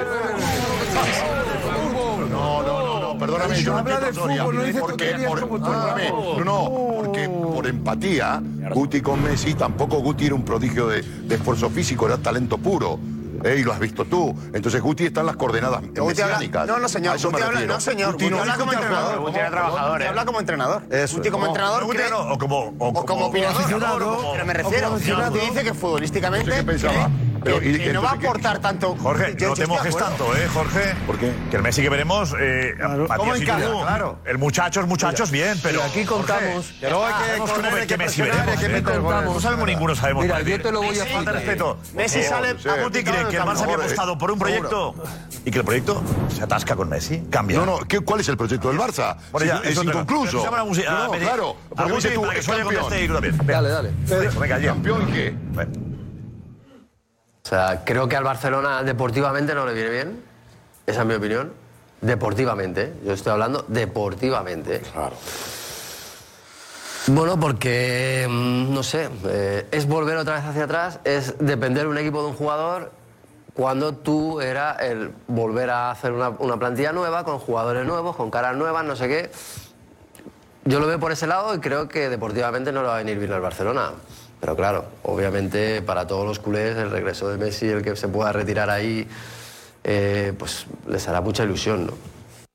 No, no, no, no, perdóname, yo no Habla entiendo, de Soria, fútbol, no dice porque, tonterías por, como tú. perdóname, no, no, porque por empatía, Guti con Messi, tampoco Guti era un prodigio de, de esfuerzo físico, era talento puro. Eh, y lo has visto tú. Entonces Guti está en las coordenadas Guti habla- mesiánicas. no, no, señor. A eso me Guti habla, refiero. no, señor. Guti Guti no habla dijo como que era entrenador. jugador. Guti era trabajador, Guti habla como entrenador. Eso Guti es. como No, entrenador no, Guti cree- no, o como- o o como como opinador. aficionado, Pero me o refiero, como aficionado. Guti dice que futbolísticamente No sé qué pensaba. que- Pero, y- que no va a entonces, ¿qué? aportar tanto. Jorge, Yo no estoy te mojes de acuerdo. tanto, ¿eh, Jorge? ¿Por qué? Que el Messi que veremos, eh, Matías ¿Cómo y tú, encaja? Claro. el muchachos, muchachos, bien, pero... Mira, aquí contamos. Jorge, Que luego hay que sabemos correr, cómo hay que que Messi presionar, veremos. hay que ¿eh? meter goles. No sabemos ninguno, sabemos. Mira, para yo decir. te lo voy a Falta de respeto. Messi Eh, sale sí. ¿Guti cree que el Barça había apostado por un proyecto y que el proyecto se atasca con Messi? Cambia. No, no, ¿qué, ¿cuál es el proyecto del Barça? Bueno, ya, es es otra cosa. inconcluso. Pero llama a la música- No, a no, Messi. claro. A Porque Guti, dices tú, para que es Soria conteste y tú campeón. también. Dale, dale. Venga, ya. ¿Campeón qué? Bueno. O sea, creo que al Barcelona deportivamente no le viene bien. Esa es mi opinión. Deportivamente, ¿eh? Yo estoy hablando deportivamente. Claro. Bueno, porque, mm, no sé, eh, es volver otra vez hacia atrás, es depender de un equipo de un jugador cuando tú era el volver a hacer una, una plantilla nueva, con jugadores nuevos, con caras nuevas, no sé qué. Yo lo veo por ese lado y creo que deportivamente no le va a venir bien al Barcelona. Pero claro, obviamente para todos los culés el regreso de Messi, el que se pueda retirar ahí, eh, pues les hará mucha ilusión, ¿no?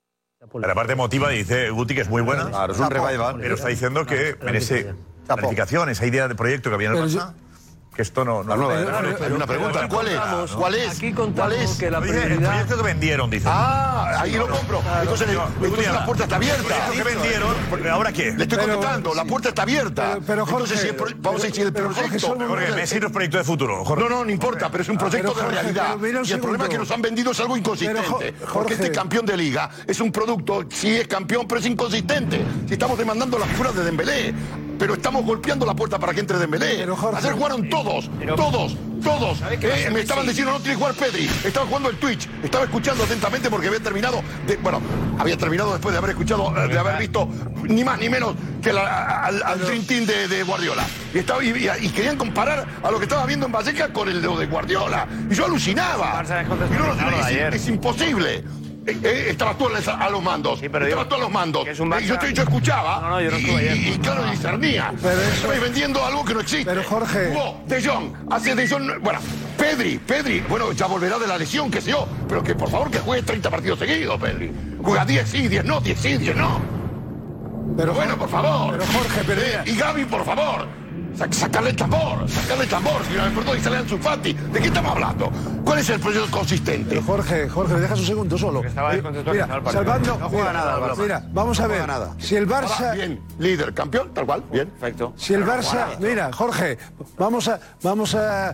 La parte emotiva dice Guti que es muy buena. Claro, es un revival. Pero está diciendo que merece planificación, esa idea de proyecto que había en el Pero Barça, que esto no... no No, no, Pero- pero- hay una pregunta, ¿cuál es? ¿Cuál es? Aquí ¿Cuál contamos es? que la Lo dice, el prioridad... proyecto que vendieron, dice. Ah, ahí lo compro. Entonces, Yo- entonces la puerta está El abierta. proyecto que vendieron, porque ¿ahora qué? Le estoy Pero- contestando, la puerta está abierta. Pero- pero, Jorge, Entonces, si el pro- vamos a decir el pero, Jorge, proyecto. solo- Jorge, Messi no es proyecto de futuro. Jorge. No, no, no importa, pero es un proyecto pero, de Jorge, realidad. pero mira un Y el problema segundo. que nos han vendido es algo inconsistente. Pero, Jo- Porque Jorge. este campeón de liga es un producto, sí es campeón, pero es inconsistente. Si estamos demandando las fueras de Dembélé, pero estamos golpeando la puerta para que entre Dembélé. Pero, Jorge. Ayer jugaron todos, todos, todos. Eh, me estaban diciendo no tiene que jugar Pedri. Estaba jugando el Twitch. Estaba escuchando atentamente porque había terminado, de- bueno, había terminado después de haber escuchado, eh, de haber visto ni más ni menos que la- al, al Dream Team de, de Guardiola. Y, estaba, y, y- y querían comparar a lo que estaba viendo en Vallecas con el de, de Guardiola. Y yo alucinaba. Barça es Y no, no, contextualizado es, de ayer. es imposible. Eh, eh, estabas tú a los- a los mandos. Sí, pero digo estabas tú a los mandos. que es un Eh, yo, Barça- te- yo escuchaba. No, no, yo no y, estuve ayer. y, y claro, discernía. Pero eso- Estabais vendiendo algo que no existe. Pero, Jorge- Jugó De Jong, hace De Jong. Bueno, Pedri, Pedri, bueno, ya volverá de la lesión, qué sé yo. Pero que por favor que juegue treinta partidos seguidos, Pedri. Juega diez sí, diez no, diez sí, diez no. Pero, Bueno, por favor. Pero, Jorge, pero Eh, y Gaby, por favor. Sa- Sacarle el tambor, sacarle el tambor, si no me perdón, y sale Ansu Fati. ¿De qué estamos hablando? ¿Cuál es el proyecto consistente? Pero Jorge, Jorge, me dejas un segundo solo. estaba Eh, descontextualizado Mira, el partido. salvando. No juega mira, nada el Barça. Mira, vamos a No ver. juega nada. Si el Ahora, Barça. bien, líder, campeón, tal cual, bien. Perfecto. Si el Barça. Mira, Jorge, vamos a. Vamos a.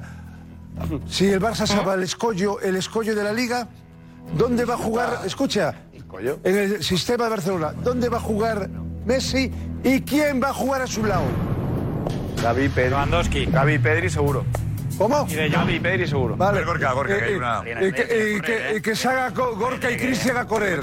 Si el Barça salva el escollo, el escollo de la liga, ¿dónde va a jugar? Escucha, Escollo. en el sistema de Barcelona, ¿dónde va a jugar Messi y quién va a jugar a su lado? Gaby, Pedri. Lewandowski. Gaby, Pedri, seguro. ¿Cómo? Y de Xavi y Pedri seguro. Vale. Pero Gorka, Gorka, que hay una... Y que, y que, y que se haga co- Gorka y Cristian a correr.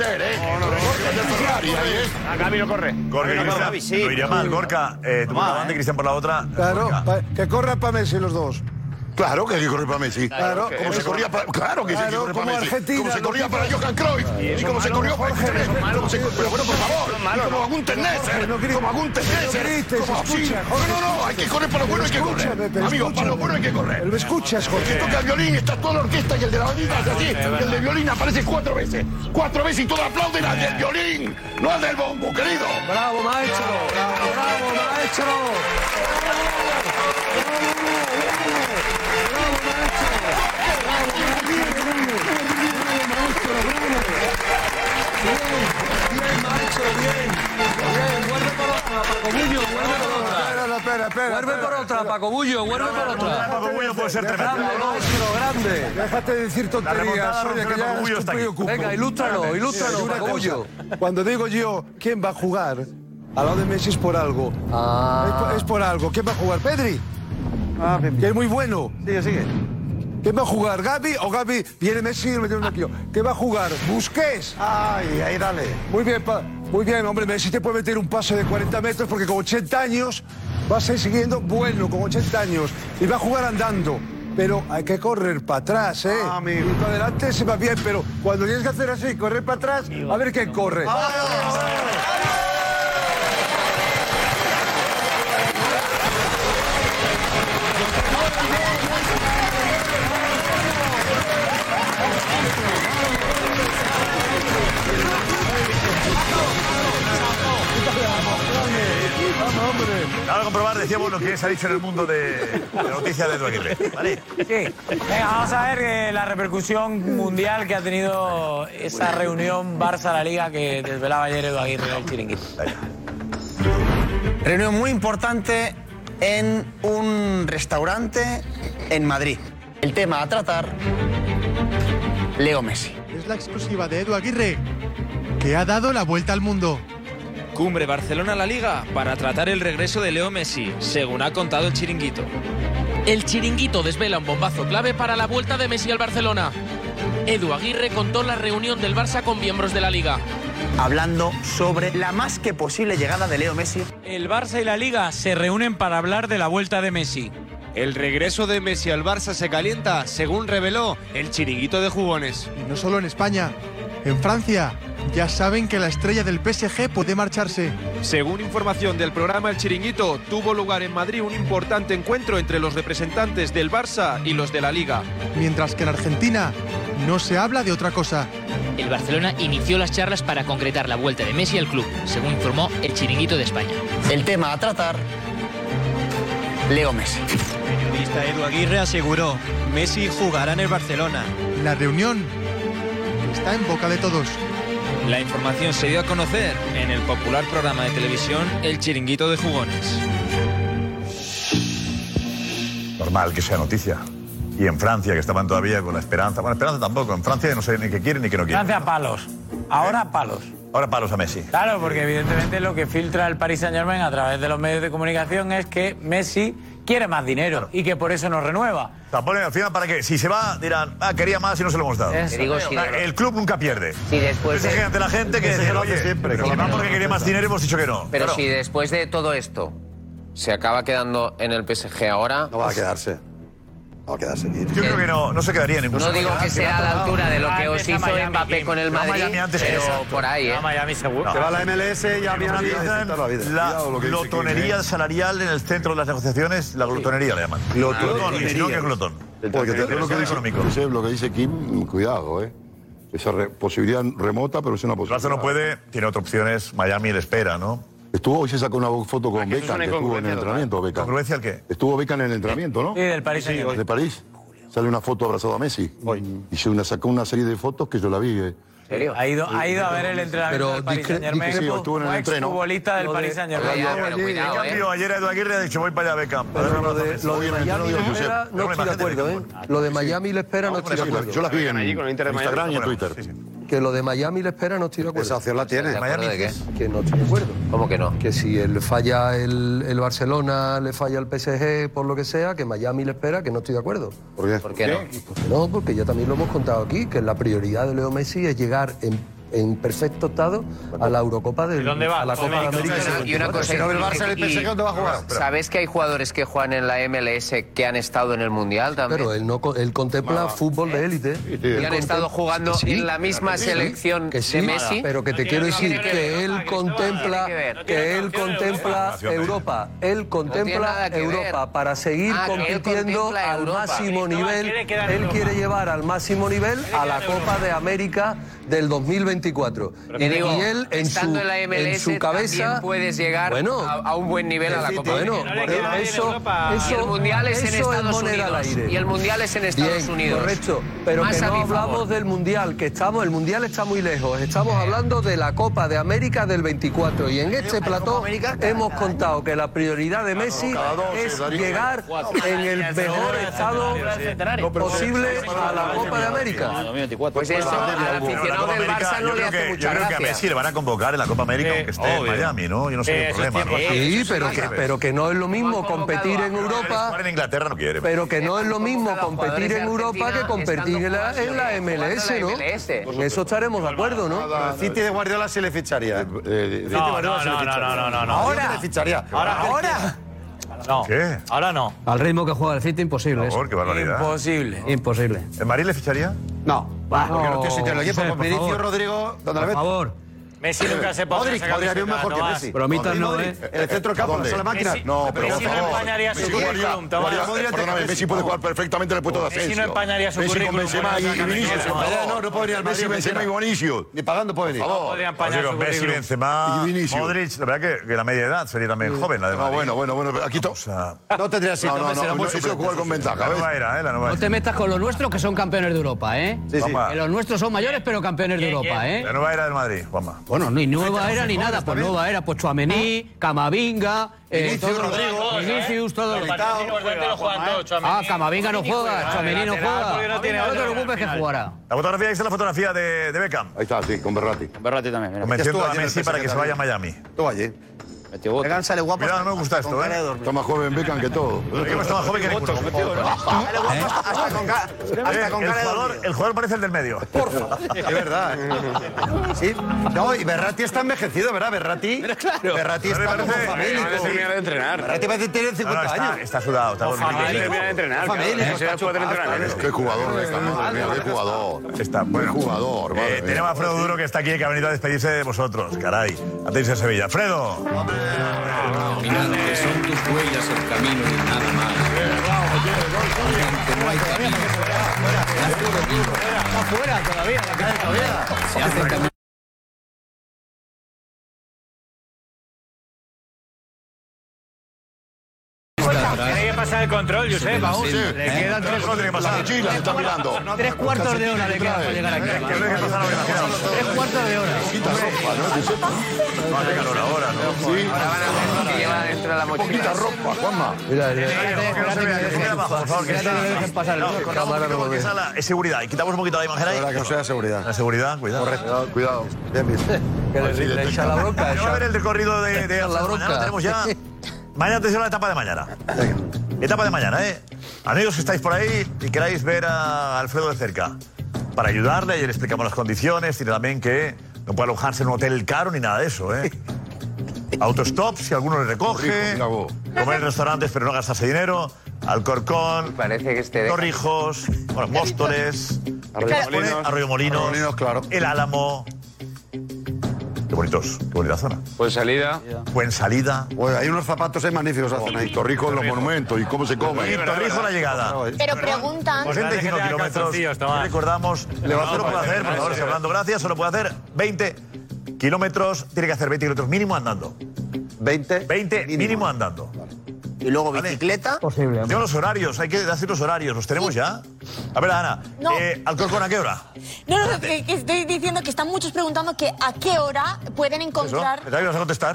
A Gavi no corre. Gorka y Cristian, no iría mal. Gorka, eh, tú por la banda y Cristian por la otra. Claro, pa- que corran para Messi los dos. Claro que hay que correr para Messi. Claro, como se corría para, claro que sí hay que Claro, correr para como Messi. Argentina, como se los corría tipos- para Johan Cruyff. y como se corrió para Jorge, como se, Pero bueno, por favor. malo, como no. algún Tennesser. No grites, Como algún no Tennesser. grites, como así. escucha, No, Jorge, no, no. Hay que correr para lo bueno, hay que correr. Escúchame, pero Amigos, para lo bueno hay que correr. Pero me escuchas, Porque Jorge. toca el violín, está toda la orquesta y el de la bandita hace así. Y el de violín aparece cuatro veces. Cuatro veces y todos aplauden al del violín. No al del bombo, querido. Bravo, maestro. Bravo, bravo, maestro. Bien, maestro, bien. Bien, vuelve por otra, Paco Bullo, vuelve por otra. Espera, espera, espera. Vuelve por otra, Paco Bullo, vuelve por otra. Paco Bullo puede ser tremendo. Grande, maestro, grande. Déjate de decir tonterías, remontada oye, que de ya Paco Bullo está estoy aquí. ocupado. Venga, ilústralo, ilústralo, Sí, una Paco cosa. Bullo. Cuando digo yo quién va a jugar al lado de Messi es por algo. Ah. Es, por, es por algo. ¿Quién va a jugar? ¿Pedri? Ah, bien, Que bien. es muy bueno. Sigue, sigue. ¿Quién va a jugar? ¿Gavi o Gavi? Viene Messi y le mete un aquí. ¿Qué va a jugar? ¿Busquets? Ay, ahí dale. Muy bien, pa- muy bien, hombre. Messi te puede meter un pase de cuarenta metros porque con ochenta años va a seguir siguiendo bueno, con ochenta años. Y va a jugar andando. Pero hay que correr para atrás, ¿eh? Ah, amigo. Y para adelante se va bien, pero cuando tienes que hacer así, correr para atrás, a ver quién corre. Ahora comprobar, decíamos lo que se ha dicho en el mundo de, de la noticia de Edu Aguirre. ¿Vale? Sí. Venga, vamos a ver eh, la repercusión mundial que ha tenido esa reunión Barça-La Liga que desvelaba ayer Edu Aguirre en el Chiringuito. Reunión muy importante en un restaurante en Madrid. El tema a tratar, Leo Messi. Es la exclusiva de Edu Aguirre, que ha dado la vuelta al mundo. Cumbre Barcelona-La Liga para tratar el regreso de Leo Messi, según ha contado el Chiringuito. El Chiringuito desvela un bombazo clave para la vuelta de Messi al Barcelona. Edu Aguirre contó la reunión del Barça con miembros de la Liga. Hablando sobre la más que posible llegada de Leo Messi. El Barça y la Liga se reúnen para hablar de la vuelta de Messi. El regreso de Messi al Barça se calienta, según reveló el Chiringuito de Jugones. Y no solo en España, en Francia ya saben que la estrella del P S G puede marcharse. Según información del programa El Chiringuito, tuvo lugar en Madrid un importante encuentro entre los representantes del Barça y los de la Liga. Mientras que en Argentina no se habla de otra cosa. El Barcelona inició las charlas para concretar la vuelta de Messi al club, según informó el Chiringuito de España. El tema a tratar, Leo Messi. El periodista Edu Aguirre aseguró, Messi jugará en el Barcelona. La reunión está en boca de todos. La información se dio a conocer en el popular programa de televisión El Chiringuito de Jugones. Normal que sea noticia. Y en Francia, que estaban todavía con la esperanza. Bueno, esperanza tampoco. En Francia no sé ni qué quieren ni qué no quieren. Francia palos. Ahora palos. Ahora palos a Messi. Claro, porque evidentemente lo que filtra el Paris Saint-Germain a través de los medios de comunicación es que Messi quiere más dinero claro. y que por eso no renueva. O sea, ponen al final para que si se va dirán, ah, quería más y no se lo hemos dado. Te digo, si de- El club nunca pierde. Si después Entonces, de- ante la gente que dice, oye, siempre, que con la va porque misma quería más dinero hemos dicho que no. Pero Claro. si después de todo esto se acaba quedando en el P S G ahora... No va a quedarse. No va a quedarse aquí. Yo creo que no, no se quedaría en ningún No digo que sea a la altura de lo que os hizo Miami, Mbappé con el Va a Madrid, Miami antes que pero eso. por ahí, ¿eh? A Miami seguro. Se va a la M L S y a Miami a disfrutar la vida. La Cuidado lo que dice glotonería Kim, ¿eh? salarial en el centro de las negociaciones, la glotonería le llaman. Glotón, y si no, ¿qué es glotón? Porque te, El lo, que dice, económico. Josep, lo que dice Kim, cuidado, ¿eh? Esa re- posibilidad remota, pero es una El posibilidad. Barça no puede, tiene otras opciones, Miami le espera, ¿no? Estuvo, hoy se sacó una foto con Aquí es Beckham, una que estuvo en el incongruencia entrenamiento, Beckham. ¿Congruencia el qué? Estuvo Beckham en el entrenamiento, ¿no? Sí, del Paris Sí, Saint-Germain. de París. Sale una foto abrazado a Messi. Y se una, sacó una serie de fotos que yo la vi. eh. serio? Ha ido, ha ido a ver el entrenamiento Pero del Paris discre- Saint-Germain. sí, estuvo en el Como entreno. exfutbolista del Lo de- Paris Saint-Germain. Oye, pero En cuidado, cambio, ¿eh? ayer Edu Aguirre ha dicho, voy para allá, Beckham. Pero lo de, lo de Hoy en el Miami entreno le de espera, Josep. no estoy de acuerdo, ¿eh? Lo de Miami le espera, no estoy de Yo, acuerdo. yo las vi en allí con el Inter de Miami. Instagram y en Twitter. Sí, sí. que lo de Miami le espera, no estoy de acuerdo. Esa opción la tiene. ¿De acuerdo de qué? Que no estoy de acuerdo. ¿Cómo que no? Que si él falla el, el Barcelona, le falla el P S G, por lo que sea, que Miami le espera, que no estoy de acuerdo. ¿Por qué? ¿Por qué no? Porque no, porque ya también lo hemos contado aquí, que la prioridad de Leo Messi es llegar en en perfecto estado a la Eurocopa de dónde va? a la Copa de América. Y una cosa, Si no ve el Barça, el P S G, ¿dónde va a jugar? ¿Sabes que hay jugadores que juegan en la M L S que han estado en el Mundial también? Pero él no co- él contempla fútbol de élite. Y han estado jugando Sí, en la misma que sí, selección que sí, de Messi. pero que te quiero decir que él contempla que él contempla Europa, él contempla Europa para seguir Ah, que él compitiendo contempla al Europa. máximo No, nivel. quiere quedar en Él Europa. quiere llevar al máximo nivel a la Copa de América del dos mil veinticuatro. Te digo, Y él en su, estando en la M L S en su cabeza también puedes llegar bueno, a, a un buen nivel a la Copa bueno, América. eso, eso, Y el Mundial es en eso Estados moneda al Unidos. aire. Y el Mundial es en Estados Bien, Unidos. correcto, pero Más que a no mi hablamos favor. del Mundial, que estamos, el Mundial está muy lejos, estamos hablando de la Copa de América del veinticuatro y en este plató hemos contado que la prioridad de Messi es llegar en el mejor estado posible a la Copa de América. Pues eso al aficionado del Barça no le hace mucha Yo creo que a gracia. Messi le van a convocar en la Copa América aunque esté en Miami, ¿no? Yo no sé qué problema, ¿no? Sí, pero que, pero que no es lo mismo competir en Europa. Jugar en Inglaterra no quiere. Pero que no es lo mismo competir en Europa que competir en la, en la M L S, ¿no? En eso estaremos de acuerdo, ¿no? El City de Guardiola se le ficharía. No, no, no, no, no, no, no. Ahora. Le ficharía. Ahora, ahora. No. ¿Qué? Ahora no. Al ritmo que juega el City, imposible. Por favor, qué barbaridad. Imposible. Imposible. ¿En Madrid le ficharía? No. Porque no tiene sitio en el equipo. Josep, Con por Vinicius, favor. Rodrigo, ¿dónde la Por ves? favor. Messi nunca se pone Modric, Modric haría un mejor que Messi. Bromitas no, Modric, ¿eh? En el centro del campo, no la máquina. No, pero por Messi no favor. empañaría su Messi currículum, jugaría- Tomás. jugaría- Modric antes Perdóname, que Messi puede jugar perfectamente en el puesto de Messi Asensio. no empañaría su Messi con currículum Benzema por y una Vinicius. camiseta. por favor. No, no puedo venir al Messi, Madrid, Benzema y Vinicius. Ni pagando puede venir. Por favor. Podría Oye, empañar con su Messi, currículum. Benzema, Y Vinicius. Modric, la verdad que, que la media edad sería también joven, la de No, Madrid. bueno, bueno, bueno. Aquí to- O sea, No tendría sitio. No, no, Messi era no, muy no, eso es suplente. jugar con ventaja, la ¿ves? nueva era, ¿eh? La nueva No te era. metas con los nuestros que son campeones de Europa, ¿eh? Sí, sí. Juanma, Que los nuestros son mayores pero campeones de Europa, ¿eh? la nueva era del Madrid, Juanma. Bueno, ni nueva era ni nada, pues nueva era, pues Tchouaméni, Camavinga, eh, Vinicius, todos- Rodrigo, Vinicius, todos los... Ah, Ah, Camavinga no juega, Tchouaméni no juega. No te preocupes que jugará. La fotografía, ahí está la fotografía de, de Beckham. Ahí está, sí, con Berratti. Berratti también, mira. Convenciendo estuvo a allí en el Messi para P S G que se vaya a también. Miami. Tú allí. Vegan sale guapo. Cuidado, no me gusta esto, ¿eh? Está más joven Beckham que todo. Beckham está más joven que ninguno. Sale guapo hasta con ca- Eh, hasta con el, cara de jugador, dormido. el jugador parece el del medio. Es verdad. ¿eh? Sí. No, y Berratti está envejecido, ¿verdad? Berratti. Berratti está como parece- famélico. parece- Termina de entrenar. Berratti parece que tiene No, no, cincuenta está, años. está sudado, está Termina de entrenar. Famélico, claro. está Ese puede chupado, entrenar. está Qué jugador Beckham, madre mía, qué jugador. Está Qué bueno. jugador, Eh, madre mía. tenemos a Fredo Duro que está aquí, que ha venido a despedirse de vosotros. Caray, antes de Sevilla. Fredo. Caminando, que son tus huellas el camino y nada más. Que no hay camino. Está fuera todavía, la cara todavía. Se hace camino. Tiene que pasar el control, Josep, aún. Sí, Le quedan tres tiene que pasar. La mochila, se está mirando. Tres cuartos de hora le queda para llegar aquí. Tres cuartos de hora. Quita ropa, ¿no? Que sepa. No hace calor ahora, ¿no? Sí. Ahora van a ver que lleva dentro de la mochila. Poquita ropa, Juanma. Mira, Que no se vea, que se vea abajo, por favor, que Espérate que me dejen pasar el No, coche. cortamos un poquito porque esa la- es seguridad. Y quitamos un poquito la imagen ahí. Para que no sea seguridad. La seguridad, cuidado. Correcto. Cuidado. Bien, bien. que le, le echa la bronca. Ya va a ver el recorrido de, de La mañana. bronca. Tenemos ya. Mañana atención a la etapa de mañana. Etapa de mañana, ¿eh? Amigos que estáis por ahí y queráis ver a Alfredo de cerca. Para ayudarle, ayer le explicamos las condiciones. Tiene también que no puede alojarse en un hotel caro ni nada de eso, ¿eh? Autostop, si alguno le recoge. Comer en restaurantes, pero no gastarse dinero. Alcorcón. Parece que este de... Torrijos. Bueno, Móstoles. Arroyomolinos. Arroyomolinos. Arroyomolinos, claro. El Álamo. Qué bonitos, qué bonita zona. Pues salida. Buen salida. Oye, hay unos zapatos ahí magníficos hacen ahí. Torrijos en los monumentos y cómo se come. Y Torrijos la llegada. Pero preguntan. ochenta y cinco kilómetros. Y recordamos, le va a puede hacer, por favor, Fernando, gracias, solo puede hacer veinte kilómetros. Tiene que hacer veinte kilómetros mínimo andando. veinte. veinte mínimo andando. Y luego bicicleta. Posible. Tengo los horarios, hay que hacer los horarios. ¿Los tenemos ya? A ver, Ana. No. Eh, ¿Alcorcón a qué hora? No, no, que, que estoy diciendo que están muchos preguntando que a qué hora pueden ¿Eso? encontrar. ¿Está bien? ¿Vas a contestar?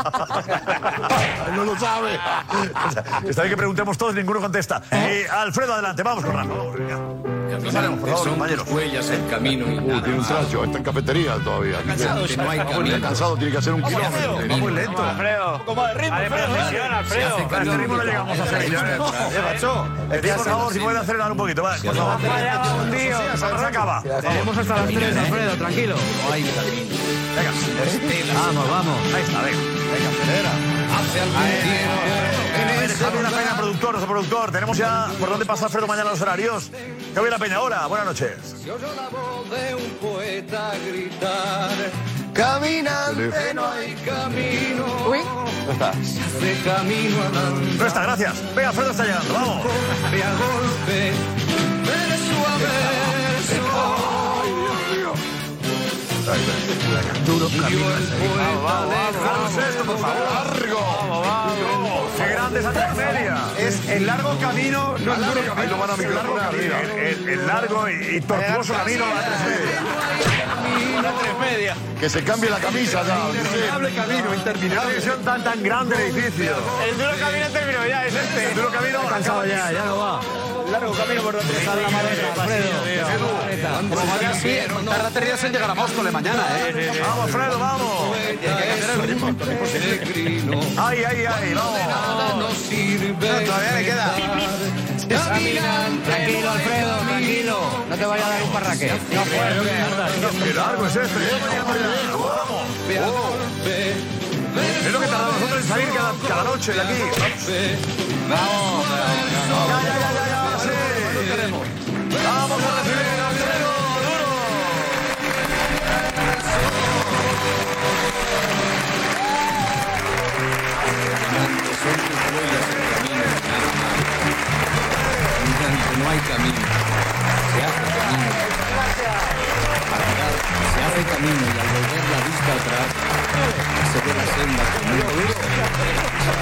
No lo sabe. Está bien que preguntemos todos, ninguno contesta. Eh, Alfredo, adelante, vamos con Rafa. Pasaremos, por favor, Son compañeros. tus huellas el camino y Uh, nada tiene un más. tracho, está en cafetería todavía. Cansado, Está no hay camino. cansado, tiene que hacer un kilómetro. Va muy lento. Alfredo. Un poco más de ritmo, Alfredo. Alfredo. A este ritmo no llegamos a Sevilla. ¿Eh, macho? Pedimos, por favor, si pueden acelerar un poquito. Va, por favor. Se acaba. Tenemos hasta las tres, Alfredo, tranquilo. No hay camino. Venga. Vamos, vamos. Ahí está, venga. Venga, acelera. Hace algún tiempo en ese Javier La Peña, productor, nuestro productor. Tenemos ya por dónde pasa Alfredo mañana los horarios. Javier La Peña, hola, buenas noches. Se oyó la voz de un poeta gritar: caminante no hay camino. Uy. No está. Se hace camino andando. No está, gracias. Venga, Alfredo está llegando, vamos. Golpe a golpe, verso a verso. Duro camino. Vamos, esto, por favor. Largo. Vamos, vamos. Qué grande es Andrés Media. Es el largo camino, no el duro camino. Lo van a microfonar. El, el, el largo y, y tortuoso camino a Andrés Media. Que se cambie la camisa ya. Interminable camino, Qué interminable. visión tan tan grande el edificio. El duro camino terminó ya, es este. El duro camino. Cansado ya, ya no va. Largo camino por donde Está la maleta, Alfredo. Como vaya así, tarda tres días en llegar a Móstoles mañana, ¿eh? Vamos, Alfredo, vamos. Ay, ay, ay, vamos. No sirve. Todavía le queda. Tranquilo, Alfredo, tranquilo. No te vaya a dar un parraque. No puedes. Qué largo es este. Vamos. Es lo que tardamos nosotros en salir cada, cada noche de aquí. Vamos. Ya, ya, ya, ya, ya, ahora sí. Vamos a recibir a Alfredo, duro. Son tus huellas el camino y nada más. Caminante no hay camino. Se hace camino. Al andar, se hace camino y al volver la vista atrás se ve la senda común.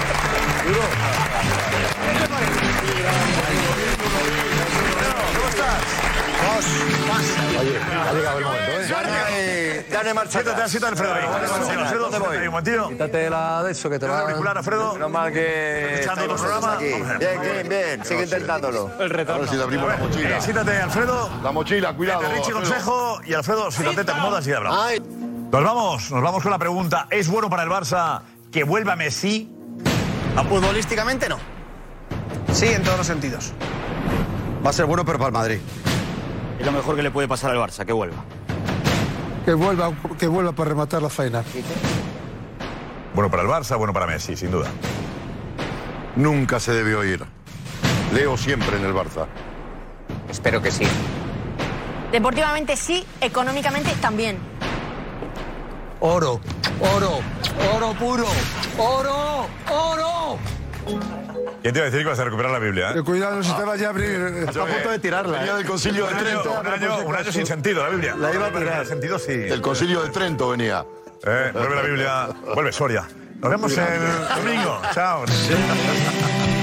¿Cómo estás? Oye, ha llegado el momento, ¿eh? Dale, marcha. Siéntate, siéntate, Alfredo. ahí. Alfredo, ¿dónde voy? Un momentillo. Quítate la de eso que te ¿Te va va a auricular, Alfredo? Menos mal que Escuchando otro programa. Bien, bien, bien. Sigue intentándolo. A ver si le abrimos la mochila. Eh, siéntate, Alfredo. La mochila, cuidado. Richie Alfredo. Consejo y Alfredo, siéntate, te acomodas y hablamos. Ay. Nos vamos, nos vamos con la pregunta. ¿Es bueno para el Barça que vuelva Messi? Futbolísticamente no. Sí, en todos los sentidos. Va a ser bueno, pero para el Madrid. Es lo mejor que le puede pasar al Barça, que vuelva. Que vuelva, que vuelva para rematar la faena. Bueno para el Barça, bueno para Messi, sin duda. Nunca se debió ir. Leo siempre en el Barça. Espero que sí. Deportivamente sí, económicamente también. Oro, oro, oro puro, oro, oro. ¿Quién te iba a decir que vas a recuperar la Biblia? Que cuidado, no se te vaya a abrir. Está a punto de tirarla. Venía ¿eh? del concilio de Un año, Trento. un año, un año sin sentido, la Biblia. La iba a tirar. Sin sentido, sí. Del concilio de Trento venía. Eh, vuelve la Biblia. Vuelve Soria. Nos vemos el domingo. Chao.